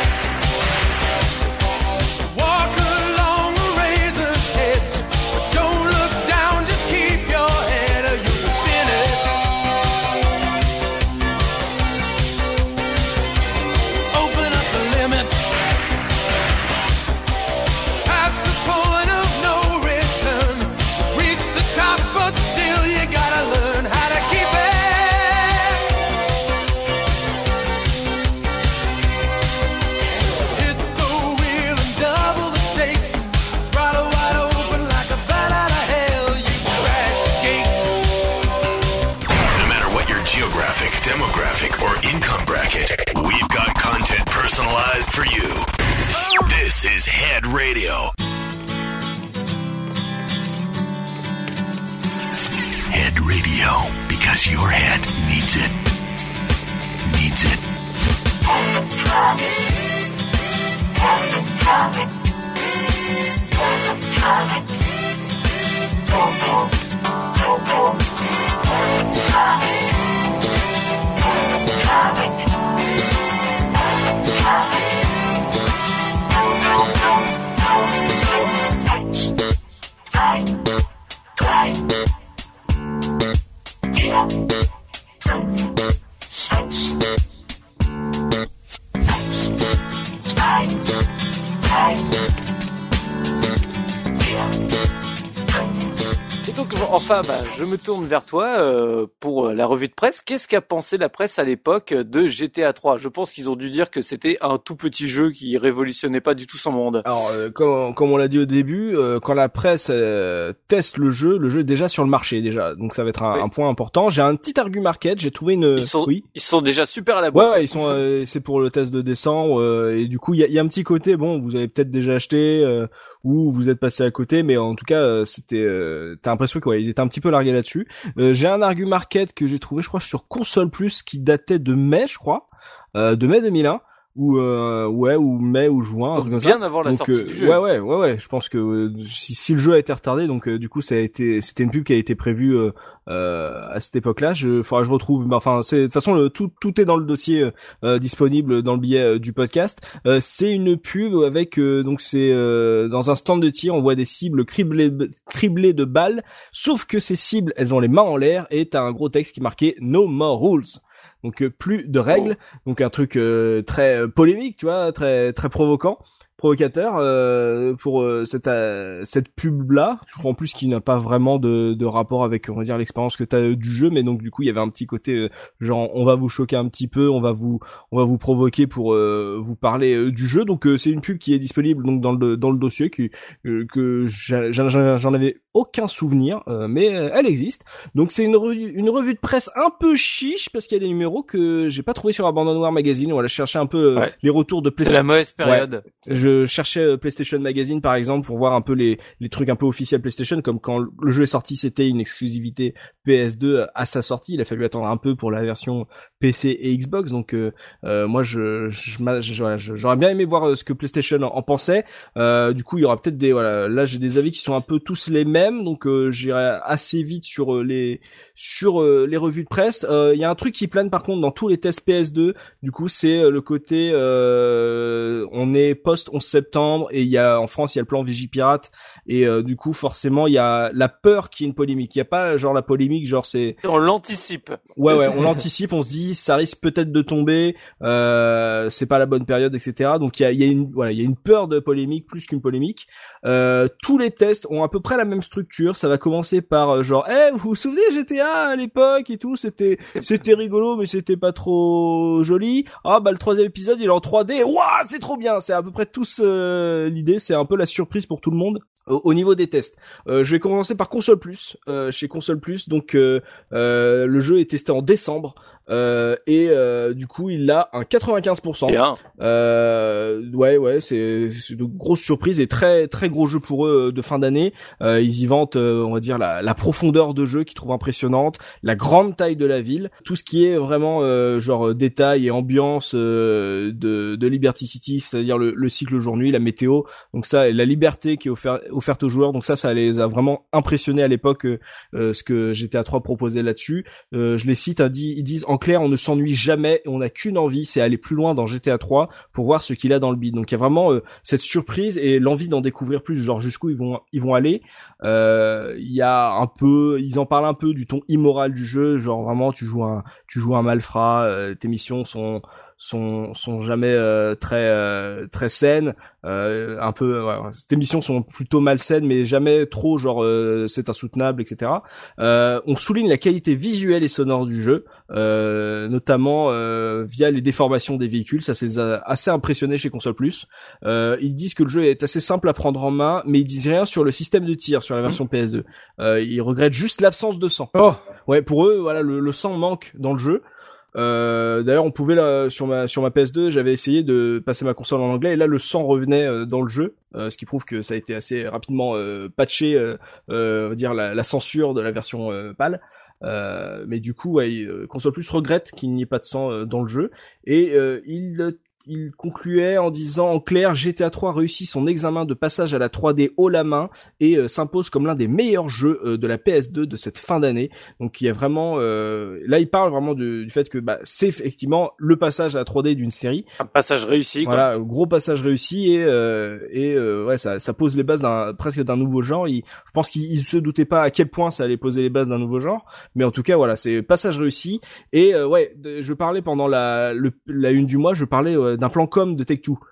Walk along a razor's edge. But don't look down, just keep your head or you'll be finished. Open up the limit. Past the point of no return. Reach the top, but still you gotta learn how to keep it. Hit the wheel and double the stakes. Throttle wide open like a bat out of hell. You crash the gate. No matter what your geographic, demographic, or income bracket, we've got content personalized for you. This is Head Radio. Head Radio, because your head needs it. Needs it. Yeah. enfin, je me tourne vers toi pour la revue de presse. Qu'est-ce qu'a pensé la presse à l'époque de GTA 3 ? Je pense qu'ils ont dû dire que c'était un tout petit jeu qui révolutionnait pas du tout son monde. Alors, comme on l'a dit au début, quand la presse teste le jeu est déjà sur le marché déjà, donc ça va être un point important. J'ai un petit argu market, j'ai trouvé une. Ils sont déjà super à la boîte. Ouais, ils sont. C'est pour le test de décembre et du coup il y a un petit côté. Bon, vous avez peut-être déjà acheté ou vous êtes passé à côté, mais en tout cas t'as l'impression qu'ils étaient un petit peu largués là-dessus. J'ai un argu market que j'ai trouvé, je crois, sur Console Plus qui datait de mai, je crois, de mai 2001. Ou mai ou juin, un truc comme ça. Bien avant la sortie du jeu. Ouais. Je pense que si le jeu a été retardé, donc du coup c'était une pub qui a été prévue à cette époque-là. Faudra que je retrouve. Mais enfin, de toute façon tout est dans le dossier disponible dans le billet du podcast. C'est une pub avec donc c'est dans un stand de tir, on voit des cibles criblées de balles. Sauf que ces cibles, elles ont les mains en l'air et t'as un gros texte qui est marqué No More Rules. Donc plus de règles, donc un truc très polémique, tu vois, très très provocateur pour cette pub là. Je crois en plus qu'il n'a pas vraiment de rapport avec, on va dire, l'expérience que t'as du jeu, mais donc du coup il y avait un petit côté genre on va vous choquer un petit peu, on va vous provoquer pour vous parler du jeu. Donc c'est une pub qui est disponible donc dans le dossier que j'en avais aucun souvenir, mais elle existe. Donc c'est une revue de presse un peu chiche parce qu'il y a des numéros que j'ai pas trouvé sur Abandonware Magazine. On va chercher un peu les retours de PlayStation. C'est la mauvaise période. Ouais. Je cherchais PlayStation Magazine par exemple pour voir un peu les trucs un peu officiels PlayStation, comme quand le jeu est sorti, c'était une exclusivité PS2 à sa sortie. Il a fallu attendre un peu pour la version PC et Xbox. Donc moi j'aurais bien aimé voir ce que PlayStation en pensait. Du coup il y aura peut-être là j'ai des avis qui sont un peu tous les mêmes, donc j'irai assez vite sur les revues de presse. Il y a un truc qui plane par contre dans tous les tests PS2. Du coup c'est le côté on est post 11 septembre et en France il y a le plan Vigipirate et du coup forcément il y a la peur qu'il y ait une polémique. Il y a pas genre la polémique genre c'est on l'anticipe. Ouais on l'anticipe, on se dit ça risque peut-être de tomber, c'est pas la bonne période, etc. Donc il y a une peur de polémique plus qu'une polémique. Tous les tests ont à peu près la même structure. Ça va commencer par genre vous vous souvenez GTA à l'époque et tout, c'était rigolo mais c'était pas trop joli. Le troisième épisode il est en 3D, waouh c'est trop bien. C'est à peu près tous l'idée, c'est un peu la surprise pour tout le monde au niveau des tests. Je vais commencer par Console Plus. Chez Console Plus, donc le jeu est testé en décembre et du coup il a un 95%. Bien. C'est de grosses surprises et très très gros jeu pour eux de fin d'année. Ils y vantent on va dire la profondeur de jeu qu'ils trouvent impressionnante, la grande taille de la ville, tout ce qui est vraiment genre détail et ambiance de Liberty City, c'est-à-dire le cycle jour-nuit, la météo, donc ça, et la liberté qui est offerte aux joueurs. Donc ça les a vraiment impressionnés à l'époque, ce que GTA 3 proposait là-dessus. Je les cite, ils disent en clair, on ne s'ennuie jamais et on n'a qu'une envie, c'est aller plus loin dans GTA 3 pour voir ce qu'il a dans le bid. Donc il y a vraiment cette surprise et l'envie d'en découvrir plus, genre jusqu'où ils vont aller. Il y a un peu, ils en parlent un peu du ton immoral du jeu, genre vraiment tu joues un malfrat, tes missions sont jamais très saines, un peu tes missions sont plutôt malsaines mais jamais trop genre c'est insoutenable, etc. On souligne la qualité visuelle et sonore du jeu, notamment via les déformations des véhicules. Ça c'est assez impressionné chez Console Plus. Ils disent que le jeu est assez simple à prendre en main, mais ils disent rien sur le système de tir sur la version PS2. Ils regrettent juste l'absence de sang. Ouais, pour eux le sang manque dans le jeu. D'ailleurs on pouvait sur ma PS2, j'avais essayé de passer ma console en anglais et là le sang revenait dans le jeu, ce qui prouve que ça a été assez rapidement patché, on va dire la censure de la version PAL. Mais du coup Console Plus regrette qu'il n'y ait pas de sang dans le jeu et il concluait en disant en clair, GTA 3 réussit son examen de passage à la 3D haut la main et s'impose comme l'un des meilleurs jeux de la PS2 de cette fin d'année. Donc il y a vraiment là il parle vraiment du fait que c'est effectivement le passage à la 3D d'une série, un passage réussi quoi. Voilà, gros passage réussi et ça pose les bases presque d'un nouveau genre. Je pense qu'il se doutait pas à quel point ça allait poser les bases d'un nouveau genre, mais en tout cas voilà, c'est passage réussi. Et je parlais pendant la une du mois, je parlais d'un plan com de Take-Two.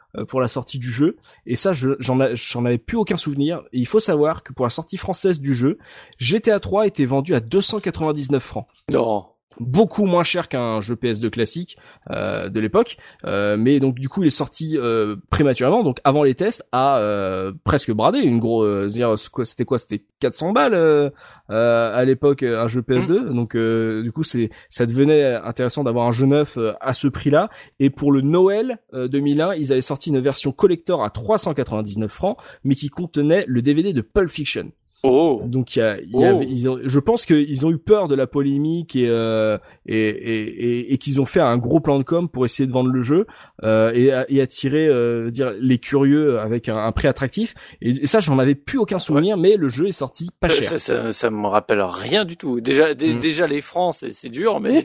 pour la sortie du jeu, et ça j'en avais plus aucun souvenir. Et il faut savoir que pour la sortie française du jeu, GTA 3 était vendu à 299 francs. Non. Beaucoup moins cher qu'un jeu PS2 classique de l'époque, mais donc du coup il est sorti prématurément, donc avant les tests, à presque bradé, une grosse, c'était quoi, c'était 400 balles à l'époque un jeu PS2, donc du coup ça devenait intéressant d'avoir un jeu neuf à ce prix-là. Et pour le Noël 2001, ils avaient sorti une version collector à 399 francs, mais qui contenait le DVD de Pulp Fiction. Oh. Donc je pense qu'ils ont eu peur de la polémique et qu'ils ont fait un gros plan de com pour essayer de vendre le jeu et attirer dire les curieux avec un prix attractif. Et ça, j'en avais plus aucun souvenir, mais le jeu est sorti pas cher. Ça me rappelle rien du tout. Déjà les francs, c'est dur, mais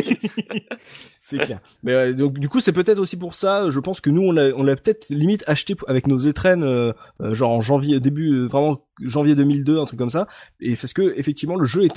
c'est clair. Mais donc du coup, c'est peut-être aussi pour ça. Je pense que nous, on l'a peut-être limite acheté avec nos étrennes, genre en janvier, vraiment janvier 2002, un truc comme ça. Et parce que effectivement, le jeu a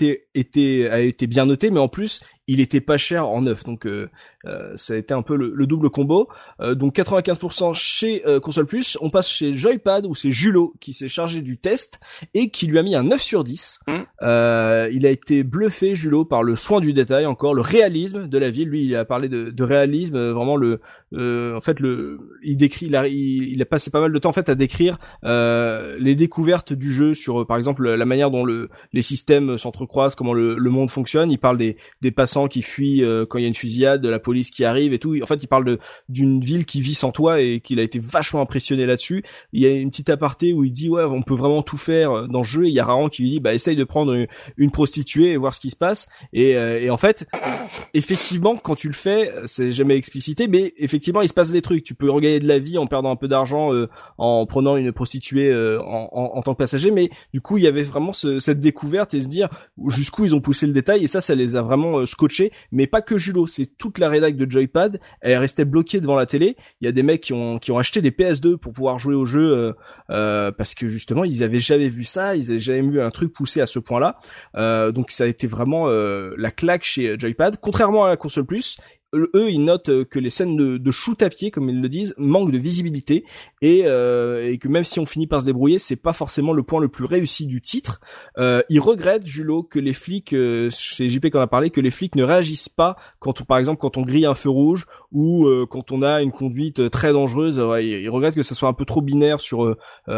été bien noté, mais en plus, il était pas cher en neuf. Donc ça a été un peu le double combo. Donc 95% chez Console Plus. On passe chez Joypad, où c'est Julot qui s'est chargé du test et qui lui a mis un 9 sur 10. Il a été bluffé, Julot, par le soin du détail, encore le réalisme de la ville. Lui, il a parlé de réalisme, vraiment en fait il décrit, il a passé pas mal de temps en fait à décrire les découvertes du jeu sur par exemple la manière dont les systèmes s'entrecroisent, comment le monde fonctionne. Il parle des passants qui fuient quand il y a une fusillade, de la police qui arrive et tout. En fait, il parle d'une ville qui vit sans toi et qu'il a été vachement impressionné là-dessus. Il y a une petite aparté où il dit ouais, on peut vraiment tout faire dans le jeu, et il y a Raran qui lui dit bah essaye de prendre une prostituée et voir ce qui se passe. Et en fait, effectivement, quand tu le fais, c'est jamais explicité, mais effectivement, il se passe des trucs. Tu peux regagner de la vie en perdant un peu d'argent en prenant une prostituée en tant que passager, mais du coup, il y avait vraiment cette découverte et se dire jusqu'où ils ont poussé le détail, et ça les a vraiment scotché. Mais pas que Julot, c'est toute la rédac de Joypad. Elle restait bloquée devant la télé. Il y a des mecs qui ont acheté des PS2 pour pouvoir jouer au jeu parce que justement, ils avaient jamais vu ça, ils avaient jamais vu un truc poussé à ce point-là. Donc ça a été vraiment la claque chez Joypad. Contrairement à la Console Plus, eux, ils notent que les scènes de shoot à pied, comme ils le disent, manquent de visibilité et que même si on finit par se débrouiller, c'est pas forcément le point le plus réussi du titre. Ils regrettent, Julot, que les flics, c'est JP qu'on a parlé, que les flics ne réagissent pas par exemple quand on grille un feu rouge ou quand on a une conduite très dangereuse. Ils regrettent que ça soit un peu trop binaire sur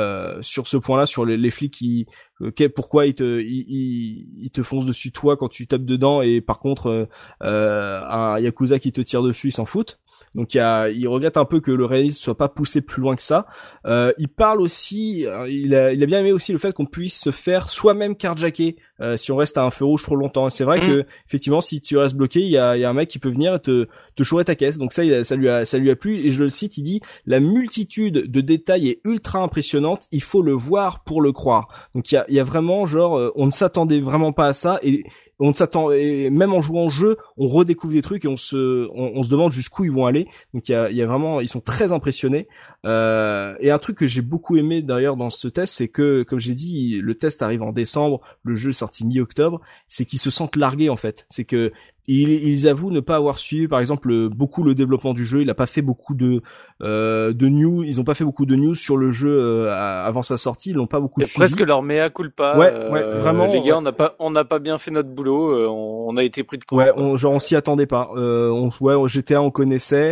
ce point-là, sur les flics qui pourquoi ils te foncent dessus toi quand tu tapes dedans, et par contre un yakuza qui te tire dessus, ils s'en foutent. Donc il regrette un peu que le réalisme soit pas poussé plus loin que ça. Il parle aussi, il a bien aimé aussi le fait qu'on puisse se faire soi-même carjacker si on reste à un feu rouge trop longtemps. Et c'est vrai que effectivement, si tu restes bloqué, il y a un mec qui peut venir et te chourer ta caisse. Donc ça lui a plu, et je le cite, il dit la multitude de détails est ultra impressionnante, il faut le voir pour le croire. Donc il y a vraiment genre on ne s'attendait vraiment pas à ça, et et même en jouant au jeu, on redécouvre des trucs et on se demande jusqu'où ils vont aller. Donc il y a vraiment, ils sont très impressionnés. Et un truc que j'ai beaucoup aimé d'ailleurs dans ce test, c'est que, comme j'ai dit, le test arrive en décembre, le jeu est sorti mi-octobre, c'est qu'ils se sentent largués en fait. C'est que ils avouent ne pas avoir suivi, par exemple, beaucoup le développement du jeu. Il a pas fait beaucoup de news. Ils ont pas fait beaucoup de news sur le jeu avant sa sortie. Ils l'ont pas beaucoup suivi. Presque leur mea culpa. Ouais, vraiment. Les gars, on n'a pas bien fait notre boulot. On a été pris de court. Ouais, on s'y attendait pas. GTA, on connaissait.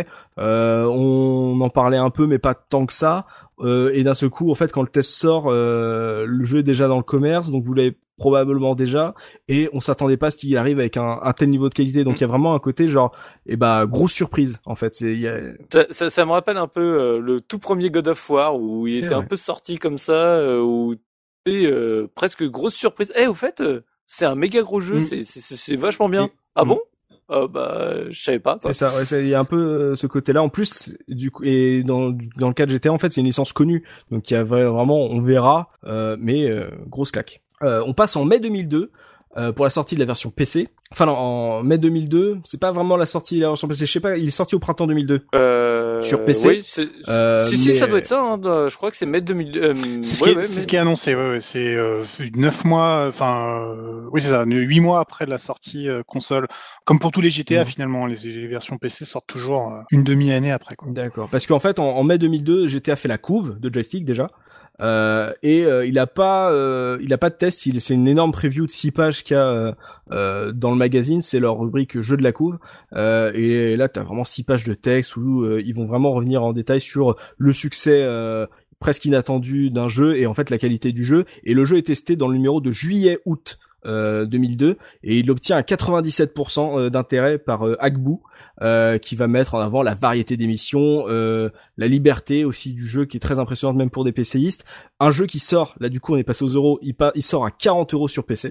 On en parlait un peu, mais pas tant que ça. Et d'un seul coup, en fait, quand le test sort, le jeu est déjà dans le commerce, donc vous l'avez probablement déjà, et on s'attendait pas à ce qu'il arrive avec un tel niveau de qualité. Donc il y a vraiment un côté genre, grosse surprise en fait. Ça me rappelle un peu le tout premier God of War où il était un peu sorti comme ça, où c'était presque grosse surprise. Au fait, c'est un méga gros jeu, c'est vachement bien. Ah bon? Je savais pas, quoi. C'est ça, ouais, il y a un peu ce côté-là. En plus, du coup, et dans le cas de GTA, en fait, c'est une licence connue. Donc, il y a vraiment, on verra, mais grosse claque. On passe en mai 2002. pour la sortie de la version PC. Enfin non, en mai 2002, c'est pas vraiment la sortie de la version PC, je sais pas, il est sorti au printemps 2002. Sur PC. Oui, si, ça doit être ça, hein, je crois que c'est mai 2002. C'est ce qui est annoncé, c'est 9 mois, oui c'est ça, 8 mois après la sortie console. Comme pour tous les GTA finalement, les versions PC sortent toujours une demi-année après, quoi. D'accord, parce qu'en fait en mai 2002, GTA fait la couve de joystick déjà. Il a pas de test, c'est une énorme preview de 6 pages qu'il y a dans le magazine, c'est leur rubrique jeu de la couve, et là t'as vraiment 6 pages de texte où ils vont vraiment revenir en détail sur le succès presque inattendu d'un jeu et en fait la qualité du jeu, et le jeu est testé dans le numéro de juillet-août 2002 et il obtient un 97% d'intérêt par Agbu, qui va mettre en avant la variété des missions, la liberté aussi du jeu qui est très impressionnante même pour des PCistes. Un jeu qui sort, là du coup on est passé aux euros, il sort à 40 € sur PC.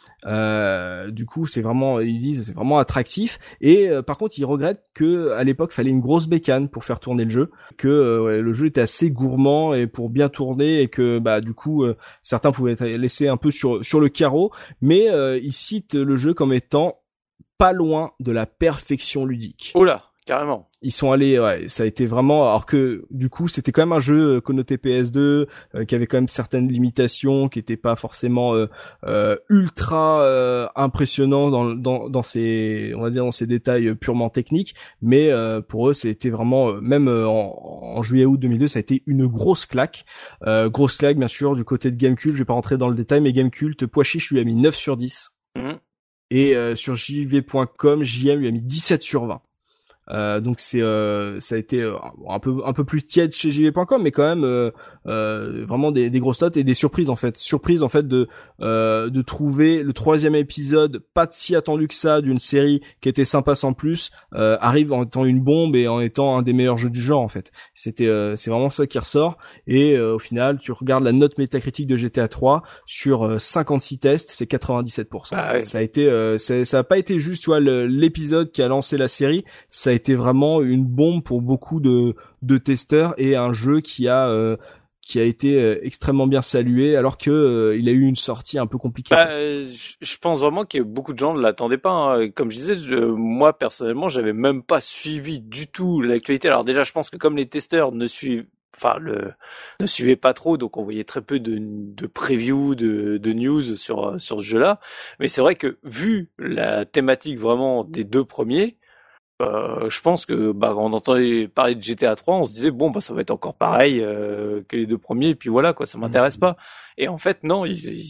Du coup c'est vraiment, ils disent c'est vraiment attractif, et par contre ils regrettent que à l'époque fallait une grosse bécane pour faire tourner le jeu, que le jeu était assez gourmand et pour bien tourner, et que du coup certains pouvaient être laissés un peu sur le carreau, mais ils citent le jeu comme étant pas loin de la perfection ludique. Oh là, carrément. Ils sont allés, ça a été vraiment, alors que du coup c'était quand même un jeu connoté PS2, qui avait quand même certaines limitations, qui était pas forcément ultra impressionnant dans ses, on va dire, dans ses détails purement techniques, mais pour eux c'était vraiment, même en juillet-août 2002, ça a été une grosse claque bien sûr du côté de Gamecult. Je vais pas rentrer dans le détail, mais Gamecult, Pois Chiche lui a mis 9 sur 10. Et sur jv.com, JM lui a mis 17 sur 20. Donc ça a été un peu plus tiède chez jv.com, mais quand même vraiment des grosses notes et des surprises en fait de trouver le 3e épisode pas si attendu que ça d'une série qui était sympa sans plus, arrive en étant une bombe et en étant un des meilleurs jeux du genre en fait. C'est vraiment ça qui ressort, et au final tu regardes la note métacritique de GTA 3 sur 56 tests, c'est 97%. Ah ouais. Ça a été ça a pas été juste, tu vois, l'épisode qui a lancé la série, ça a été vraiment une bombe pour beaucoup de testeurs, et un jeu qui a été extrêmement bien salué, alors que il a eu une sortie un peu compliquée. Je pense vraiment que beaucoup de gens ne l'attendaient pas, hein. Comme je disais, moi personnellement, j'avais même pas suivi du tout l'actualité. Alors déjà, je pense que comme les testeurs ne suivaient pas trop, donc on voyait très peu de previews, de news sur ce jeu-là. Mais c'est vrai que vu la thématique vraiment des deux premiers, je pense que quand on entendait parler de GTA 3, on se disait ça va être encore pareil que les deux premiers, et puis voilà quoi, ça m'intéresse pas. Et en fait non,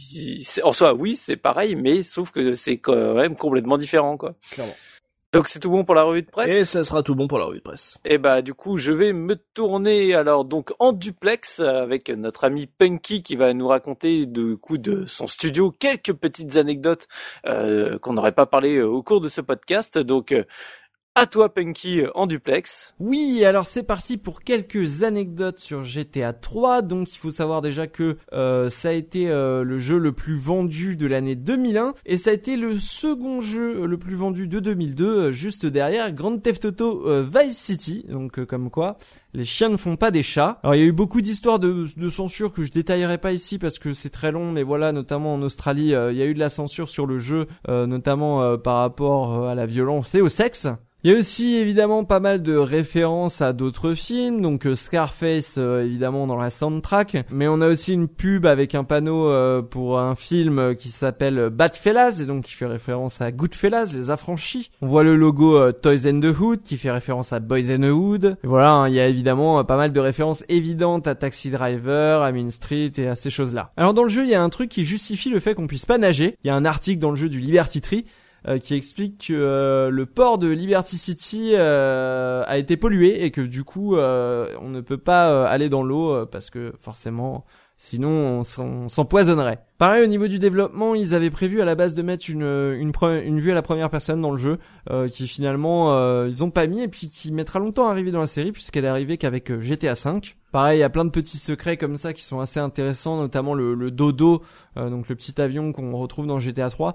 en soi oui c'est pareil, mais sauf que c'est quand même complètement différent quoi. Clairement. Donc c'est tout bon pour la revue de presse. Et ça sera tout bon pour la revue de presse. Et du coup je vais me tourner alors donc en duplex avec notre ami Punky qui va nous raconter de son studio quelques petites anecdotes qu'on n'aurait pas parlé au cours de ce podcast. Donc à toi Punky en duplex. Oui, alors c'est parti pour quelques anecdotes sur GTA 3. Donc il faut savoir déjà que ça a été le jeu le plus vendu de l'année 2001, et ça a été le second jeu le plus vendu de 2002, juste derrière Grand Theft Auto Vice City. Donc comme quoi les chiens ne font pas des chats. Alors il y a eu beaucoup d'histoires de censure que je détaillerai pas ici parce que c'est très long, mais voilà, notamment en Australie, il y a eu de la censure sur le jeu, notamment par rapport à la violence et au sexe. Il y a aussi évidemment pas mal de références à d'autres films, donc Scarface évidemment dans la soundtrack, mais on a aussi une pub avec un panneau pour un film qui s'appelle Bad Fellas, et donc qui fait référence à Goodfellas, les affranchis. On voit le logo Toys in the Hood qui fait référence à Boys in the Hood. Et voilà, il y a évidemment pas mal de références évidentes à Taxi Driver, à Mean Street et à ces choses-là. Alors dans le jeu, il y a un truc qui justifie le fait qu'on puisse pas nager. Il y a un article dans le jeu du Liberty Tree qui explique que le port de Liberty City a été pollué, et que du coup on ne peut pas aller dans l'eau parce que forcément sinon on s'empoisonnerait. Pareil au niveau du développement, ils avaient prévu à la base de mettre une vue à la première personne dans le jeu, qui finalement ils ont pas mis, et puis qui mettra longtemps à arriver dans la série puisqu'elle est arrivée qu'avec GTA 5. Pareil, il y a plein de petits secrets comme ça qui sont assez intéressants, notamment le dodo, donc le petit avion qu'on retrouve dans GTA 3.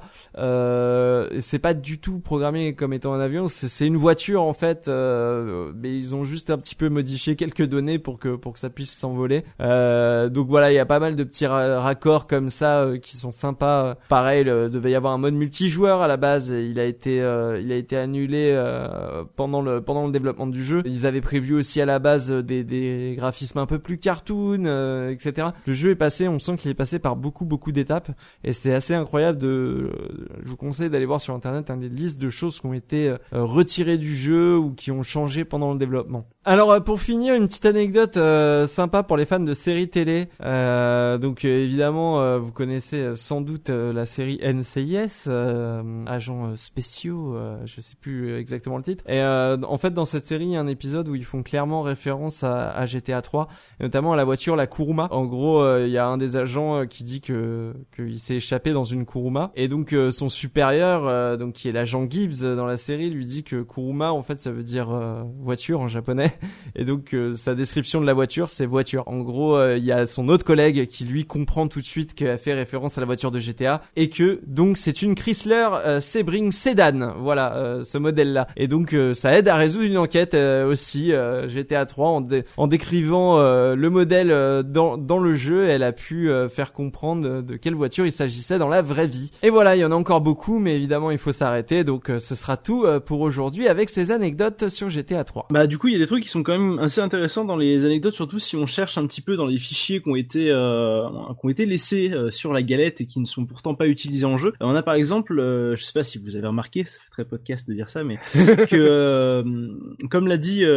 C'est pas du tout programmé comme étant un avion, c'est une voiture en fait, mais ils ont juste un petit peu modifié quelques données pour que ça puisse s'envoler. Donc voilà, il y a pas mal de petits raccords comme ça qui sont sympas. Pareil, devait y avoir un mode multijoueur à la base, et il a été annulé pendant le développement du jeu. Ils avaient prévu aussi à la base des graphismes un peu plus cartoon, etc. Le jeu est passé, on sent qu'il est passé par beaucoup d'étapes, et c'est assez incroyable je vous conseille d'aller voir sur internet des listes de choses qui ont été retirées du jeu ou qui ont changé pendant le développement. Alors pour finir, une petite anecdote sympa pour les fans de séries télé. Donc évidemment, vous connaissez sans doute la série NCIS, agents spéciaux, je sais plus exactement le titre. Et en fait, dans cette série, il y a un épisode où ils font clairement référence à GTA 3, et notamment à la voiture, la Kuruma. En gros, il y a un des agents qui dit qu'il s'est échappé dans une Kuruma, et donc son supérieur, donc qui est l'agent Gibbs dans la série, lui dit que Kuruma, en fait, ça veut dire voiture en japonais. Et donc sa description de la voiture, c'est voiture. En gros, il y a son autre collègue qui lui comprend tout de suite qu'elle fait référence à la voiture de GTA, et que donc c'est une Chrysler Sebring Sedan, voilà, ce modèle-là. Et donc ça aide à résoudre une enquête aussi. GTA 3 en décrivant le modèle dans le jeu, elle a pu faire comprendre de quelle voiture il s'agissait dans la vraie vie. Et voilà, il y en a encore beaucoup, mais évidemment il faut s'arrêter. Donc ce sera tout pour aujourd'hui avec ces anecdotes sur GTA 3. Bah du coup il y a des trucs qui sont quand même assez intéressants dans les anecdotes, surtout si on cherche un petit peu dans les fichiers qui ont été laissés sur la galette et qui ne sont pourtant pas utilisés en jeu. On a par exemple, je sais pas si vous avez remarqué, ça fait très podcast de dire ça, mais que comme l'a dit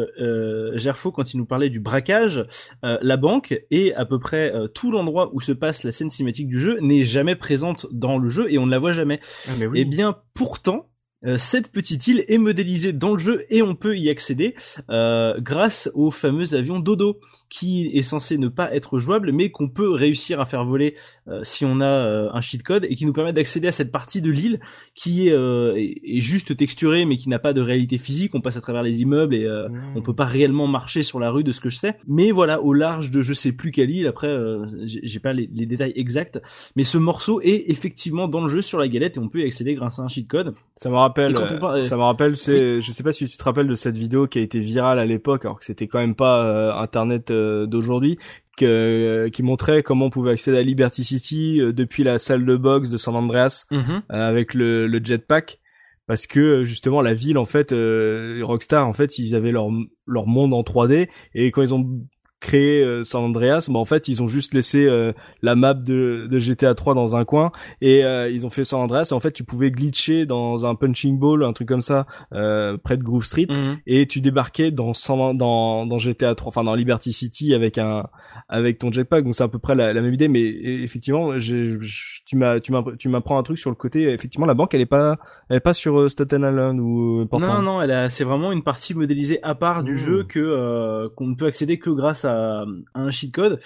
Gerfo quand il nous parlait du braquage, la banque et à peu près tout l'endroit où se passe la scène cinématique du jeu n'est jamais présente dans le jeu et on ne la voit jamais. Ah, mais oui. Et bien pourtant, cette petite île est modélisée dans le jeu et on peut y accéder grâce au fameux avion Dodo qui est censé ne pas être jouable mais qu'on peut réussir à faire voler si on a un cheat code et qui nous permet d'accéder à cette partie de l'île qui est juste texturée mais qui n'a pas de réalité physique. On passe à travers les immeubles et on peut pas réellement marcher sur la rue de ce que je sais, mais voilà, au large de je sais plus quelle île, après j'ai pas les détails exacts, mais ce morceau est effectivement dans le jeu sur la galette et on peut y accéder grâce à un cheat code. Ça me rappelle, c'est, je sais pas si tu te rappelles de cette vidéo qui a été virale à l'époque, alors que c'était quand même pas Internet d'aujourd'hui, qui montrait comment on pouvait accéder à Liberty City depuis la salle de boxe de San Andreas avec le jetpack. Parce que justement la ville en fait, Rockstar en fait ils avaient leur monde en 3D et quand ils ont créé San Andreas, bah en fait ils ont juste laissé la map de GTA 3 dans un coin et ils ont fait San Andreas et en fait tu pouvais glitcher dans un punching ball, un truc comme ça près de Groove Street et tu débarquais dans GTA 3, enfin dans Liberty City avec ton jetpack. Donc c'est à peu près la même idée, mais effectivement tu m'apprends un truc sur le côté. Effectivement la banque elle est pas sur Staten Island ou Portland. Non, c'est vraiment une partie modélisée à part du jeu qu'on ne peut accéder que grâce à un cheat code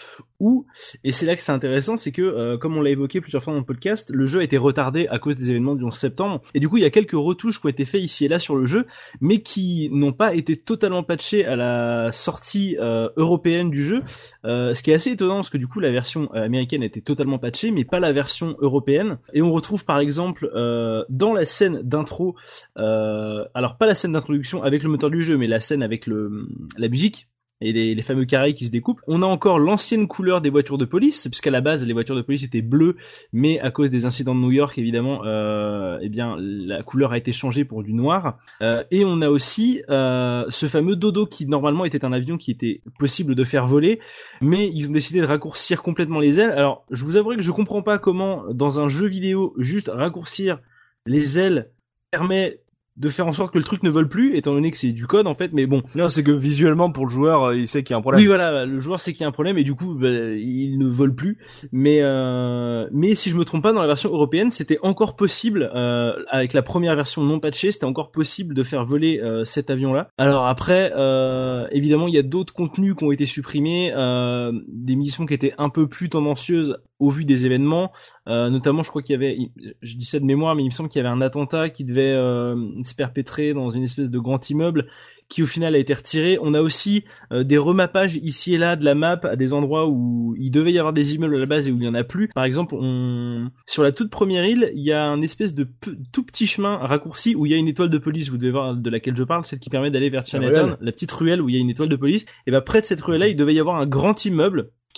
et c'est là que c'est intéressant, c'est que comme on l'a évoqué plusieurs fois dans le podcast, le jeu a été retardé à cause des événements du 11 septembre et du coup il y a quelques retouches qui ont été faites ici et là sur le jeu mais qui n'ont pas été totalement patchées à la sortie européenne du jeu, ce qui est assez étonnant parce que du coup la version américaine a été totalement patchée mais pas la version européenne. Et on retrouve par exemple dans la scène d'intro, alors pas la scène d'introduction avec le moteur du jeu mais la scène avec la musique et les fameux carrés qui se découpent. On a encore l'ancienne couleur des voitures de police, puisqu'à la base les voitures de police étaient bleues, mais à cause des incidents de New York évidemment, eh bien la couleur a été changée pour du noir. Et on a aussi ce fameux Dodo qui normalement était un avion qui était possible de faire voler, mais ils ont décidé de raccourcir complètement les ailes. Alors je vous avouerai que je comprends pas comment dans un jeu vidéo juste raccourcir les ailes permet de faire en sorte que le truc ne vole plus, étant donné que c'est du code en fait, mais bon. Non, c'est que visuellement pour le joueur, il sait qu'il y a un problème. Oui, voilà, le joueur sait qu'il y a un problème et du coup, il ne vole plus. Mais si je me trompe pas, dans la version européenne, c'était encore possible, avec la première version non patchée, c'était encore possible de faire voler cet avion-là. Alors après, évidemment, il y a d'autres contenus qui ont été supprimés, des missions qui étaient un peu plus tendancieuses au vu des événements, notamment je crois qu'il y avait, je dis ça de mémoire, mais il me semble qu'il y avait un attentat qui devait se perpétrer dans une espèce de grand immeuble qui au final a été retiré. On a aussi des remappages ici et là de la map à des endroits où il devait y avoir des immeubles à la base et où il y en a plus. Par exemple, sur la toute première île, il y a un espèce de tout petit chemin raccourci où il y a une étoile de police, vous devez voir de laquelle je parle, celle qui permet d'aller vers Chinatown, la petite ruelle où il y a une étoile de police. Et près de cette ruelle-là, il devait y avoir un grand immeuble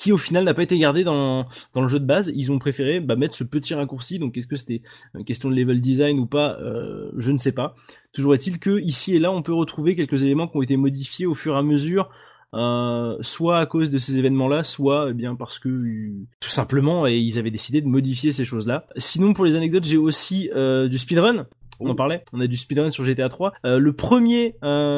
qui au final n'a pas été gardé dans le jeu de base. Ils ont préféré mettre ce petit raccourci. Donc est-ce que c'était une question de level design ou pas, je ne sais pas. Toujours est-il que ici et là on peut retrouver quelques éléments qui ont été modifiés au fur et à mesure, soit à cause de ces événements-là, soit eh bien parce que tout simplement ils avaient décidé de modifier ces choses-là. Sinon pour les anecdotes, j'ai aussi du speedrun. On en parlait, on a du speedrun sur GTA 3. Le premier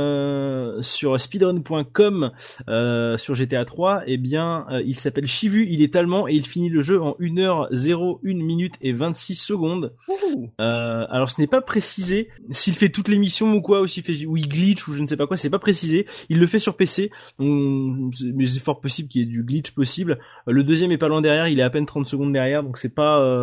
sur speedrun.com sur GTA 3, eh bien il s'appelle Chivu, il est allemand et il finit le jeu en 1h01 minute et 26 secondes. Alors ce n'est pas précisé s'il fait toutes les missions ou quoi, ou s'il fait ou il glitch ou je ne sais pas quoi, c'est pas précisé. Il le fait sur PC, donc mais c'est fort possible qu'il y ait du glitch possible. Le deuxième est pas loin derrière, il est à peine 30 secondes derrière, donc c'est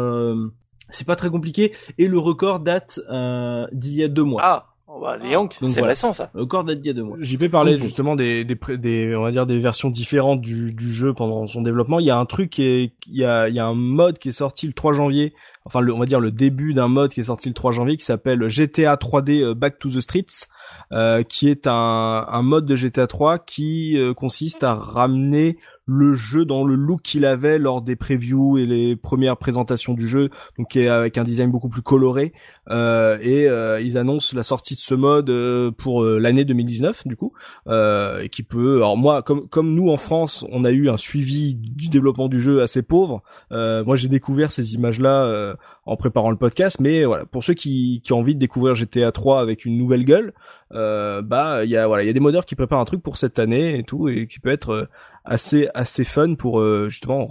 pas très compliqué, et le record date d'il y a 2 mois. Ah, les Yanks, c'est voilà. récent ça. Le record date d'il y a 2 mois. JP parlait justement des on va dire des versions différentes du jeu pendant son développement. Il y a un truc il y a un mode qui est sorti le 3 janvier. Enfin, on va dire le début d'un mode qui est sorti le 3 janvier qui s'appelle GTA 3D Back to the Streets, qui est un mode de GTA 3 qui consiste à ramener le jeu dans le look qu'il avait lors des previews et les premières présentations du jeu, donc avec un design beaucoup plus coloré, et ils annoncent la sortie de ce mode pour l'année 2019 du coup, et qui peut, alors moi comme nous en France on a eu un suivi du développement du jeu assez pauvre, moi j'ai découvert ces images là en préparant le podcast, mais voilà, pour ceux qui ont envie de découvrir GTA 3 avec une nouvelle gueule, il y a des modeurs qui préparent un truc pour cette année et tout, et qui peut être assez fun pour justement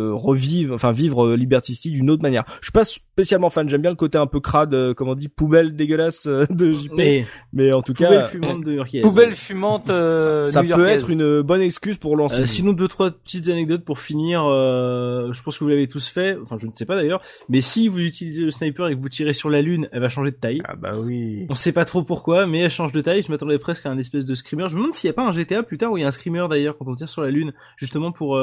vivre Liberty City d'une autre manière. Je suis pas spécialement fan, j'aime bien le côté un peu crade, comme on dit, poubelle dégueulasse de JP, mais en tout cas poubelle fumante ça peut être une bonne excuse pour lancer. Sinon 2-3 petites anecdotes pour finir, je pense que vous l'avez tous fait, enfin je ne sais pas d'ailleurs, mais si vous utilisez le sniper et que vous tirez sur la lune, elle va changer de taille. Ah bah oui. On sait pas trop pourquoi, mais elle change de taille. Je m'attendais presque à un espèce de screamer. Je me demande s'il y a pas un GTA plus tard où il y a un screamer d'ailleurs quand on tire sur la lune, justement pour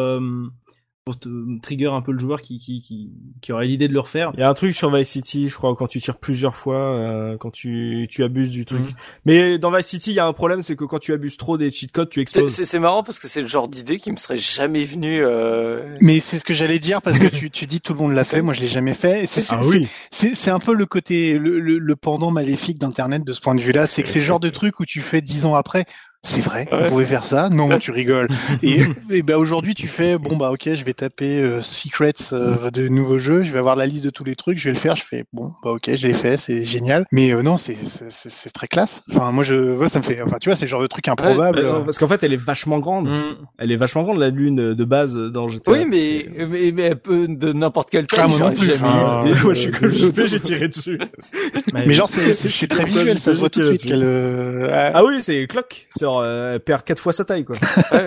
trigger un peu le joueur qui aurait l'idée de le refaire. Il y a un truc sur Vice City, je crois, quand tu tires plusieurs fois, quand tu abuses du truc. Mais dans Vice City, il y a un problème, c'est que quand tu abuses trop des cheat codes, tu exploses. C'est marrant parce que c'est le genre d'idée qui me serait jamais venue. Mais c'est ce que j'allais dire, parce que tu dis tout le monde l'a fait, moi je l'ai jamais fait. C'est un peu le côté, le pendant maléfique d'Internet de ce point de vue-là, c'est que c'est le genre de truc où tu fais 10 ans après. C'est vrai, on pouvait faire ça. Non, tu rigoles. Et aujourd'hui, tu fais ok, je vais taper Secrets de nouveaux jeux, je vais avoir la liste de tous les trucs, je vais le faire. Je fais ok, je l'ai fait, c'est génial. Mais non, c'est très classe. Enfin, moi ça me fait. Enfin, tu vois, c'est le genre de truc improbable. Parce qu'en fait, elle est vachement grande. Elle est vachement grande, la lune de base dans GTA. Oui, mais elle peut de n'importe quelle taille. Ah, moi non plus. Moi, je suis comme JP, j'ai tiré dessus. Mais genre, c'est très visuel, ça se voit tout de suite qu'elle. Ah oui, c'est clock. Elle perd 4 fois sa taille, quoi.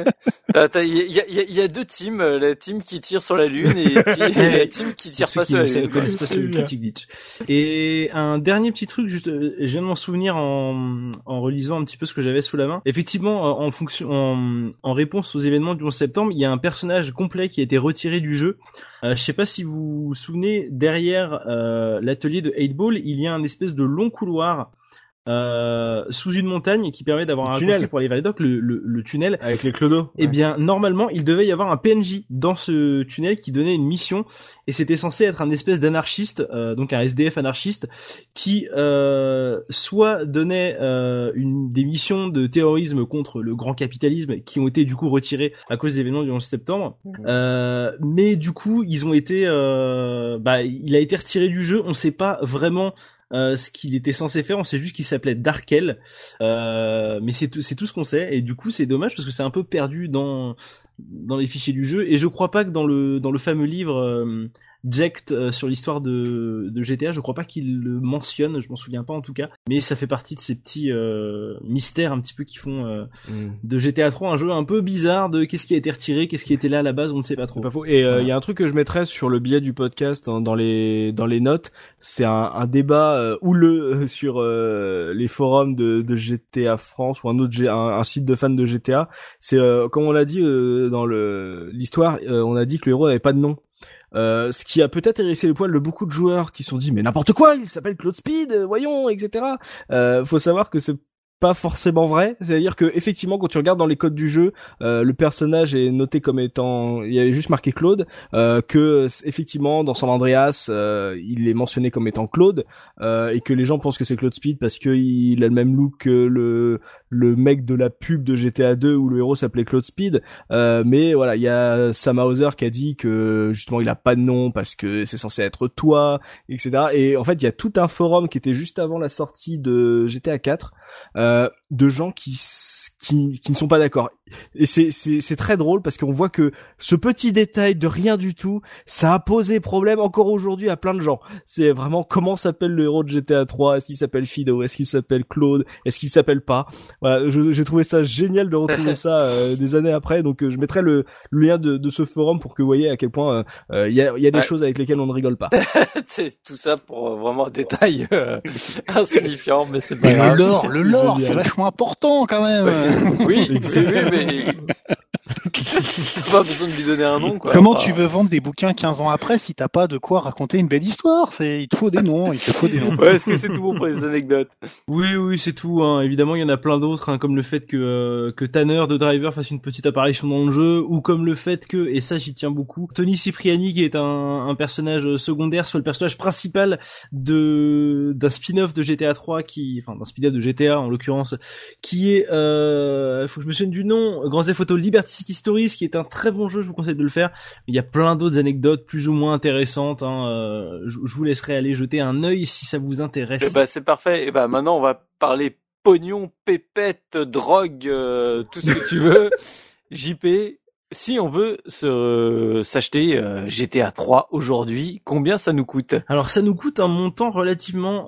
Il y a 2 teams, la team qui tire sur la lune et la team qui tire pas sur la lune. Connaissent pas ce petit glitch. Et un dernier petit truc, juste, je viens de m'en souvenir en relisant un petit peu ce que j'avais sous la main. Effectivement, en réponse aux événements du 11 septembre, il y a un personnage complet qui a été retiré du jeu. Je sais pas si vous vous souvenez, derrière l'atelier de 8Ball, il y a un espèce de long couloir sous une montagne qui permet d'avoir un raccourci pour aller vers les docks, le tunnel avec les clodos. Eh bien, normalement, il devait y avoir un PNJ dans ce tunnel qui donnait une mission, et c'était censé être un espèce d'anarchiste, donc un SDF anarchiste, qui soit donnait des missions de terrorisme contre le grand capitalisme, qui ont été du coup retirées à cause des événements du 11 septembre. Mais du coup, ils ont été, il a été retiré du jeu. On sait pas vraiment ce qu'il était censé faire, on sait juste qu'il s'appelait Darkel, mais c'est tout ce qu'on sait, et du coup c'est dommage parce que c'est un peu perdu dans les fichiers du jeu, et je crois pas que dans le fameux livre Ject sur l'histoire de GTA, je crois pas qu'il le mentionne, je m'en souviens pas en tout cas, mais ça fait partie de ces petits mystères un petit peu qui font de GTA 3 un jeu un peu bizarre, de qu'est-ce qui a été retiré, qu'est-ce qui était là à la base, on ne sait pas trop. C'est pas faux. Et il y a un truc que je mettrais sur le billet du podcast dans les notes, c'est un débat houleux sur les forums de GTA France ou un site de fans de GTA. C'est comme on l'a dit dans l'histoire, on a dit que le héros n'avait pas de nom. Ce qui a peut-être hérissé les poils de beaucoup de joueurs qui se sont dit mais n'importe quoi, il s'appelle Claude Speed, voyons, etc. Faut savoir que c'est pas forcément vrai. C'est-à-dire que effectivement, quand tu regardes dans les codes du jeu, le personnage est noté comme étant, il y avait juste marqué Claude, que effectivement dans San Andreas, il est mentionné comme étant Claude, et que les gens pensent que c'est Claude Speed parce que il a le même look que le mec de la pub de GTA 2 où le héros s'appelait Claude Speed. Mais voilà, il y a Sam Hauser qui a dit que justement il a pas de nom parce que c'est censé être toi, etc. Et en fait, il y a tout un forum qui était juste avant la sortie de GTA 4. De gens qui ne sont pas d'accord. Et c'est très drôle parce qu'on voit que ce petit détail de rien du tout, ça a posé problème encore aujourd'hui à plein de gens. C'est vraiment comment s'appelle le héros de GTA 3, est-ce qu'il s'appelle Fido, est-ce qu'il s'appelle Claude, est-ce qu'il s'appelle pas. Voilà, j'ai trouvé ça génial de retrouver ça des années après, donc je mettrai le lien de ce forum pour que vous voyez à quel point il y a des choses avec lesquelles on ne rigole pas. C'est tout ça pour vraiment un détail insignifiant, mais c'est pas grave. Le lore, c'est vachement important quand même. Oui, mais t'as pas besoin de lui donner un nom, quoi. Comment tu veux vendre des bouquins 15 ans après si t'as pas de quoi raconter une belle histoire? Il te faut des noms, Ouais, est-ce que c'est tout bon pour les anecdotes? Oui, c'est tout, hein. Évidemment, il y en a plein d'autres, hein, comme le fait que Tanner de Driver fasse une petite apparition dans le jeu, ou comme le fait que, et ça j'y tiens beaucoup, Tony Cipriani, qui est un personnage secondaire, soit le personnage principal d'un spin-off de GTA 3 d'un spin-off de GTA en l'occurrence, qui est, faut que je me souvienne du nom, Grand Theft Auto Liberty City Stories, qui est un très bon jeu, je vous conseille de le faire. Il y a plein d'autres anecdotes plus ou moins intéressantes, hein. Je vous laisserai aller jeter un œil si ça vous intéresse. Et c'est parfait. Et maintenant on va parler pognon, pépette, drogue, tout ce que tu veux. JP, si on veut s'acheter GTA 3 aujourd'hui, combien ça nous coûte? Alors ça nous coûte un montant relativement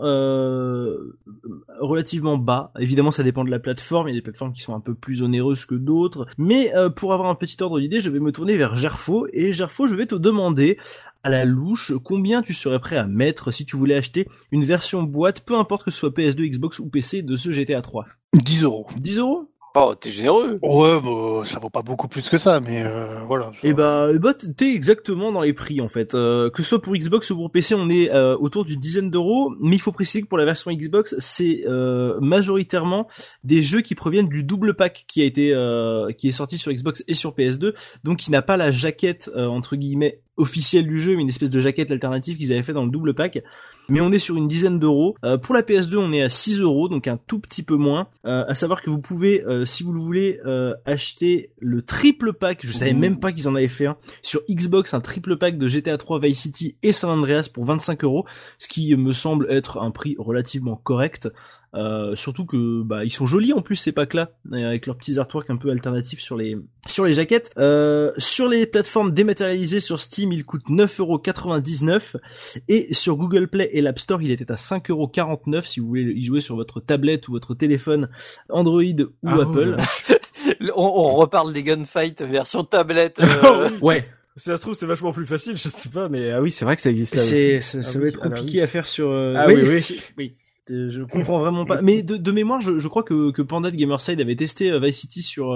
bas. Évidemment, ça dépend de la plateforme. Il y a des plateformes qui sont un peu plus onéreuses que d'autres. Mais pour avoir un petit ordre d'idée, je vais me tourner vers Gerfo. Et Gerfo, je vais te demander à la louche combien tu serais prêt à mettre si tu voulais acheter une version boîte, peu importe que ce soit PS2, Xbox ou PC, de ce GTA 3. 10 €. 10 €? Oh, t'es généreux. Ouais, ça vaut pas beaucoup plus que ça, mais voilà. Et t'es exactement dans les prix en fait. Que ce soit pour Xbox ou pour PC, on est autour d'une dizaine d'euros. Mais il faut préciser que pour la version Xbox, c'est majoritairement des jeux qui proviennent du double pack qui est sorti sur Xbox et sur PS2, donc qui n'a pas la jaquette entre guillemets officielle du jeu, mais une espèce de jaquette alternative qu'ils avaient fait dans le double pack. Mais on est sur une dizaine d'euros. Pour la PS2, on est à 6 €, donc un tout petit peu moins. À savoir que vous pouvez, si vous le voulez, acheter le triple pack. Je savais même pas qu'ils en avaient fait un. Sur Xbox, un triple pack de GTA 3, Vice City et San Andreas pour 25 €, ce qui me semble être un prix relativement correct. Surtout que ils sont jolis en plus ces packs là, avec leurs petits artworks un peu alternatifs sur les jaquettes. Sur les plateformes dématérialisées sur Steam, il coûte 9,99 € et sur Google Play et l'App Store, il était à 5,49 € si vous voulez y jouer sur votre tablette ou votre téléphone Android ou Apple. On reparle des gunfights version tablette. Ouais. Si ça se trouve, c'est vachement plus facile, je sais pas, mais oui, c'est vrai que ça existe là aussi. Ça va être compliqué à faire sur... Oui. Je comprends vraiment pas. Mais de mémoire, je crois que Panda de Gamerside avait testé Vice City sur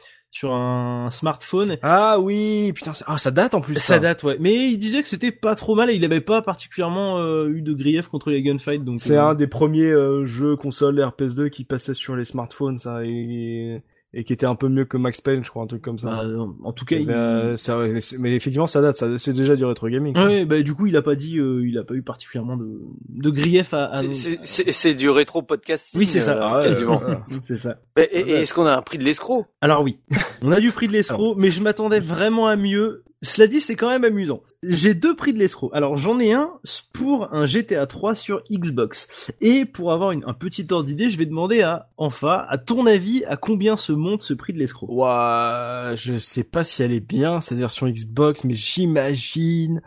un smartphone. Ah oui, putain, ça date en plus. Ça date, ouais. Mais il disait que c'était pas trop mal et il avait pas particulièrement eu de grief contre les gunfights. Donc c'est un des premiers jeux console RPS2 qui passait sur les smartphones, ça, et qui était un peu mieux que Max Payne, je crois, un truc comme ça. En tout cas, mais effectivement, ça date, c'est déjà du rétro gaming. Ouais, du coup, il a pas eu particulièrement de grief à c'est du rétro podcast. Oui, c'est ça. Quasiment. C'est ça. Et est-ce qu'on a un prix de l'escroc? Alors oui. On a du prix de l'escroc, mais je m'attendais vraiment à mieux. Cela dit, c'est quand même amusant. J'ai 2 prix de l'escroc. Alors, j'en ai un pour un GTA 3 sur Xbox. Et pour avoir un petit ordre d'idée, je vais demander à ton avis, à combien se monte ce prix de l'escroc? Ouah, je sais pas si elle est bien, cette version Xbox, mais j'imagine,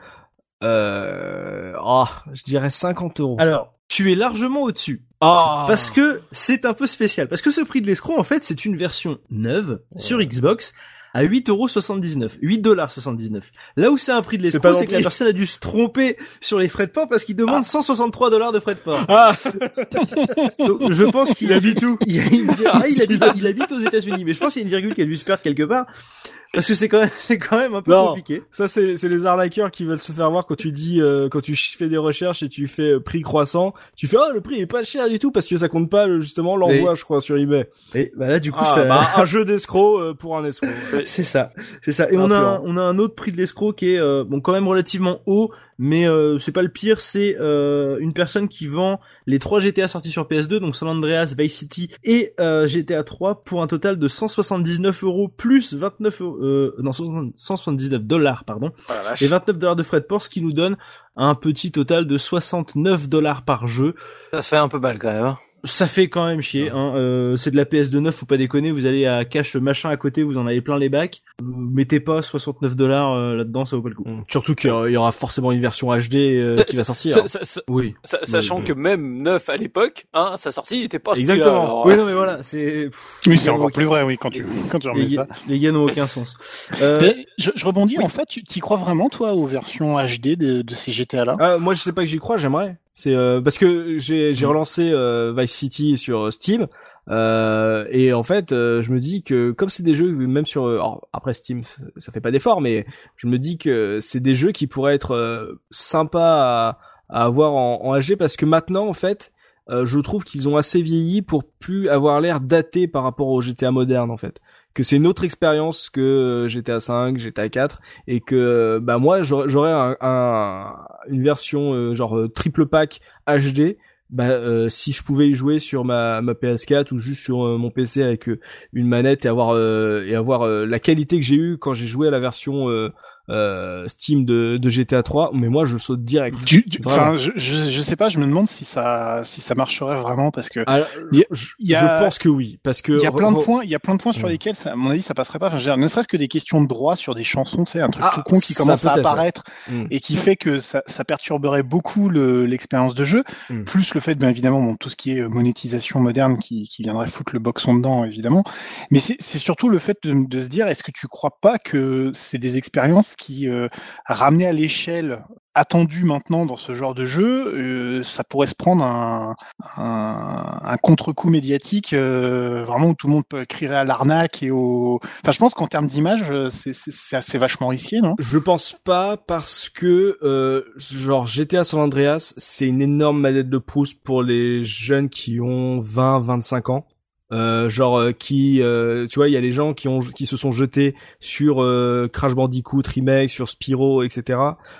je dirais 50 €. Alors, tu es largement au-dessus. Parce que c'est un peu spécial. Parce que ce prix de l'escroc, en fait, c'est une version neuve sur Xbox, à 8,79€. 8,79$. Là où c'est un prix de C'est pas l'escroc, c'est que la gentil. personne a dû se tromper sur les frais de port parce qu'il demande $163 de frais de port. Ah, Donc, je pense qu'il habite où? il y a une il habite aux États-Unis, mais je pense qu'il y a une virgule qui a dû se perdre quelque part. Parce que c'est quand même un peu Non. compliqué. ça c'est les arnaqueurs qui veulent se faire voir quand tu dis quand tu fais des recherches et tu fais prix croissant, tu fais le prix est pas cher du tout parce que ça compte pas justement l'envoi je crois sur eBay. Et bah là, du coup, ça... un jeu d'escroc pour un escroc. C'est ça. Et on a un autre prix de l'escroc qui est bon quand même relativement haut, mais c'est pas le pire. C'est une personne qui vend les 3 GTA sortis sur PS2, donc San Andreas, Vice City et GTA 3 pour un total de 179€ plus 179$, pardon, et $29 de frais de port, ce qui nous donne un petit total de $69 par jeu. Ça fait un peu mal quand même. Hein. Ça fait quand même chier, hein. C'est de la PS2 neuve, faut pas déconner. Vous allez à Cash machin à côté, vous en avez plein les bacs. Mettez pas $69 là-dedans, ça vaut pas le coup. Surtout qu'il y aura forcément une version HD qui va sortir. Oui. Sachant que même neuf à l'époque, hein, sa sortie était pas Exactement. alors, Oui, non mais voilà, c'est. Oui, c'est encore plus vrai, oui, quand tu remets ça. Les gars n'ont aucun sens. Je rebondis, en fait, tu t'y crois vraiment, toi, aux versions HD de ces GTA-là? Moi je sais pas que j'y crois, j'aimerais. C'est parce que j'ai relancé Vice City sur Steam et en fait je me dis que comme c'est des jeux même sur alors, après Steam ça fait pas d'effort, mais je me dis que c'est des jeux qui pourraient être sympas à avoir en HD parce que maintenant en fait je trouve qu'ils ont assez vieilli pour plus avoir l'air daté par rapport aux GTA modernes en fait. Que c'est une autre expérience que GTA 5, GTA 4 et que bah moi j'aurais une version genre triple pack HD si je pouvais y jouer sur ma PS4 ou juste sur mon PC avec une manette et avoir la qualité que j'ai eue quand j'ai joué à la version Steam de GTA 3, mais moi je saute direct. Enfin, je sais pas, je me demande si ça marcherait vraiment parce que je pense que oui, parce que il y a plein de points sur lesquels à mon avis ça passerait pas. Enfin, je veux dire, ne serait-ce que des questions de droit sur des chansons, tu sais, un truc tout con qui commence à apparaître et qui fait que ça perturberait beaucoup l'expérience de jeu, plus le fait bien évidemment tout ce qui est monétisation moderne qui viendrait foutre le boxon dedans évidemment, mais c'est surtout le fait de se dire est-ce que tu crois pas que c'est des expériences qui ramenées à l'échelle attendue maintenant dans ce genre de jeu, ça pourrait se prendre un contre-coup médiatique vraiment où tout le monde crierait à l'arnaque et enfin je pense qu'en termes d'image c'est assez vachement risqué, non? Je pense pas parce que genre GTA San Andreas c'est une énorme manette de Proust pour les jeunes qui ont 20-25 ans. Tu vois, il y a les gens qui se sont jetés sur Crash Bandicoot Remake, sur Spyro, etc.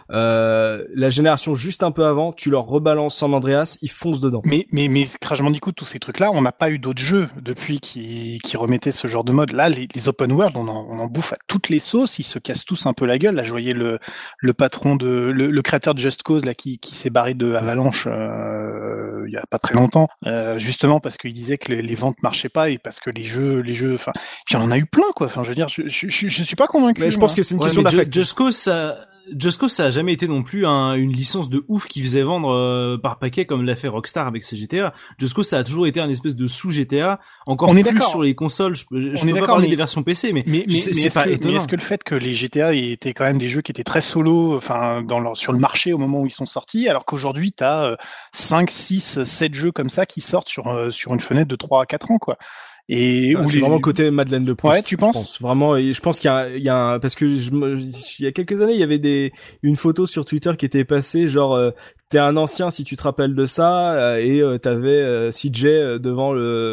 La génération juste un peu avant, tu leur rebalances San Andreas, ils foncent dedans. Mais Crash Bandicoot, tous ces trucs-là, on n'a pas eu d'autres jeux depuis qui remettaient ce genre de mode. Là, les open world, on en bouffe à toutes les sauces, ils se cassent tous un peu la gueule. Là, je voyais le patron le créateur de Just Cause là qui s'est barré de Avalanche il y a pas très longtemps, justement parce qu'il disait que les ventes marchaient pas et parce que les jeux, enfin, puis on en a eu plein quoi. Enfin, je veux dire, je suis pas convaincu. Mais je pense que c'est une question d'affect. Just Cause, ça a jamais été non plus une licence de ouf qui faisait vendre par paquet comme l'a fait Rockstar avec ses GTA. Just Cause, ça a toujours été un espèce de sous GTA, encore plus sur les consoles. Je peux pas parler des versions PC, mais c'est pas étonnant. Mais est-ce que le fait que les GTA étaient quand même des jeux qui étaient très solo, enfin sur le marché au moment où ils sont sortis, alors qu'aujourd'hui t'as 5, 6, 7 jeux comme ça qui sortent sur une fenêtre de 3 à 4 ans quoi. Et c'est vraiment le côté Madeleine de Proust. Ouais, tu penses? Je pense vraiment, et je pense qu'il y a parce que il y a quelques années, il y avait une photo sur Twitter qui était passée, genre t'es un ancien si tu te rappelles de ça, et t'avais CJ devant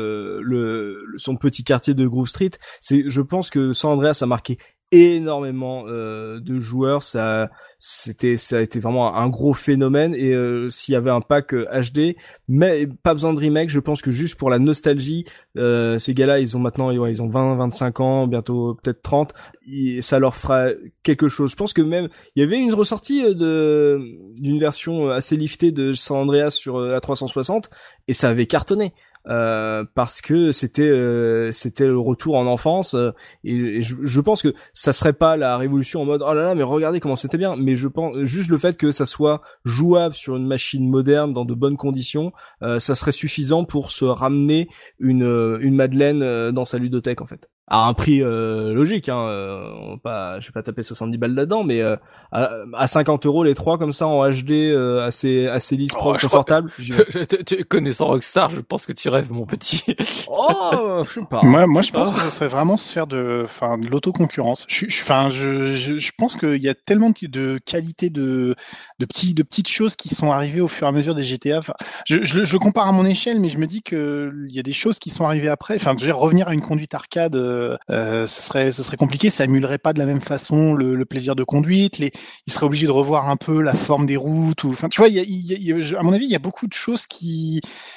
son petit quartier de Grove Street. Je pense que San Andreas a marqué énormément de joueurs, ça a été vraiment un gros phénomène, et s'il y avait un pack HD, mais pas besoin de remake, je pense que juste pour la nostalgie, ces gars-là ils ont 20-25 ans, bientôt peut-être 30, ça leur fera quelque chose. Je pense que même il y avait une ressortie d'une version assez liftée de San Andreas sur la 360 et ça avait cartonné. Parce que c'était le retour en enfance, et je pense que ça serait pas la révolution en mode oh là là mais regardez comment c'était bien, mais je pense juste le fait que ça soit jouable sur une machine moderne dans de bonnes conditions, ça serait suffisant pour se ramener une Madeleine dans sa ludothèque en fait. à un prix logique, hein. Je vais pas taper 70 balles là-dedans, mais à 50 € les 3 comme ça en HD, assez lisse, propre, confortable. Connaissant Rockstar, je pense que tu rêves, mon petit. Oh, je sais pas. Moi, je pense que ça serait vraiment se faire de l'autoconcurrence. Je pense qu'il y a tellement de qualité de petites choses qui sont arrivées au fur et à mesure des GTA. Enfin, je le compare à mon échelle, mais je me dis que il y a des choses qui sont arrivées après. Enfin, je veux dire, revenir à une conduite arcade, ce serait compliqué. Ça émulerait pas de la même façon le plaisir de conduite. Il serait obligé de revoir un peu la forme des routes. Enfin, tu vois, à mon avis, il y a beaucoup de choses qui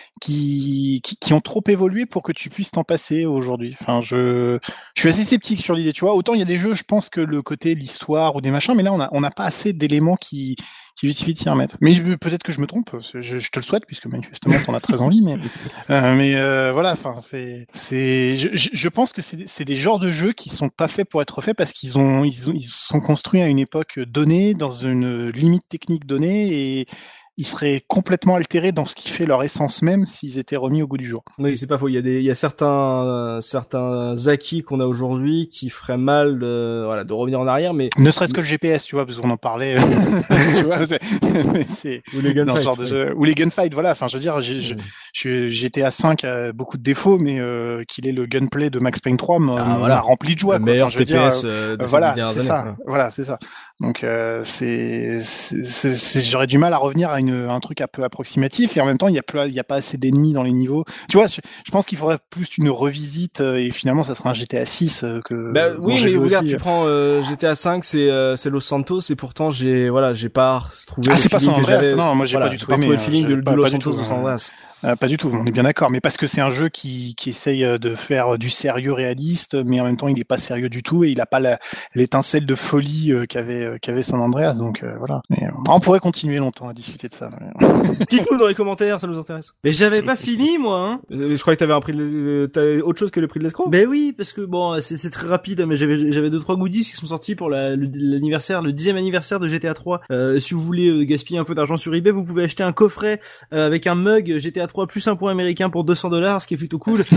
ont trop évolué pour que tu puisses t'en passer aujourd'hui. Enfin, je suis assez sceptique sur l'idée, tu vois. Autant il y a des jeux, je pense que le côté l'histoire ou des machins, mais là on n'a pas assez d'éléments qui justifient de s'y remettre. Mais peut-être que je me trompe. Je te le souhaite puisque manifestement t'en as très envie, mais voilà. Enfin, je pense que c'est des genres de jeux qui sont pas faits pour être faits parce qu'ils sont construits à une époque donnée, dans une limite technique donnée et ils seraient complètement altérés dans ce qui fait leur essence même s'ils étaient remis au goût du jour. Oui, c'est pas faux. Il y a certains acquis qu'on a aujourd'hui qui feraient mal de revenir en arrière, mais ne serait-ce que le GPS, tu vois, parce qu'on en parlait. Tu vois, c'est ou les gunfights, genre de jeu, ou les gunfights, voilà. Enfin, je veux dire, GTA 5 a beaucoup de défauts, mais qu'il ait le gunplay de Max Payne 3 m'a rempli de joie. Le meilleur enfin, TPS de voilà, ces c'est ça. Années. Voilà, c'est ça. Donc j'aurais du mal à revenir à un truc un peu approximatif et en même temps il y a pas assez d'ennemis dans les niveaux. Tu vois, je pense qu'il faudrait plus une revisite et finalement ça sera un GTA 6 que. Bah, oui, mais regarde, tu prends GTA 5, c'est Los Santos et pourtant j'ai pas trouvé. Ah, c'est pas San Andreas. Non, moi j'ai pas du tout aimé. Le feeling de Los Santos de San Andreas. Pas du tout, on est bien d'accord, mais parce que c'est un jeu qui essaye de faire du sérieux réaliste, mais en même temps il est pas sérieux du tout et il a pas l'étincelle de folie qu'avait San Andreas, donc voilà. Mais, on pourrait continuer longtemps à discuter de ça. Dites-nous dans les commentaires, ça nous intéresse. Mais j'avais pas fini moi. Hein. Je croyais que t'avais autre chose que le prix de l'escroc. Ben oui, parce que bon, c'est très rapide, mais j'avais 2-3 goodies qui sont sortis pour l'anniversaire, le 10e anniversaire de GTA 3. Si vous voulez gaspiller un peu d'argent sur eBay, vous pouvez acheter un coffret avec un mug GTA 3 plus un point américain pour $200, ce qui est plutôt cool.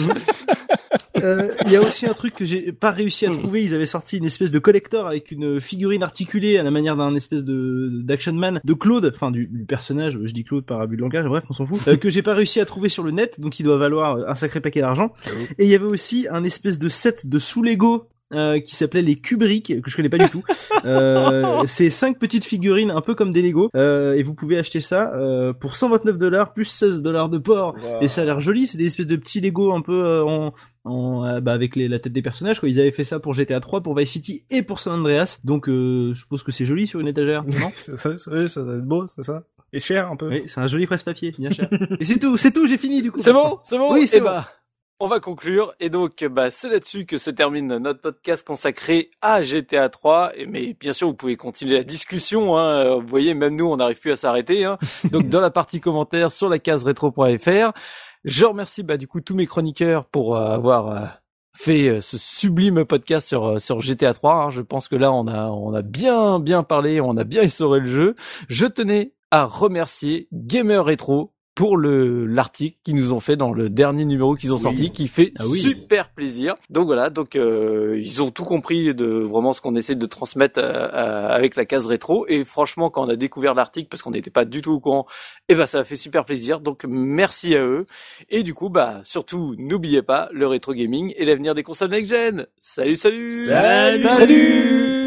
Il y a aussi un truc que j'ai pas réussi à trouver. Ils avaient sorti une espèce de collector avec une figurine articulée à la manière d'un espèce d'Action Man de Claude, enfin du personnage. Je dis Claude par abus de langage, bref, on s'en fout. Que j'ai pas réussi à trouver sur le net, donc il doit valoir un sacré paquet d'argent. Et il y avait aussi un espèce de set de sous-Lego qui s'appelait les Kubrick, que je connais pas du tout. C'est 5 petites figurines un peu comme des Lego et vous pouvez acheter ça pour $129 plus $16 de port. Wow. Et ça a l'air joli, c'est des espèces de petits Lego un peu avec la tête des personnages quoi. Ils avaient fait ça pour GTA 3, pour Vice City et pour San Andreas. Donc je suppose que c'est joli sur une étagère, non? ça doit être beau, c'est ça. Et cher un peu. Oui, c'est un joli presse-papier, bien cher. Et c'est tout, j'ai fini du coup. C'est bon. Oui, c'est bon. On va conclure et donc c'est là-dessus que se termine notre podcast consacré à GTA 3. Mais bien sûr vous pouvez continuer la discussion. Hein. Vous voyez, même nous on n'arrive plus à s'arrêter. Hein. Donc dans la partie commentaires sur la case rétro.fr. Je remercie du coup tous mes chroniqueurs pour avoir fait ce sublime podcast sur GTA 3. Hein. Je pense que là on a bien parlé, on a bien essoré le jeu. Je tenais à remercier Gamer Retro pour l'article qu'ils nous ont fait dans le dernier numéro qu'ils ont sorti, qui fait super plaisir. Donc voilà, ils ont tout compris de vraiment ce qu'on essaie de transmettre avec la case rétro. Et franchement, quand on a découvert l'article, parce qu'on n'était pas du tout au courant, ça a fait super plaisir. Donc merci à eux. Et du coup, surtout, n'oubliez pas le rétro gaming et l'avenir des consoles next-gen. Salut. Salut.